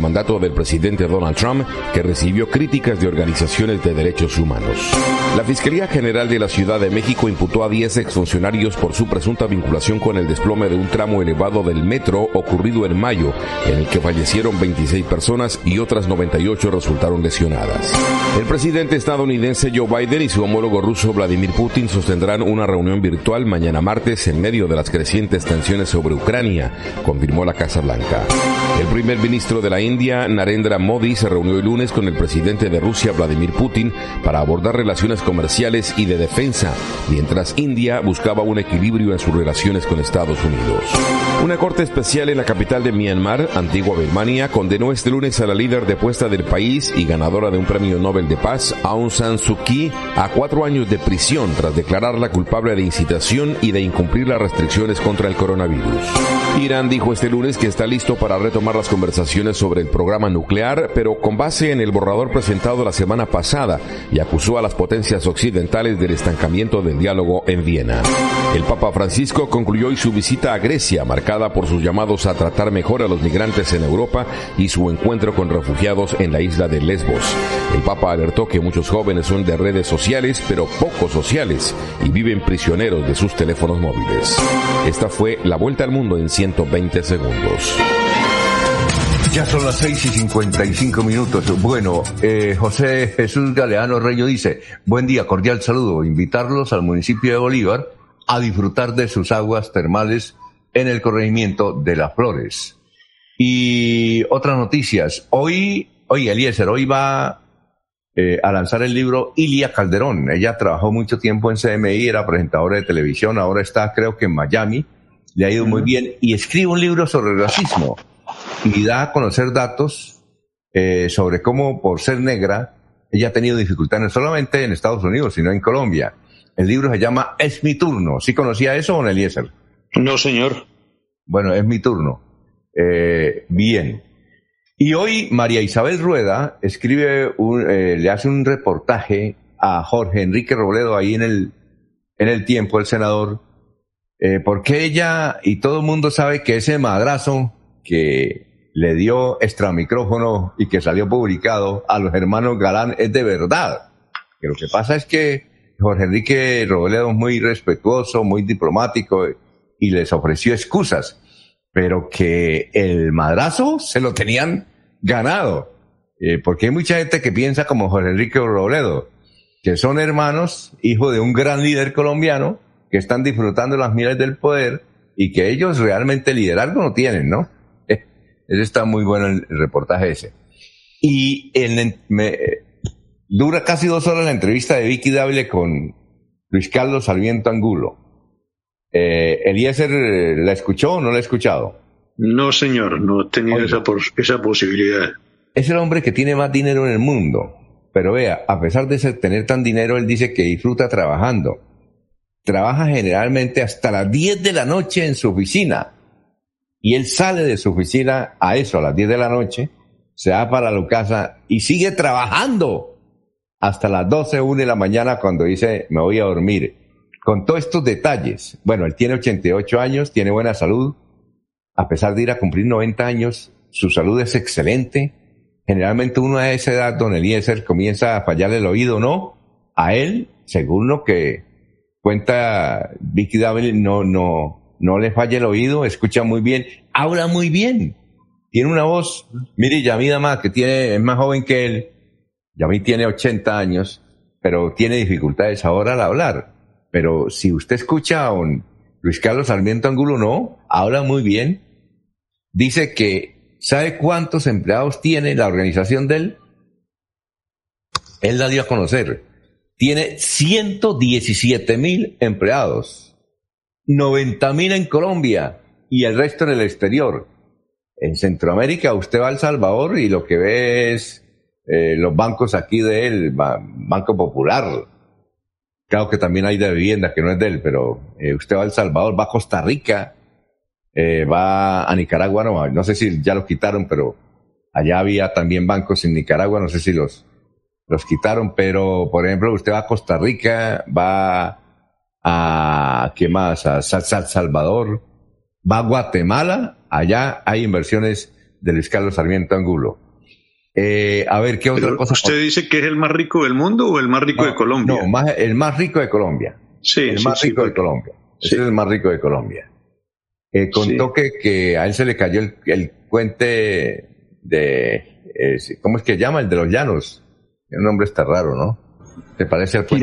del presidente Donald Trump, que recibió críticas de organizaciones de derechos humanos. La Fiscalía General de la Ciudad de México imputó a 10 exfuncionarios por su presunta vinculación con el desplome de un tramo elevado del metro ocurrido en mayo, en el que fallecieron 26 personas y otras 98 resultaron lesionadas. El presidente estadounidense Joe Biden y su homólogo ruso Vladimir Putin sostendrán una reunión virtual mañana martes en medio de las crecientes tensiones sobre Ucrania, confirmó la Casa Blanca. El primer ministro de la India, Narendra Modi, se reunió el lunes con el presidente de Rusia, Vladimir Putin, para abordar relaciones comerciales y de defensa, mientras India buscaba un equilibrio en sus relaciones con Estados Unidos. Una corte especial en la capital de Myanmar, antigua Birmania, condenó este lunes a la líder depuesta del país y ganadora de un premio Nobel de Paz, Aung San Suu Kyi, a 4 años de prisión tras declararla culpable de incitación y de incumplir las restricciones contra el coronavirus. Irán dijo este lunes que está listo para retomar las conversaciones sobre el programa nuclear, pero con base en el borrador presentado la semana pasada, y acusó a las potencias occidentales del estancamiento del diálogo en Viena. El Papa Francisco concluyó hoy su visita a Grecia, marcada por sus llamados a tratar mejor a los migrantes en Europa y su encuentro con refugiados en la isla de Lesbos. El Papa alertó que muchos jóvenes son de redes sociales, pero poco sociales, y viven prisioneros de sus teléfonos móviles. Esta fue la vuelta al mundo en 120 segundos. Ya son las 6:55. Bueno, José Jesús Galeano Reyo dice: buen día, cordial saludo. Invitarlos al municipio de Bolívar a disfrutar de sus aguas termales en el corregimiento de Las Flores. Y otras noticias. Hoy Eliezer, hoy va a lanzar el libro Ilia Calderón. Ella trabajó mucho tiempo en CMI, era presentadora de televisión, ahora está creo que en Miami, le ha ido muy bien, y escribe un libro sobre el racismo y da a conocer datos sobre cómo, por ser negra, ella ha tenido dificultades no solamente en Estados Unidos, sino en Colombia. El libro se llama Es mi turno. ¿Sí conocía eso, don Eliezer? No, señor. Bueno, es mi turno. Bien. Y hoy María Isabel Rueda escribe le hace un reportaje a Jorge Enrique Robledo ahí en el Tiempo, el senador, porque ella y todo el mundo sabe que ese madrazo que le dio extramicrófono y que salió publicado a los hermanos Galán es de verdad. Que lo que pasa es que Jorge Enrique Robledo es muy respetuoso, muy diplomático y les ofreció excusas, pero que el madrazo se lo tenían ganado, porque hay mucha gente que piensa como Jorge Enrique Robledo, que son hermanos, hijos de un gran líder colombiano, que están disfrutando las mieles del poder y que ellos realmente liderazgo no tienen, ¿no? Ese está muy bueno el reportaje ese. Y dura casi 2 horas la entrevista de Vicky Dávila con Luis Carlos Sarmiento Angulo. ¿Eliezer la escuchó o no la ha escuchado? No, señor, no he tenido esa posibilidad. Es el hombre que tiene más dinero en el mundo, pero vea, a pesar de tener tan dinero, él dice que disfruta trabajando. Trabaja generalmente hasta las 10 de la noche en su oficina, y él sale de su oficina a las 10 de la noche, se va para la casa y sigue trabajando hasta las 12, 1 de la mañana cuando dice me voy a dormir. Con todos estos detalles, bueno, él tiene 88 años, tiene buena salud, a pesar de ir a cumplir 90 años, su salud es excelente. Generalmente uno a esa edad, don Eliezer, comienza a fallarle el oído, ¿no? A él, según lo que cuenta Vicky Dávila, no le falla el oído, escucha muy bien, habla muy bien, tiene una voz. Mire, Yamid Amad, que es más joven que él, Yamid tiene 80 años, pero tiene dificultades ahora al hablar. Pero si usted escucha a don Luis Carlos Sarmiento Angulo, no, habla muy bien. Dice que, ¿sabe cuántos empleados tiene la organización de él? Él la dio a conocer. Tiene 117,000 empleados, 90,000 en Colombia y el resto en el exterior. En Centroamérica usted va a El Salvador y lo que ve es los bancos aquí de él, Banco Popular. Claro que también hay de vivienda que no es de él, pero usted va a El Salvador, va a Costa Rica, va a Nicaragua, no sé si ya los quitaron, pero allá había también bancos en Nicaragua, no sé si los quitaron, pero por ejemplo usted va a Costa Rica, va a, ¿qué más? A Salvador, va a Guatemala, allá hay inversiones de Luis Carlos Sarmiento Angulo. A ver, ¿qué otra cosa? ¿Usted dice que es el más rico del mundo o el más rico de Colombia? No, el más rico de Colombia. Sí, el más rico de Colombia. Ese es el más rico de Colombia. Contó que a él se le cayó el puente ¿cómo es que llama? El de los llanos. El nombre está raro, ¿no? ¿Te parece el puente?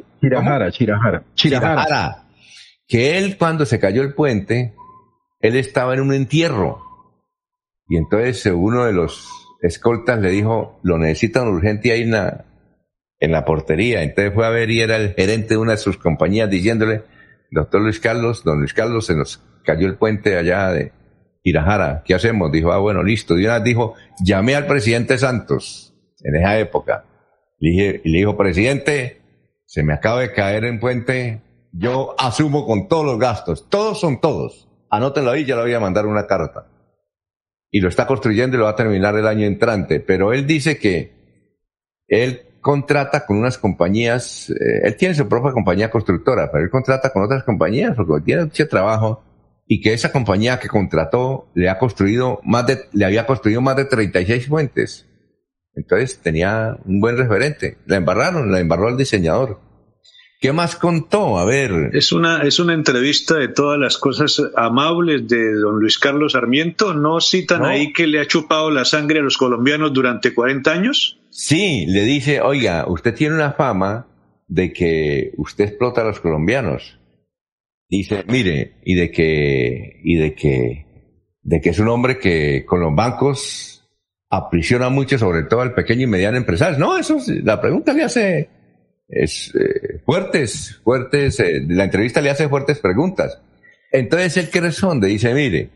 Chirajara. Que él, cuando se cayó el puente, él estaba en un entierro. Y entonces uno de los escoltas le dijo, lo necesitan urgente ahí en la portería. Entonces fue a ver y era el gerente de una de sus compañías diciéndole, don Luis Carlos, se nos cayó el puente allá de Chirajara, ¿qué hacemos? Dijo, bueno, listo. Y una vez dijo, llamé al presidente Santos en esa época. Y le dijo, presidente, se me acaba de caer el puente, yo asumo con todos los gastos, todos son todos. Anótenlo ahí, ya le voy a mandar una carta. Y lo está construyendo y lo va a terminar el año entrante. Pero él dice que él contrata con unas compañías, él tiene su propia compañía constructora, pero él contrata con otras compañías porque tiene mucho trabajo y que esa compañía que contrató le había construido más de 36 puentes. Entonces tenía un buen referente. La embarró el diseñador. ¿Qué más contó? A ver. Es una entrevista de todas las cosas amables de don Luis Carlos Sarmiento. ¿No citan ahí que le ha chupado la sangre a los colombianos durante 40 años? Sí, le dice, oiga, usted tiene una fama de que usted explota a los colombianos. Dice, mire, y de que es un hombre que con los bancos aprisiona mucho, sobre todo al pequeño y mediano empresario. No, la pregunta le hace fuertes, la entrevista le hace fuertes preguntas. Entonces él que responde, dice, mire,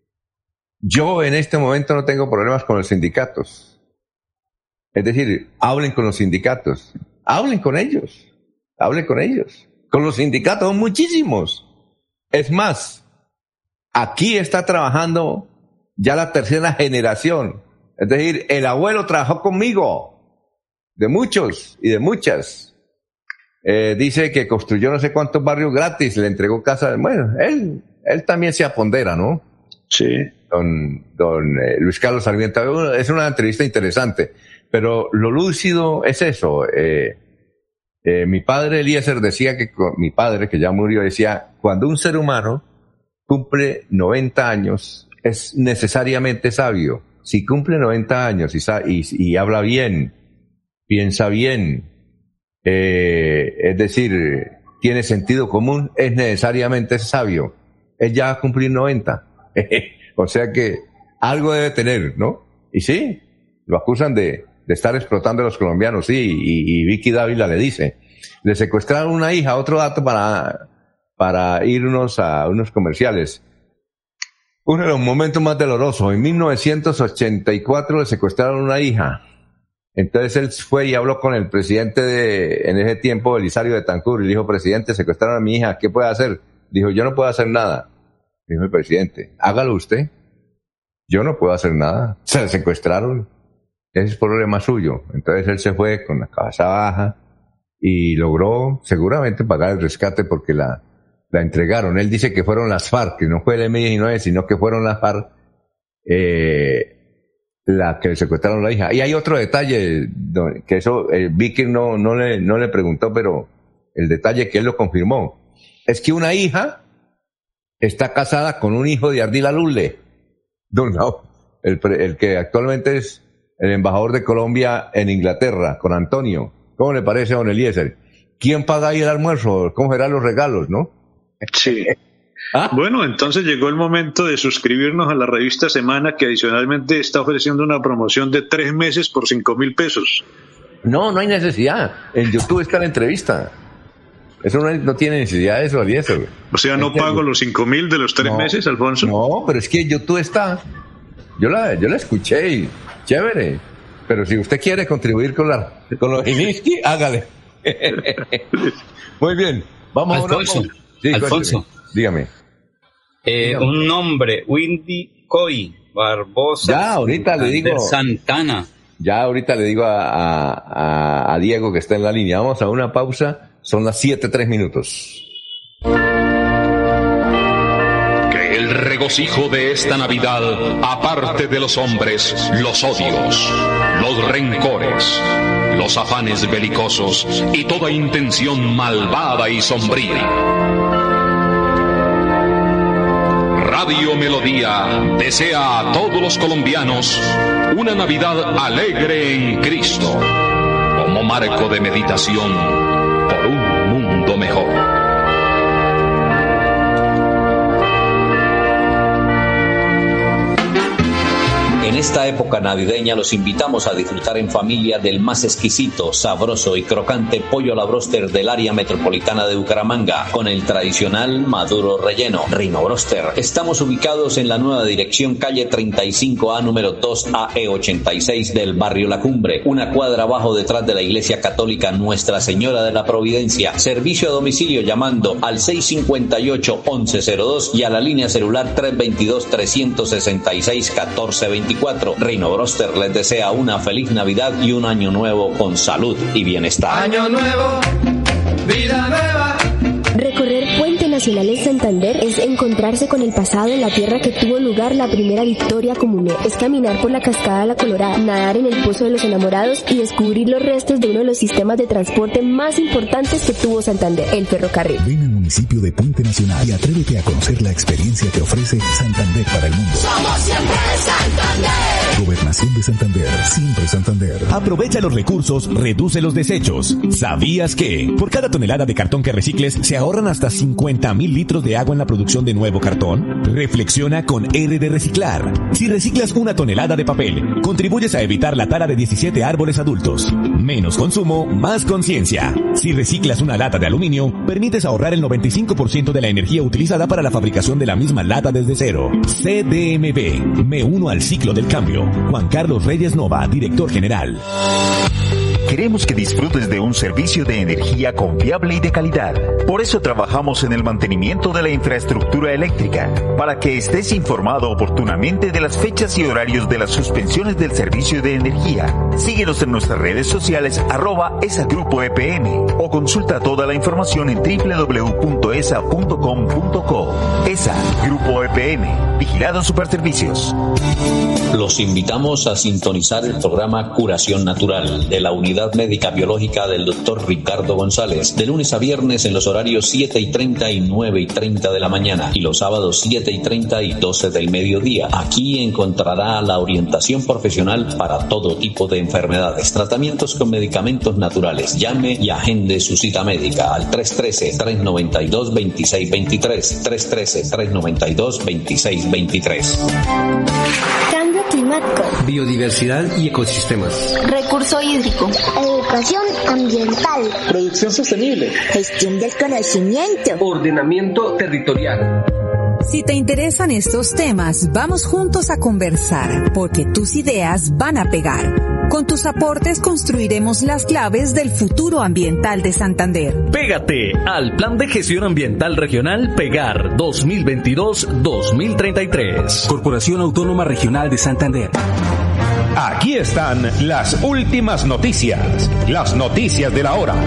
yo en este momento no tengo problemas con los sindicatos. Es decir, hablen con los sindicatos, hablen con ellos. Con los sindicatos, muchísimos. Es más, aquí está trabajando ya la tercera generación. Es decir, el abuelo trabajó conmigo, de muchos y de muchas. Dice que construyó no sé cuántos barrios gratis, le entregó casas. Bueno, él también se apondera, ¿no? Sí. Don Luis Carlos Sarmiento. Es una entrevista interesante, pero lo lúcido es eso. Mi padre Eliezer decía mi padre, que ya murió, decía, cuando un ser humano cumple 90 años, es necesariamente sabio. Si cumple 90 años y habla bien, piensa bien, es decir, tiene sentido común, es necesariamente sabio. Él ya va a cumplir 90. O sea que algo debe tener, ¿no? Y sí, lo acusan de estar explotando a los colombianos, sí, y Vicky Dávila le dice, le secuestraron una hija, otro dato para irnos a unos comerciales. Uno de los momentos más dolorosos, en 1984 le secuestraron una hija. Entonces él fue y habló con el presidente en ese tiempo, Belisario Betancur, y le dijo, presidente, secuestraron a mi hija, ¿qué puede hacer? Dijo, yo no puedo hacer nada. Dijo el presidente, hágalo usted. Yo no puedo hacer nada. Se la secuestraron. Ese es problema suyo. Entonces él se fue con la cabeza baja y logró seguramente pagar el rescate porque la entregaron. Él dice que fueron las FARC, que no fue el M-19, sino que fueron las FARC la que le secuestraron a la hija. Y hay otro detalle, que eso Vicky no le preguntó, pero el detalle que él lo confirmó, es que una hija está casada con un hijo de Ardila Lule, el que actualmente es el embajador de Colombia en Inglaterra, con Antonio. ¿Cómo le parece, don Eliezer? ¿Quién paga ahí el almuerzo? ¿Cómo serán los regalos, no? Sí. Bueno, entonces llegó el momento de suscribirnos a la revista Semana, que adicionalmente está ofreciendo una promoción de 3 meses por 5,000 pesos. No hay necesidad. En YouTube está la entrevista. Eso no tiene necesidad de eso, Eliezer. O sea, ¿no pago los 5,000 de los 3 meses, Alfonso? No, pero es que en YouTube está. Yo la escuché y chévere. Pero si usted quiere contribuir con los Iniski, hágale. Muy bien. Vamos Alfonso. Sí, Alfonso. Dígame. Un nombre, Windy Coy Barbosa. Ya, ahorita le digo. Santana. Ya, ahorita le digo a Diego que está en la línea. Vamos a una pausa. Son las 7:03. Que el El regocijo de esta Navidad, aparte de los hombres, los odios, los rencores, los afanes belicosos y toda intención malvada y sombría. Radio Melodía desea a todos los colombianos una Navidad alegre en Cristo, como marco de meditación por un mundo mejor. En esta época navideña los invitamos a disfrutar en familia del más exquisito, sabroso y crocante pollo a la bróster del área metropolitana de Bucaramanga, con el tradicional maduro relleno, Rino Bróster. Estamos ubicados en la nueva dirección calle 35A número 2AE86 del barrio La Cumbre, una cuadra abajo detrás de la iglesia católica Nuestra Señora de la Providencia. Servicio a domicilio llamando al 658-1102 y a la línea celular 322-366-1424. Reino Broster les desea una feliz Navidad y un año nuevo con salud y bienestar. Año nuevo, vida nueva. Recorrer Puente Nacional en Santander es encontrarse con el pasado en la tierra que tuvo lugar la primera victoria comunera. Es caminar por la cascada de la Colorada, nadar en el Pozo de los Enamorados y descubrir los restos de uno de los sistemas de transporte más importantes que tuvo Santander, el ferrocarril. Ven al municipio de Puente Nacional y atrévete a conocer la experiencia que ofrece Santander para el mundo. Somos siempre Santander. Gobernación de Santander, siempre Santander. Aprovecha los recursos, reduce los desechos. ¿Sabías que por cada tonelada de cartón que recicles se ahorran hasta 50,000 litros de agua en la producción de nuevo cartón? Reflexiona con R de Reciclar. Si reciclas una tonelada de papel, contribuyes a evitar la tala de 17 árboles adultos. Menos consumo, más conciencia. Si reciclas una lata de aluminio, permites ahorrar el 95% de la energía utilizada para la fabricación de la misma lata desde cero. CDMB. Me uno al ciclo del cambio. Juan Carlos Reyes Nova, director general. Queremos que disfrutes de un servicio de energía confiable y de calidad. Por eso trabajamos en el mantenimiento de la infraestructura eléctrica, para que estés informado oportunamente de las fechas y horarios de las suspensiones del servicio de energía. Síguenos en nuestras redes sociales @esagrupoepm o consulta toda la información en www.esa.com.co. ESA Grupo EPM, Vigilado Superservicios. Los invitamos a sintonizar el programa Curación Natural de la Unidad Médica Biológica del Dr. Ricardo González, de lunes a viernes en los horarios 7:30 y 9:30 de la mañana y los sábados 7:30 y 12 del mediodía. Aquí encontrará la orientación profesional para todo tipo de enfermedades, tratamientos con medicamentos naturales. Llame y agende su cita médica al 313-392-2623, 313-392-2623. Cambio climático, biodiversidad y ecosistemas, recurso hídrico, educación ambiental, producción sostenible, gestión del conocimiento, ordenamiento territorial. Si te interesan estos temas, vamos juntos a conversar, porque tus ideas van a pegar. Con tus aportes construiremos las claves del futuro ambiental de Santander. Pégate al Plan de Gestión Ambiental Regional PEGAR 2022-2033. Corporación Autónoma Regional de Santander. Aquí están las últimas noticias, las noticias de la hora.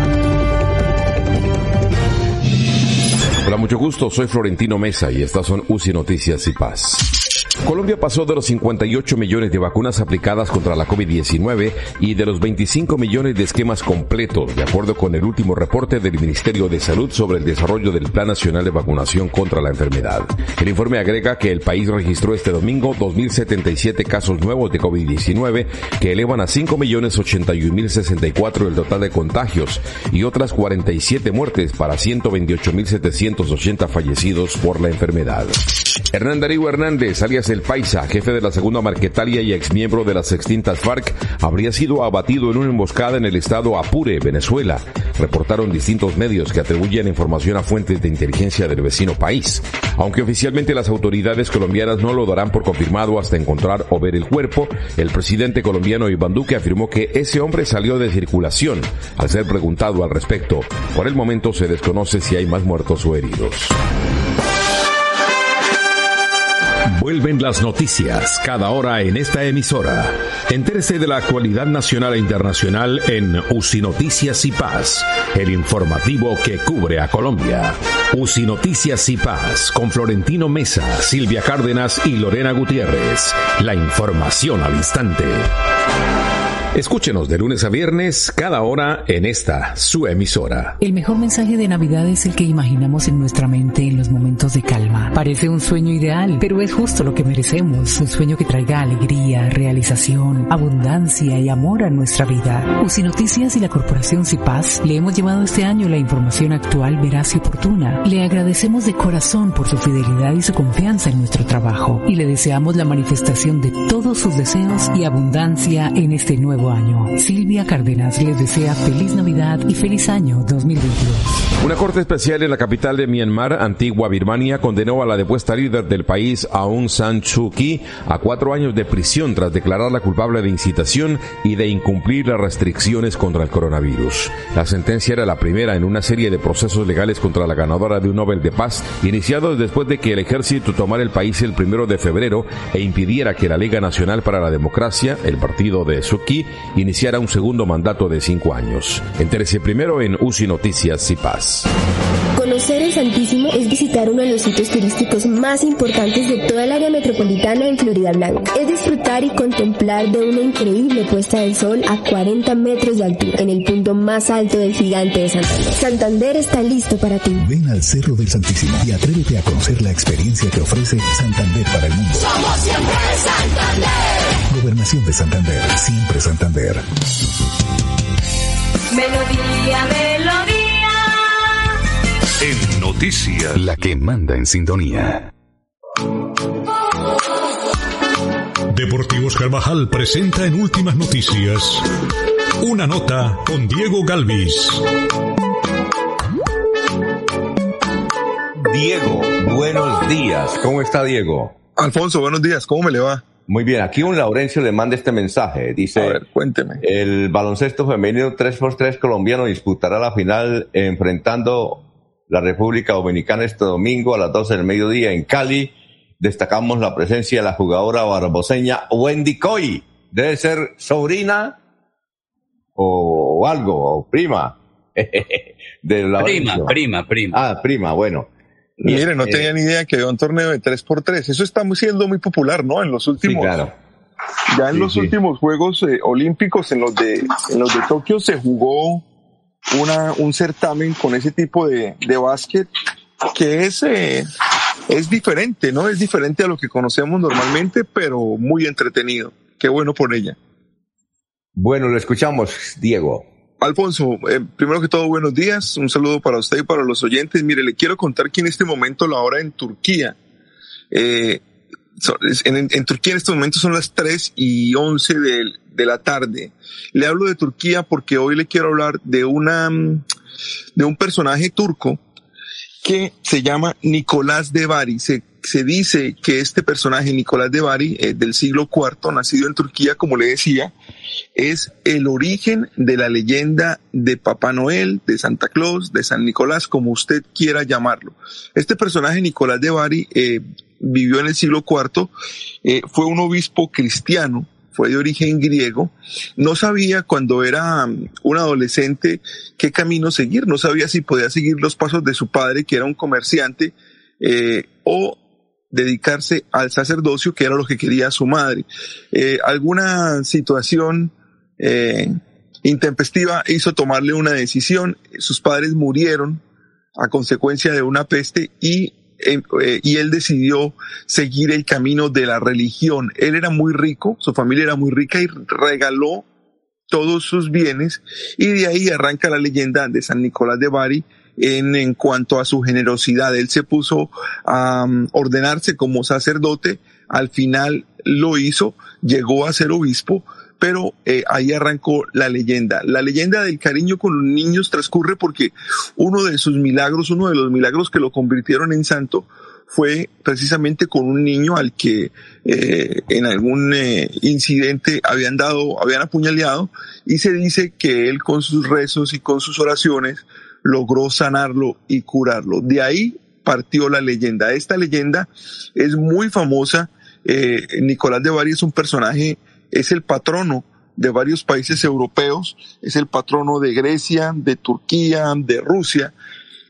Hola, mucho gusto, soy Florentino Mesa y estas son UCI Noticias y Paz. Colombia pasó de los 58 millones de vacunas aplicadas contra la COVID-19 y de los 25 millones de esquemas completos, de acuerdo con el último reporte del Ministerio de Salud sobre el desarrollo del Plan Nacional de Vacunación contra la enfermedad. El informe agrega que el país registró este domingo 2.077 casos nuevos de COVID-19 que elevan a 5.081.064 el total de contagios y otras 47 muertes para 128.780 fallecidos por la enfermedad. Hernán Darío Hernández, alias El Paisa, jefe de la segunda Marquetalia y exmiembro de las extintas FARC, habría sido abatido en una emboscada en el estado Apure, Venezuela. Reportaron distintos medios que atribuyen información a fuentes de inteligencia del vecino país. Aunque oficialmente las autoridades colombianas no lo darán por confirmado hasta encontrar o ver el cuerpo, el presidente colombiano Iván Duque afirmó que ese hombre salió de circulación. Al ser preguntado al respecto, por el momento se desconoce si hay más muertos o heridos. Vuelven las noticias cada hora en esta emisora. Entérese de la actualidad nacional e internacional en UCI Noticias y Paz, el informativo que cubre a Colombia. UCI Noticias y Paz, con Florentino Mesa, Silvia Cárdenas y Lorena Gutiérrez. La información al instante. Escúchenos de lunes a viernes, cada hora, en esta, su emisora. El mejor mensaje de Navidad es el que imaginamos en nuestra mente en los momentos de calma. Parece un sueño ideal, pero es justo lo que merecemos. Un sueño que traiga alegría, realización, abundancia y amor a nuestra vida. UCI Noticias y la Corporación CIPAS le hemos llevado este año la información actual, veraz y oportuna. Le agradecemos de corazón por su fidelidad y su confianza en nuestro trabajo. Y le deseamos la manifestación de todos sus deseos y abundancia en este nuevo año. Silvia Cárdenas les desea feliz Navidad y feliz año 2022. Una corte especial en la capital de Myanmar, antigua Birmania, condenó a la depuesta líder del país, Aung San Suu Kyi, a 4 años de prisión tras declararla culpable de incitación y de incumplir las restricciones contra el coronavirus. La sentencia era la primera en una serie de procesos legales contra la ganadora de un Nobel de Paz, iniciados después de que el ejército tomara el país el 1 de febrero e impidiera que la Liga Nacional para la Democracia, el partido de Suu Kyi, iniciara un segundo mandato de 5 años. Entérese primero en UCI Noticias y Paz. Conocer el Santísimo es visitar uno de los sitios turísticos más importantes de toda el área metropolitana en Florida Blanca. Es disfrutar y contemplar de una increíble puesta del sol a 40 metros de altura, en el punto más alto del gigante de Santander. Santander está listo para ti. Ven al Cerro del Santísimo y atrévete a conocer la experiencia que ofrece Santander para el mundo. Somos siempre Santander. Gobernación de Santander, siempre Santander. Melodía, melodía. En Noticias, la que manda en sintonía. Deportivos Carvajal presenta en Últimas Noticias una nota con Diego Galvis. Diego, buenos días. ¿Cómo está Diego? Alfonso, buenos días. ¿Cómo me le va? Muy bien, aquí un Laurencio le manda este mensaje. Dice, a ver, cuénteme. El baloncesto femenino 3x3 colombiano disputará la final enfrentando la República Dominicana este domingo a las 12 del mediodía en Cali. Destacamos la presencia de la jugadora barboseña Wendy Coy. Debe ser sobrina o algo, o prima. De Laurencio. Prima. Ah, prima, bueno. Mire, no tenía ni idea que había un torneo de 3x3. Eso está siendo muy popular, ¿no? En los últimos, sí, claro. Ya en los últimos Juegos Olímpicos, en los de Tokio, se jugó un certamen con ese tipo de básquet que es diferente, ¿no? Es diferente a lo que conocemos normalmente, pero muy entretenido. Qué bueno por ella. Bueno, lo escuchamos, Diego. Alfonso, primero que todo, buenos días. Un saludo para usted y para los oyentes. Mire, le quiero contar que en este momento la hora en Turquía, en Turquía en este momento son las 3:11 de la tarde. Le hablo de Turquía porque hoy le quiero hablar de un personaje turco que se llama Nicolás de Bari. Se dice que este personaje, Nicolás de Bari, del siglo IV, nacido en Turquía, como le decía, es el origen de la leyenda de Papá Noel, de Santa Claus, de San Nicolás, como usted quiera llamarlo. Este personaje, Nicolás de Bari, vivió en el siglo IV, fue un obispo cristiano, fue de origen griego. No sabía cuando era un adolescente qué camino seguir, no sabía si podía seguir los pasos de su padre, que era un comerciante, o dedicarse al sacerdocio, que era lo que quería su madre. Alguna situación intempestiva hizo tomarle una decisión. Sus padres murieron a consecuencia de una peste y él decidió seguir el camino de la religión. Él era muy rico, su familia era muy rica y regaló todos sus bienes, y de ahí arranca la leyenda de San Nicolás de Bari en cuanto a su generosidad. Él se puso a ordenarse como sacerdote, al final lo hizo, llegó a ser obispo, pero ahí arrancó la leyenda. La leyenda del cariño con los niños transcurre porque uno de los milagros que lo convirtieron en santo fue precisamente con un niño al que en algún incidente habían apuñaleado, y se dice que él con sus rezos y con sus oraciones logró sanarlo y curarlo. De ahí partió la leyenda. Esta leyenda es muy famosa. Nicolás de Bari es un personaje, es el patrono de varios países europeos, es el patrono de Grecia, de Turquía, de Rusia,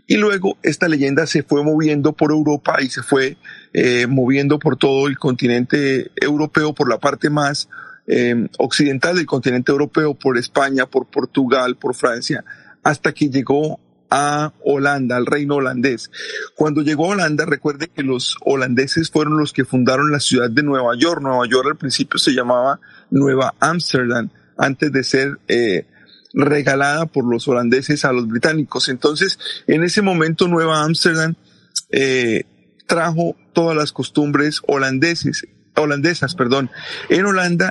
Y luego esta leyenda se fue moviendo por Europa y se fue moviendo por todo el continente europeo, por la parte más occidental del continente europeo, por España, por Portugal, por Francia, hasta que llegó a Holanda, al reino holandés. Cuando llegó a Holanda, recuerde que los holandeses fueron los que fundaron la ciudad de Nueva York. Nueva York al principio se llamaba Nueva Ámsterdam, antes de ser regalada por los holandeses a los británicos. Entonces, en ese momento Nueva Ámsterdam trajo todas las costumbres holandesas. En Holanda,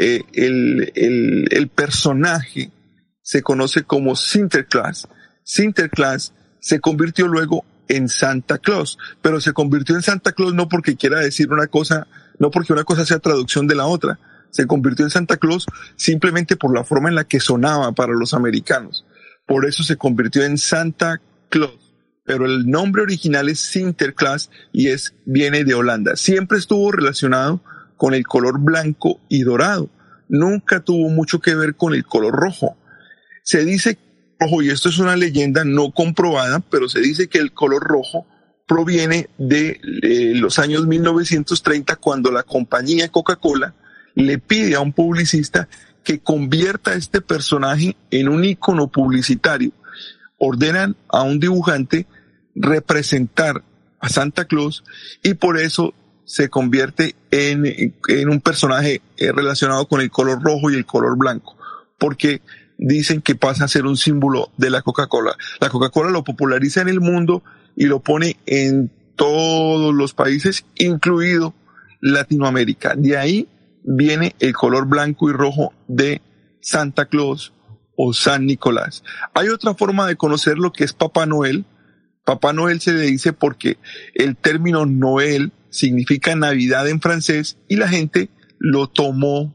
el personaje se conoce como Sinterklaas. Sinterklaas se convirtió luego en Santa Claus, pero se convirtió en Santa Claus no porque quiera decir una cosa, no porque una cosa sea traducción de la otra. Se convirtió en Santa Claus simplemente por la forma en la que sonaba para los americanos. Por eso se convirtió en Santa Claus. Pero el nombre original es Sinterklaas y viene de Holanda. Siempre estuvo relacionado con el color blanco y dorado. Nunca tuvo mucho que ver con el color rojo. Se dice rojo, y esto es una leyenda no comprobada, pero se dice que el color rojo proviene de los años 1930, cuando la compañía Coca-Cola le pide a un publicista que convierta a este personaje en un ícono publicitario. Ordenan a un dibujante representar a Santa Claus y por eso se convierte en un personaje relacionado con el color rojo y el color blanco, porque dicen que pasa a ser un símbolo de la Coca-Cola. La Coca-Cola lo populariza en el mundo y lo pone en todos los países, incluido Latinoamérica. De ahí viene el color blanco y rojo de Santa Claus o San Nicolás. Hay otra forma de conocer lo que es Papá Noel. Papá Noel se le dice porque el término Noel significa Navidad en francés y la gente lo tomó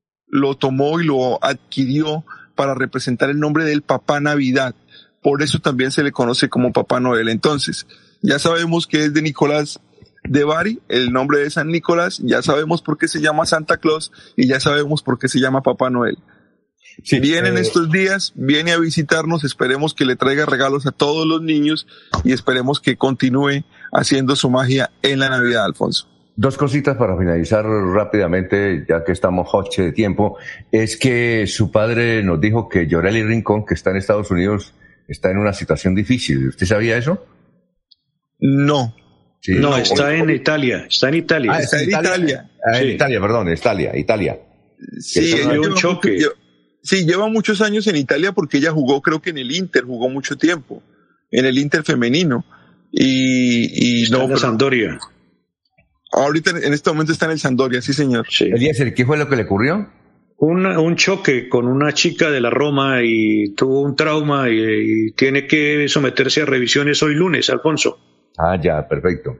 y lo adquirió para representar el nombre del Papá Navidad. Por eso también se le conoce como Papá Noel. Entonces, ya sabemos que es de Nicolás de Bari, el nombre de San Nicolás, ya sabemos por qué se llama Santa Claus y ya sabemos por qué se llama Papá Noel. Si vienen estos días, viene a visitarnos, esperemos que le traiga regalos a todos los niños y esperemos que continúe haciendo su magia en la Navidad, Alfonso. Dos cositas para finalizar rápidamente, ya que estamos hoche de tiempo. Es que su padre nos dijo que Yoreli Rincón, que está en Estados Unidos, está en una situación difícil. ¿Usted sabía eso? No. Sí. No, está en Italia. Está en Italia. Ah, está en Italia. Sí. Italia. Sí, un choque. Lleva muchos años en Italia porque ella jugó, creo que en el Inter, jugó mucho tiempo. En el Inter femenino. Y está en la Sampdoria. Ahorita en este momento está en el Sampdoria, sí señor. Sí. Eliezer, ¿qué fue lo que le ocurrió? Un choque con una chica de la Roma y tuvo un trauma y tiene que someterse a revisiones hoy lunes, Alfonso. Ah, ya, perfecto.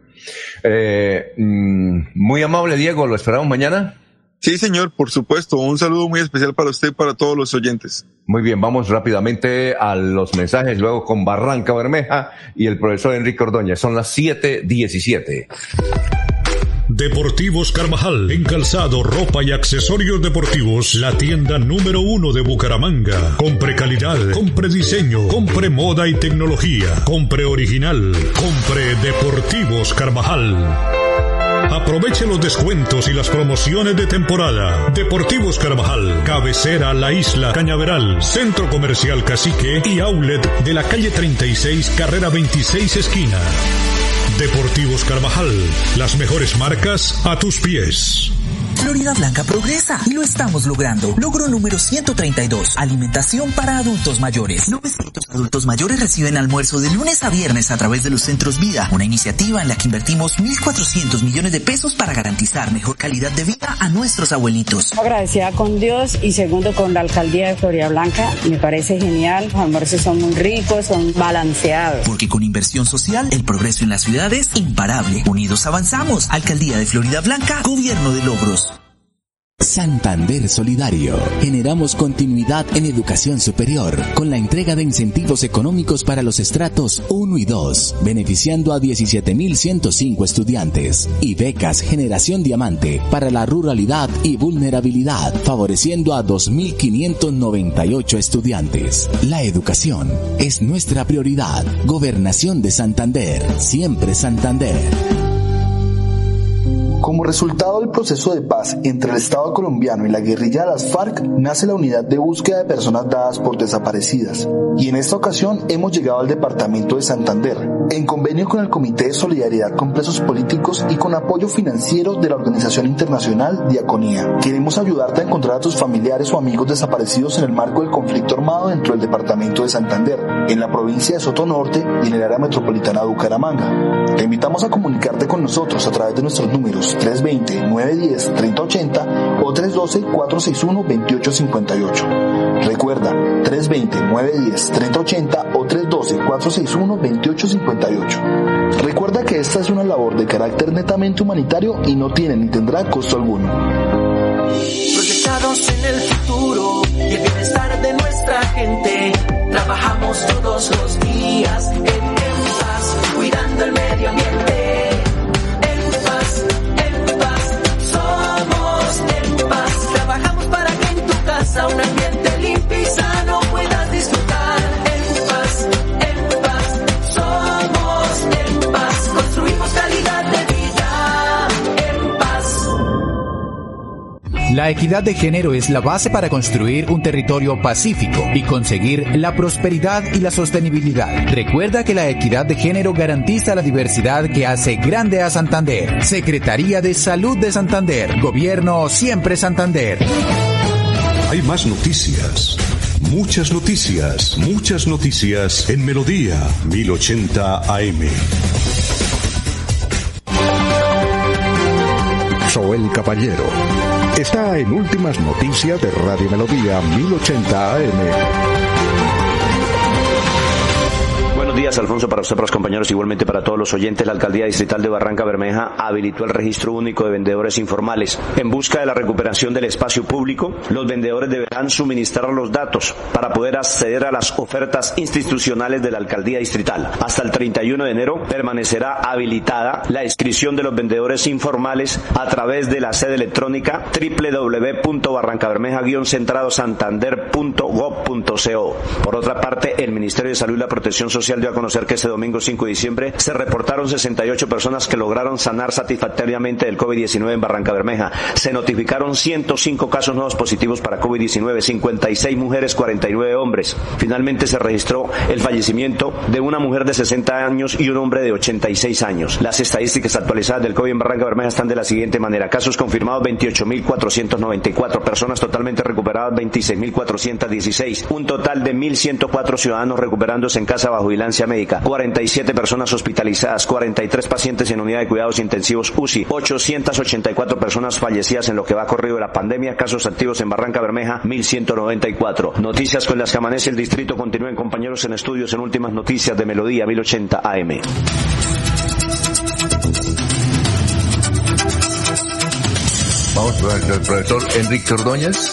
Muy amable, Diego, ¿lo esperamos mañana? Sí, señor, por supuesto. Un saludo muy especial para usted y para todos los oyentes. Muy bien, vamos rápidamente a los mensajes, luego con Barranca Bermeja y el profesor Enrique Ordóñez. Son las 7:17. Deportivos Carvajal, en calzado, ropa y accesorios deportivos, la tienda número 1 de Bucaramanga. Compre calidad, compre diseño, compre moda y tecnología, compre original, compre Deportivos Carvajal. Aproveche los descuentos y las promociones de temporada. Deportivos Carvajal, cabecera La Isla, Cañaveral, Centro Comercial Cacique y Outlet de la calle 36, carrera 26 esquina. Deportivos Carvajal, las mejores marcas a tus pies. Florida Blanca progresa y lo estamos logrando. Logro número 132. Alimentación para adultos mayores. 900 adultos mayores reciben almuerzo de lunes a viernes a través de los Centros Vida. Una iniciativa en la que invertimos 1.400 millones de pesos para garantizar mejor calidad de vida a nuestros abuelitos. Agradecida con Dios y segundo con la alcaldía de Florida Blanca. Me parece genial. Los almuerzos son muy ricos, son balanceados. Porque con inversión social, el progreso en la ciudad es imparable. Unidos avanzamos. Alcaldía de Florida Blanca, Gobierno de Logros. Santander Solidario. Generamos continuidad en educación superior con la entrega de incentivos económicos para los estratos 1 y 2, beneficiando a 17.105 estudiantes, y becas Generación Diamante para la ruralidad y vulnerabilidad, favoreciendo a 2.598 estudiantes. La educación es nuestra prioridad. Gobernación de Santander, siempre Santander. Como resultado del proceso de paz entre el Estado colombiano y la guerrilla de las FARC, nace la Unidad de Búsqueda de Personas Dadas por Desaparecidas. Y en esta ocasión hemos llegado al departamento de Santander, en convenio con el Comité de Solidaridad con Presos Políticos y con apoyo financiero de la organización internacional Diaconía. Queremos ayudarte a encontrar a tus familiares o amigos desaparecidos en el marco del conflicto armado dentro del departamento de Santander, en la provincia de Sotonorte y en el área metropolitana de Bucaramanga. Te invitamos a comunicarte con nosotros a través de nuestros números 320-910-3080 o 312-461-2858. Recuerda, 320-910-3080 o 312-461-2858. Recuerda que esta es una labor de carácter netamente humanitario y no tiene ni tendrá costo alguno. Proyectados en el futuro y el bienestar de nuestra gente, trabajamos todos los días en paz, cuidando el medio ambiente. Un ambiente limpio y sano puedas disfrutar. En paz, somos en paz, construimos calidad de vida. En paz. La equidad de género es la base para construir un territorio pacífico y conseguir la prosperidad y la sostenibilidad. Recuerda que la equidad de género garantiza la diversidad que hace grande a Santander. Secretaría de Salud de Santander. Gobierno siempre Santander. Hay más noticias, muchas noticias en Melodía 1080 AM. Joel Caballero está en Últimas Noticias de Radio Melodía 1080 AM. Buenos días, Alfonso, para usted, para los compañeros, igualmente para todos los oyentes. La Alcaldía Distrital de Barranca Bermeja habilitó el registro único de vendedores informales. En busca de la recuperación del espacio público, los vendedores deberán suministrar los datos para poder acceder a las ofertas institucionales de la Alcaldía Distrital. Hasta el 31 de enero permanecerá habilitada la inscripción de los vendedores informales a través de la sede electrónica www.barrancabermeja-centradosantander.gov.co. Por otra parte, el Ministerio de Salud y la Protección Social dio a conocer que este domingo 5 de diciembre se reportaron 68 personas que lograron sanar satisfactoriamente del COVID-19 en Barranca Bermeja. Se notificaron 105 casos nuevos positivos para COVID-19, 56 mujeres, 49 hombres. Finalmente se registró el fallecimiento de una mujer de 60 años y un hombre de 86 años. Las estadísticas actualizadas del COVID en Barranca Bermeja están de la siguiente manera: casos confirmados 28.494, personas totalmente recuperadas 26.416, un total de 1.104 ciudadanos recuperándose en casa bajo vigilancia médica, 47 personas hospitalizadas, 43 pacientes en unidad de cuidados intensivos UCI, 884 personas fallecidas en lo que va corrido de la pandemia, casos activos en Barranca Bermeja 1.194. Noticias con las que amanece el distrito. Continúen, compañeros, en estudios en Últimas Noticias de Melodía 1080 AM. Vamos con el profesor Enrique Ordóñez.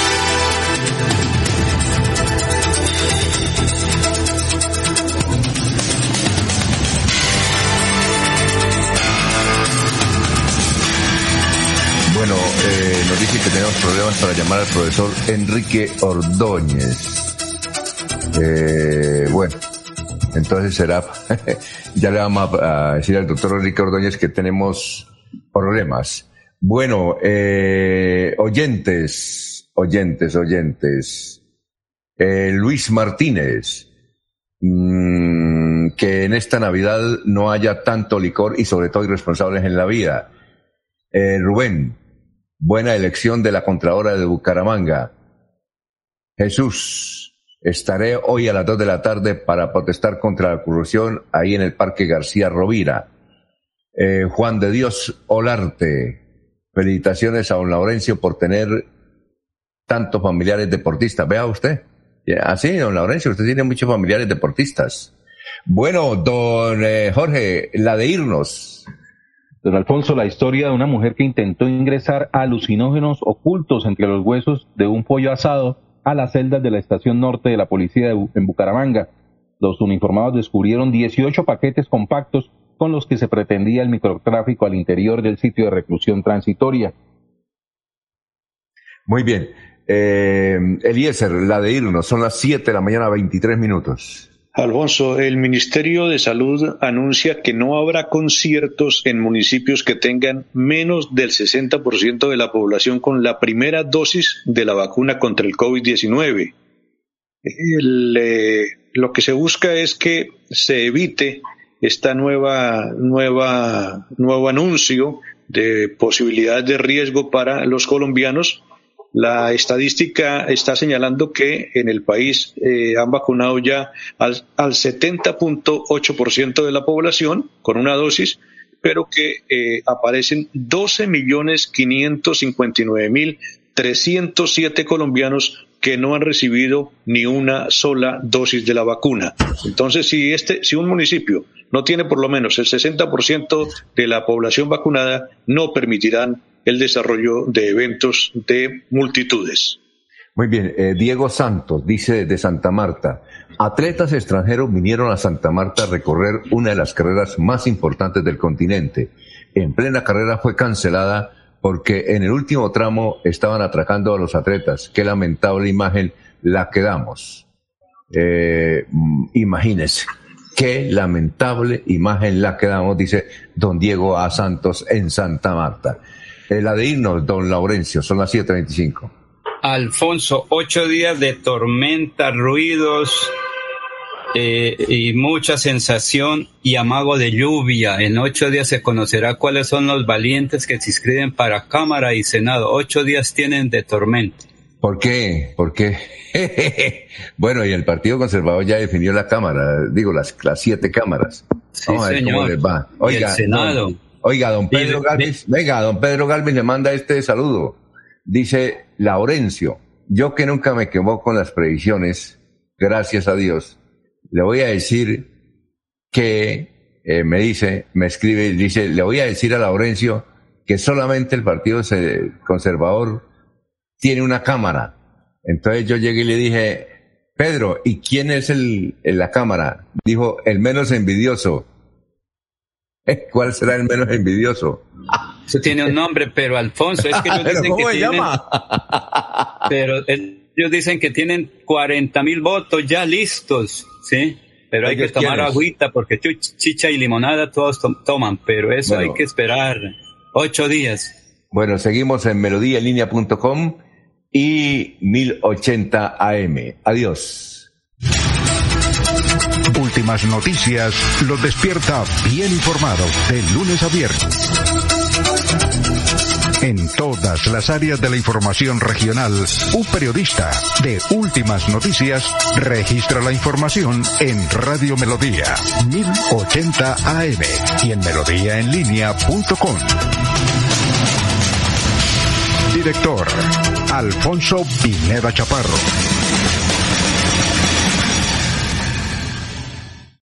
Bueno, nos dice que tenemos problemas para llamar al profesor Enrique Ordóñez. Bueno, entonces será, ya le vamos a decir al doctor Enrique Ordóñez que tenemos problemas. Bueno, oyentes. Luis Martínez, que en esta Navidad no haya tanto licor y sobre todo irresponsables en la vida. Rubén, buena elección de la Contralora de Bucaramanga. Jesús, estaré hoy a las 2 de la tarde para protestar contra la corrupción ahí en el Parque García Rovira. Juan de Dios Olarte, felicitaciones a don Laurencio por tener tantos familiares deportistas. Vea usted. Así, don Laurencio, usted tiene muchos familiares deportistas. Bueno, don Jorge, la de irnos. Don Alfonso, la historia de una mujer que intentó ingresar alucinógenos ocultos entre los huesos de un pollo asado a las celdas de la estación norte de la policía en Bucaramanga. Los uniformados descubrieron 18 paquetes compactos con los que se pretendía el microtráfico al interior del sitio de reclusión transitoria. Muy bien. Eliezer, la de irnos, son las 7 de la mañana, 23 minutos. Alfonso, el Ministerio de Salud anuncia que no habrá conciertos en municipios que tengan menos del 60% de la población con la primera dosis de la vacuna contra el COVID-19. Lo que se busca es que se evite esta nuevo anuncio de posibilidad de riesgo para los colombianos. La estadística está señalando que en el país han vacunado ya al 70.8% de la población con una dosis, pero que aparecen 12.559.307 colombianos que no han recibido ni una sola dosis de la vacuna. Entonces, si un municipio no tiene por lo menos el 60% de la población vacunada, no permitirán el desarrollo de eventos de multitudes. Muy bien, Diego Santos dice de Santa Marta: atletas extranjeros vinieron a Santa Marta a recorrer una de las carreras más importantes del continente. En plena carrera fue cancelada porque en el último tramo estaban atracando a los atletas. Qué lamentable imagen la que damos. Imagínense, qué lamentable imagen la que damos, dice don Diego A. Santos en Santa Marta. La de irnos, don Laurencio, son las 7:25. Alfonso, 8 días de tormenta, ruidos y mucha sensación y amago de lluvia. En 8 días se conocerá cuáles son los valientes que se inscriben para Cámara y Senado. 8 días tienen de tormenta. ¿Por qué? Bueno, y el Partido Conservador ya definió la Cámara, digo, las 7 cámaras. Sí, vamos a ver cómo les va. Oiga, y el Senado. Don Pedro Galvis, don Pedro Galvis le manda este saludo. Dice Laurencio: yo que nunca me quemó con las predicciones, gracias a Dios, le voy a decir que, me escribe y dice, le voy a decir a Laurencio que solamente el Partido Conservador tiene una Cámara. Entonces yo llegué y le dije: Pedro, ¿y quién es en la Cámara? Dijo: el menos envidioso. ¿Cuál será el menos envidioso? Eso tiene un nombre, pero Alfonso, es que ellos dicen ¿cómo que se llama? Pero ellos dicen que tienen 40,000 votos ya listos, ¿sí? Pero hay que tomar agüita porque chicha y limonada todos toman, pero eso hay que esperar 8 días. Bueno, seguimos en melodíaenlínea.com y 1080 AM. Adiós. Últimas noticias los despierta bien informados de lunes a viernes. En todas las áreas de la información regional, un periodista de Últimas Noticias registra la información en Radio Melodía 1080 AM y en melodíaenlínea.com. Director: Alfonso Pineda Chaparro.